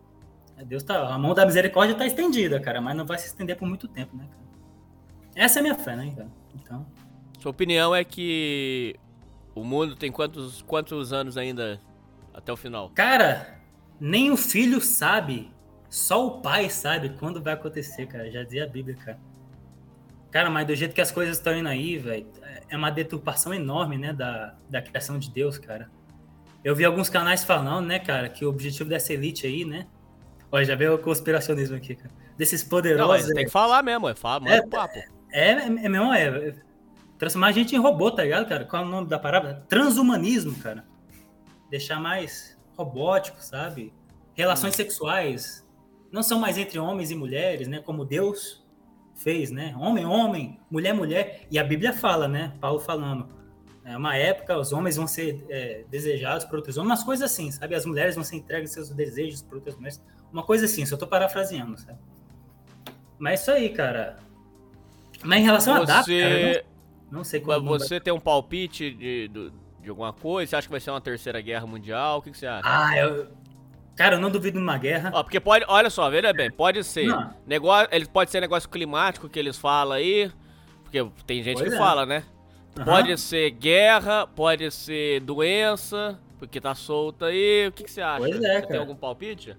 S15: A mão da misericórdia tá estendida, cara, mas não vai se estender por muito tempo, né, cara? Essa é a minha fé, né, cara? Então...
S9: Sua opinião é que o mundo tem quantos anos ainda até o final?
S15: Cara, nem o filho sabe, só o pai sabe quando vai acontecer, cara. Já dizia a Bíblia, cara. Cara, mas do jeito que as coisas estão indo aí, velho, é uma deturpação enorme, né, da criação de Deus, cara. Eu vi alguns canais falando, né, cara, que o objetivo dessa elite aí, né? Olha, já veio o conspiracionismo aqui, cara. Desses poderosos...
S9: Não, mas tem que falar mesmo, manda o papo.
S15: Transformar a gente em robô, tá ligado, cara? Qual é o nome da palavra? Transhumanismo, cara. Deixar mais robótico, sabe? Relações sexuais não são mais entre homens e mulheres, né? Como Deus fez, né? Homem, homem, mulher, mulher. E a Bíblia fala, né? Paulo falando. É uma época, os homens vão ser desejados por outros homens. Umas coisas assim, sabe? As mulheres vão ser entregues seus desejos por outras mulheres. Uma coisa assim, só tô parafraseando, sabe? Mas isso aí, cara. Mas em relação a data, cara, não sei qual.
S9: Você tem um palpite de alguma coisa? Você acha que vai ser uma terceira guerra mundial? O que você acha?
S15: Cara, eu não duvido numa guerra.
S9: Porque pode, olha só, veja bem, pode ser pode ser negócio climático que eles falam aí, porque tem gente que fala, né? Pode ser guerra, pode ser doença, porque tá solta aí. O que você acha? Você tem algum palpite?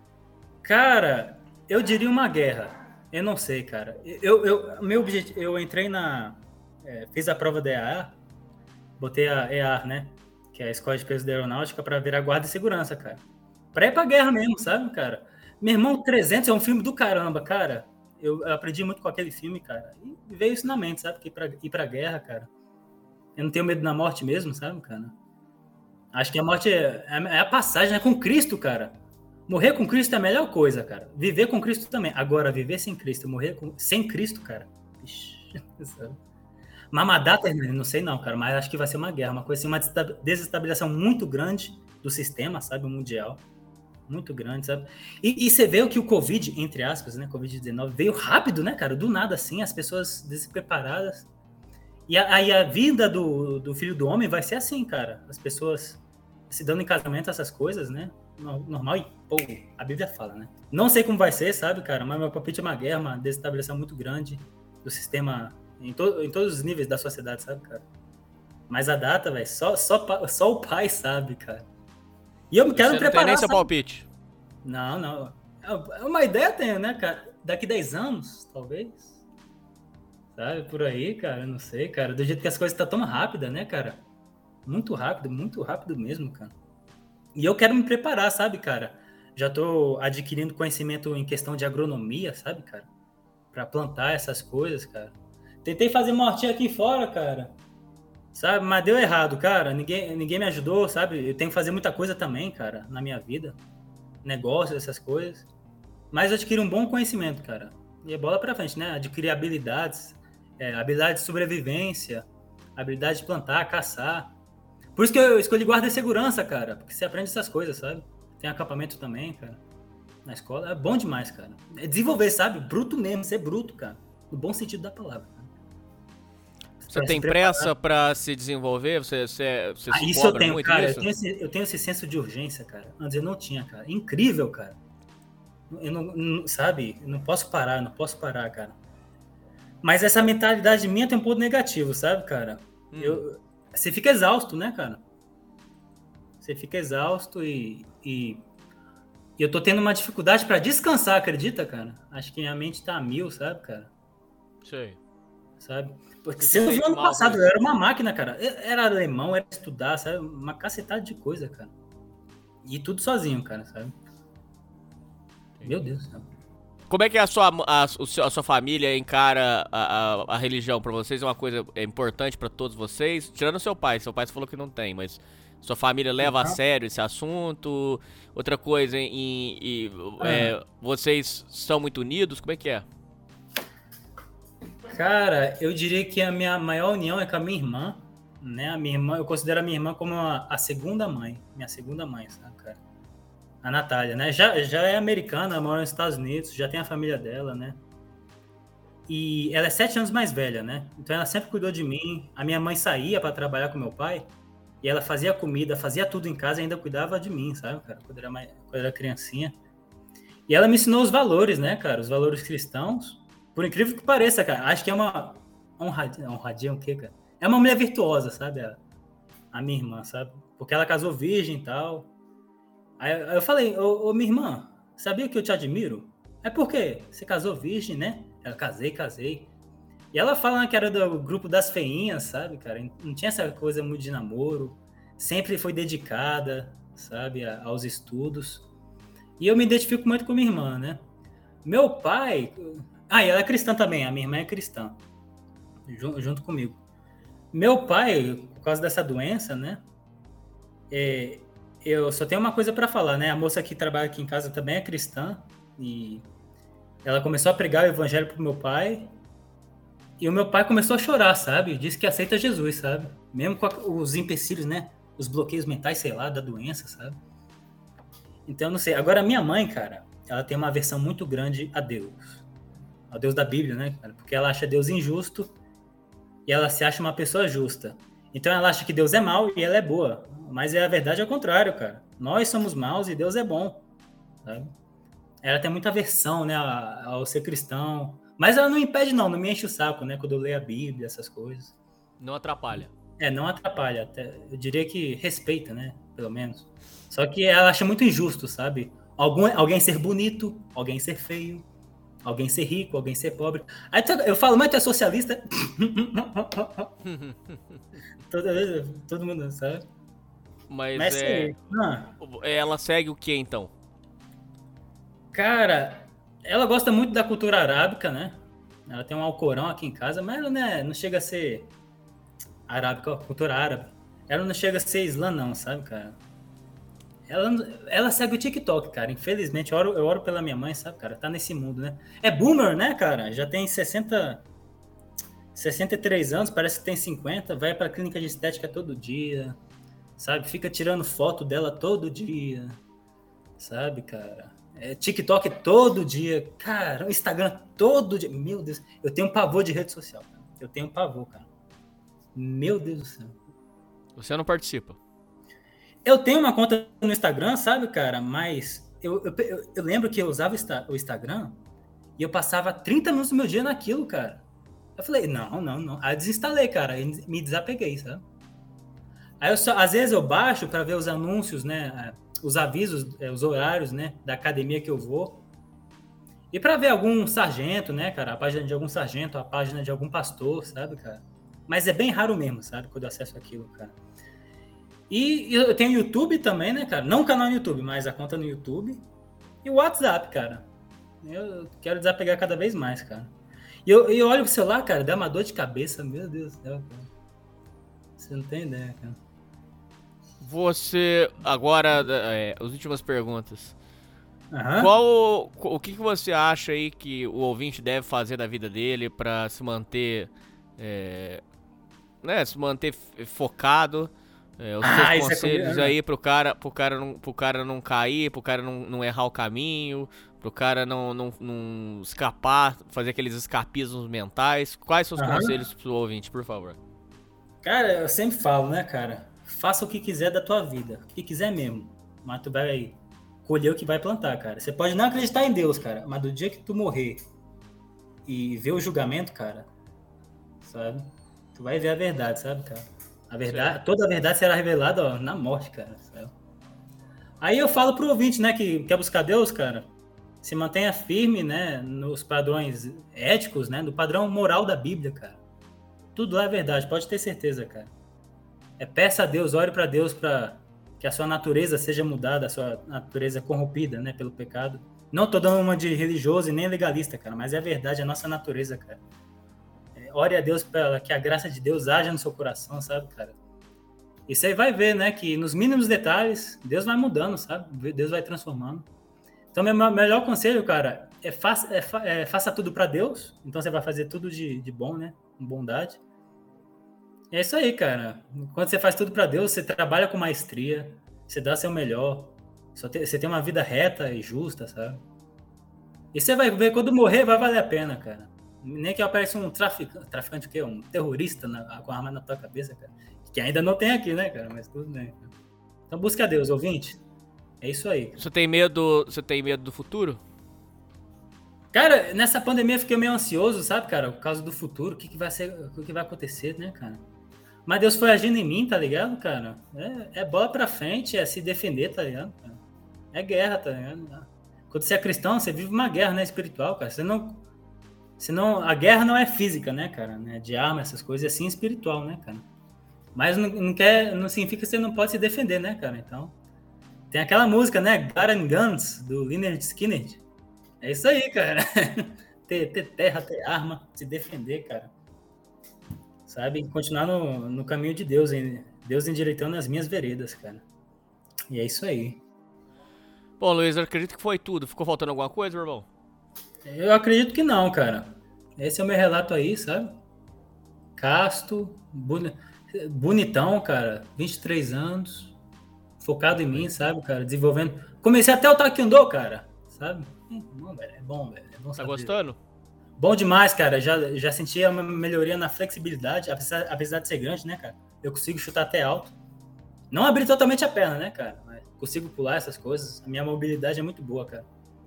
S15: Cara, eu diria uma guerra. Eu não sei, cara. Meu objetivo, eu entrei fiz a prova da EAR, botei a EAR, né? Que é a Escola de Peso da Aeronáutica, pra virar guarda e segurança, cara. Pra ir pra guerra mesmo, sabe, cara? Meu irmão, 300 é um filme do caramba, cara. Eu aprendi muito com aquele filme, cara. E veio isso na mente, sabe? Que ir pra guerra, cara. Eu não tenho medo da morte mesmo, sabe, cara? Acho que a morte é a passagem, né? Com Cristo, cara. Morrer com Cristo é a melhor coisa, cara. Viver com Cristo também. Agora, viver sem Cristo, morrer sem Cristo, cara. Ixi, sabe? Mas uma data, não sei não, cara. Mas acho que vai ser uma guerra, uma coisa assim, uma desestabilização muito grande do sistema, sabe? Mundial. Muito grande, sabe? E você vê que o Covid, entre aspas, né? Covid-19, veio rápido, né, cara? Do nada, assim, as pessoas despreparadas. E aí a vida do Filho do Homem vai ser assim, cara. As pessoas se dando em casamento, essas coisas, né? Normal e, pô, a Bíblia fala, né? Não sei como vai ser, sabe, cara? Mas meu palpite é uma guerra, uma desestabilização muito grande do sistema em todos os níveis da sociedade, sabe, cara? Mas a data, velho, só o pai sabe, cara. E eu quero me preparar.
S9: Não tem nem seu palpite?
S15: Não. Uma ideia eu tenho, né, cara? Daqui 10 anos, talvez. Sabe, por aí, cara, eu não sei, cara. Do jeito que as coisas estão tão rápidas, né, cara? Muito rápido mesmo, cara. E eu quero me preparar, sabe, cara? Já tô adquirindo conhecimento em questão de agronomia, sabe, cara? Pra plantar essas coisas, cara. Tentei fazer uma hortinha aqui fora, cara. Sabe, mas deu errado, cara. Ninguém me ajudou, sabe? Eu tenho que fazer muita coisa também, cara, na minha vida. Negócios, essas coisas. Mas eu adquiri um bom conhecimento, cara. E é bola pra frente, né? Adquirir habilidades. Habilidade de sobrevivência. Habilidade de plantar, caçar. Por isso que eu escolhi guarda e segurança, cara. Porque você aprende essas coisas, sabe? Tem acampamento também, cara. Na escola. É bom demais, cara. É desenvolver, sabe? Bruto mesmo. Ser bruto, cara. No bom sentido da palavra.
S9: Você tem pressa pra se desenvolver? Você se
S15: isso eu tenho,
S9: muito
S15: cara.
S9: nisso?
S15: Eu tenho esse senso de urgência, cara. Antes eu não tinha, cara. Incrível, cara. Eu não sabe? Eu não posso parar, cara. Mas essa mentalidade minha tem um ponto negativo, sabe, cara? Você fica exausto, né, cara? Você fica exausto e eu tô tendo uma dificuldade pra descansar, acredita, cara? Acho que minha mente tá a mil, sabe, cara?
S9: Sei.
S15: Sabe? Porque você não viu ano passado, eu era uma máquina, cara. Era alemão, era estudar, sabe? Uma cacetada de coisa, cara. E tudo sozinho, cara, sabe? Meu Deus do céu.
S9: Como é que a sua família encara a religião pra vocês? É uma coisa importante pra todos vocês? Tirando seu pai você falou que não tem, mas sua família leva a sério esse assunto? Outra coisa, vocês são muito unidos? Como é que é?
S15: Cara, eu diria que a minha maior união é com a minha irmã, né? A minha irmã, eu considero a minha irmã como a segunda mãe, minha segunda mãe, sabe, cara? A Natália, né? Já é americana, mora nos Estados Unidos, já tem a família dela, né? E ela é 7 anos mais velha, né? Então ela sempre cuidou de mim. A minha mãe saía para trabalhar com meu pai e ela fazia comida, fazia tudo em casa e ainda cuidava de mim, sabe, cara? Quando eu era criancinha. E ela me ensinou os valores, né, cara? Os valores cristãos. Por incrível que pareça, cara, acho que é uma honradinha o quê, cara? É uma mulher virtuosa, sabe? A minha irmã, sabe? Porque ela casou virgem e tal. Aí eu falei, ô minha irmã, sabia que eu te admiro? É por quê? Você casou virgem, né? Ela, casei. E ela fala que era do grupo das feinhas, sabe, cara? Não tinha essa coisa muito de namoro. Sempre foi dedicada, sabe, aos estudos. E eu me identifico muito com minha irmã, né? Meu pai... e ela é cristã também, a minha irmã é cristã, junto comigo. Meu pai, por causa dessa doença, né, eu só tenho uma coisa para falar, né, a moça que trabalha aqui em casa também é cristã, e ela começou a pregar o evangelho pro meu pai, e o meu pai começou a chorar, sabe, disse que aceita Jesus, sabe, mesmo com os empecilhos, né, os bloqueios mentais, sei lá, da doença, sabe. Então, eu não sei. Agora, a minha mãe, cara, ela tem uma aversão muito grande a Deus. Ao Deus da Bíblia, né, cara? Porque ela acha Deus injusto e ela se acha uma pessoa justa. Então ela acha que Deus é mau e ela é boa. Mas a verdade é o contrário, cara. Nós somos maus e Deus é bom, sabe? Ela tem muita aversão, né, ao ser cristão. Mas ela não impede, não me enche o saco, né, quando eu leio a Bíblia, essas coisas.
S9: Não atrapalha.
S15: Não atrapalha. Até, eu diria que respeita, né, pelo menos. Só que ela acha muito injusto, sabe? Alguém ser bonito, alguém ser feio. Alguém ser rico, alguém ser pobre. Aí eu falo, mas tu é socialista? todo mundo sabe.
S9: Mas ela segue o que, então?
S15: Cara, ela gosta muito da cultura arábica, né? Ela tem um Alcorão aqui em casa, mas ela não chega a ser arábica, cultura árabe. Ela não chega a ser islã, não, sabe, cara? Ela segue o TikTok, cara. Infelizmente, eu oro pela minha mãe, sabe, cara? Tá nesse mundo, né? É boomer, né, cara? Já tem 63 anos, parece que tem 50. Vai pra clínica de estética todo dia, sabe? Fica tirando foto dela todo dia, sabe, cara? TikTok todo dia. Cara, Instagram todo dia. Meu Deus, eu tenho um pavor de rede social, cara. Eu tenho um pavor, cara. Meu Deus do céu.
S9: Você não participa?
S15: Eu tenho uma conta no Instagram, sabe, cara? Mas eu lembro que eu usava o Instagram e eu passava 30 minutos do meu dia naquilo, cara. Eu falei, não. Aí eu desinstalei, cara. E me desapeguei, sabe? Aí às vezes eu baixo para ver os anúncios, né? Os avisos, os horários, né? Da academia que eu vou. E para ver algum sargento, né, cara? A página de algum sargento, a página de algum pastor, sabe, cara? Mas é bem raro mesmo, sabe? Quando eu acesso aquilo, cara. E eu tenho YouTube também, né, cara? Não o canal no YouTube, mas a conta no YouTube. E o WhatsApp, cara. Eu quero desapegar cada vez mais, cara. E eu olho pro celular, cara, dá uma dor de cabeça, meu Deus do céu, cara. Você não tem ideia, cara.
S9: Você, agora, as últimas perguntas. O que você acha aí que o ouvinte deve fazer da vida dele pra se manter, né, se manter focado? Os seus conselhos aí pro cara não cair, pro cara não errar o caminho, pro cara não escapar, fazer aqueles escapismos mentais. Quais são os conselhos pro ouvinte, por favor?
S15: Cara, eu sempre falo, né, cara? Faça o que quiser da tua vida, o que quiser mesmo, mas tu vai colher o que vai plantar, cara. Você pode não acreditar em Deus, cara, mas do dia que tu morrer e ver o julgamento, cara, sabe? Tu vai ver a verdade, sabe, cara? A verdade, toda a verdade será revelada, ó, na morte, cara. Sabe? Aí eu falo pro ouvinte, né, que quer buscar Deus, cara, se mantenha firme, né, nos padrões éticos, né, no padrão moral da Bíblia, cara. Tudo lá é verdade, pode ter certeza, cara. Peça a Deus, ore para Deus para que a sua natureza seja mudada, a sua natureza corrompida, né, pelo pecado. Não tô dando uma de religioso e nem legalista, cara, mas é verdade, a nossa natureza, cara. Ore a Deus para que a graça de Deus haja no seu coração, sabe, cara? E você vai ver, né, que nos mínimos detalhes, Deus vai mudando, sabe? Deus vai transformando. Então, meu melhor conselho, cara, faça tudo para Deus. Então, você vai fazer tudo de bom, né? Com bondade. E é isso aí, cara. Quando você faz tudo para Deus, você trabalha com maestria, você dá seu melhor, você tem uma vida reta e justa, sabe? E você vai ver, quando morrer, vai valer a pena, cara. Nem que apareça um traficante o quê? Um terrorista com a arma na tua cabeça, cara. Que ainda não tem aqui, né, cara? Mas tudo bem. Cara. Então busque a Deus, ouvinte. É isso aí. Cara.
S9: Você tem medo do futuro?
S15: Cara, nessa pandemia eu fiquei meio ansioso, sabe, cara? Por causa do futuro, o que vai acontecer, né, cara? Mas Deus foi agindo em mim, tá ligado, cara? É bola pra frente, é se defender, tá ligado, cara? É guerra, tá ligado? Quando você é cristão, você vive uma guerra, né, espiritual, cara. Senão, a guerra não é física, né, cara? Né? De arma, essas coisas, é sim espiritual, né, cara? Mas não significa que você não pode se defender, né, cara? Então, tem aquela música, né? Gun and Guns, do Lynyrd Skynyrd. É isso aí, cara. ter terra, ter arma, se defender, cara. Sabe? Continuar no caminho de Deus, Deus endireitando as minhas veredas, cara. E é isso aí.
S9: Bom, Luiz, eu acredito que foi tudo. Ficou faltando alguma coisa, meu irmão?
S15: Eu acredito que não, cara. Esse é o meu relato aí, sabe? Casto, bonitão, cara. 23 anos. Focado em mim, sabe, cara? Desenvolvendo. Comecei até o taekwondo, cara. Sabe? Bom, velho. É bom, velho. É bom
S9: tá gostando?
S15: Bom demais, cara. Já senti uma melhoria na flexibilidade. Apesar de ser grande, né, cara? Eu consigo chutar até alto. Não abrir totalmente a perna, né, cara? Mas consigo pular essas coisas. A minha mobilidade é muito boa, cara.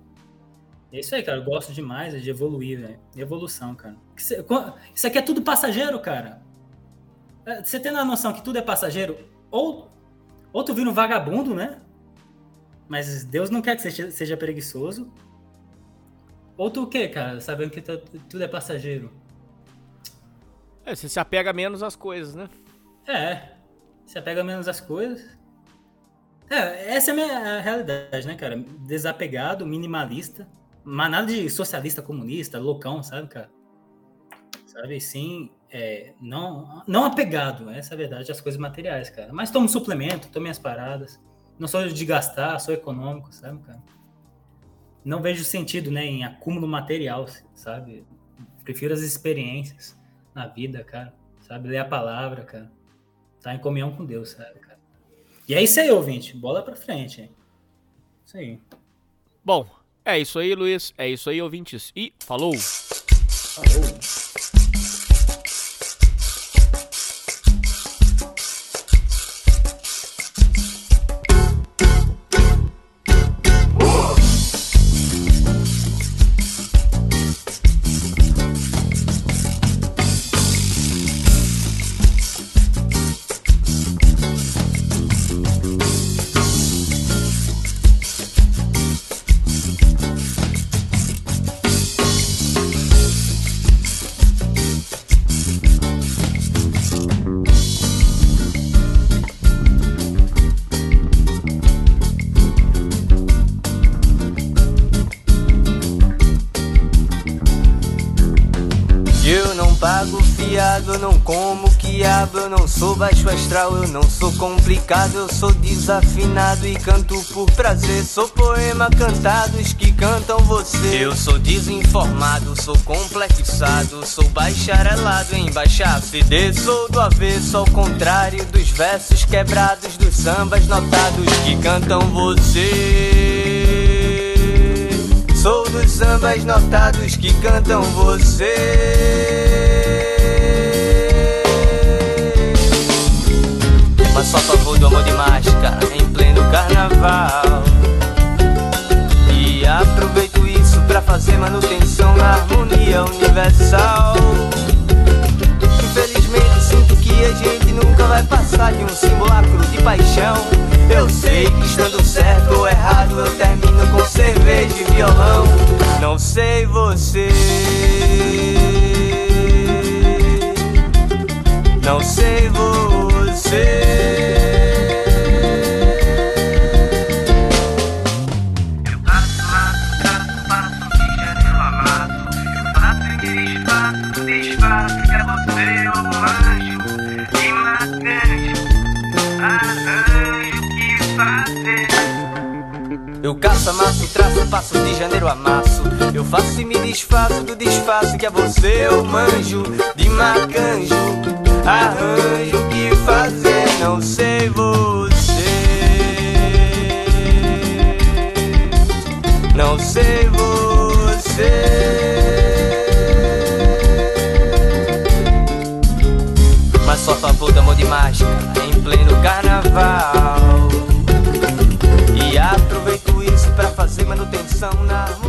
S15: É isso aí, cara. Eu gosto demais de evoluir, velho. Evolução, cara. Isso aqui é tudo passageiro, cara. Você tem a noção que tudo é passageiro? Ou tu vira um vagabundo, né? Mas Deus não quer que você seja preguiçoso. Ou tu o quê, cara? Sabendo que tudo é passageiro.
S9: Você se apega menos às coisas, né?
S15: Se apega menos às coisas. Essa é a minha realidade, né, cara? Desapegado, minimalista. Mas nada de socialista, comunista, loucão, sabe, cara? Sabe, sim, não apegado, essa é a verdade, às coisas materiais, cara. Mas tomo suplemento, tomo minhas paradas. Não sou de gastar, sou econômico, sabe, cara? Não vejo sentido, né, em acúmulo material, sabe? Prefiro as experiências na vida, cara. Sabe, ler a palavra, cara. Tá em comunhão com Deus, sabe, cara? E é isso aí, ouvinte. Bola pra frente, hein? Isso aí.
S9: Bom, é isso aí, Luiz. É isso aí, ouvintes. E falou!
S6: viado, eu não como quiabo. Eu não sou baixo astral, eu não sou complicado. Eu sou desafinado e canto por prazer. Sou poema cantados que cantam você. Eu sou desinformado, sou complexado. Sou bacharelado em baixar CD. Sou do avesso ao contrário dos versos quebrados, dos sambas notados que cantam você. Sou dos sambas notados que cantam você. Mas só a favor do amor de máscara em pleno carnaval. E aproveito isso pra fazer manutenção na harmonia universal. Infelizmente sinto que a gente nunca vai passar de um simulacro de paixão. Eu sei que estando certo ou errado eu termino com cerveja e violão. Não sei você, não sei você. Eu caço, amasso, traço, passo de janeiro a março. Eu faço e me desfaço do disfarce que é você. Eu manjo de macanjo, arranjo o que fazer. Não sei você, não sei você. Mas só a favor do amor de máscara em pleno carnaval. E aproveito isso pra fazer manutenção na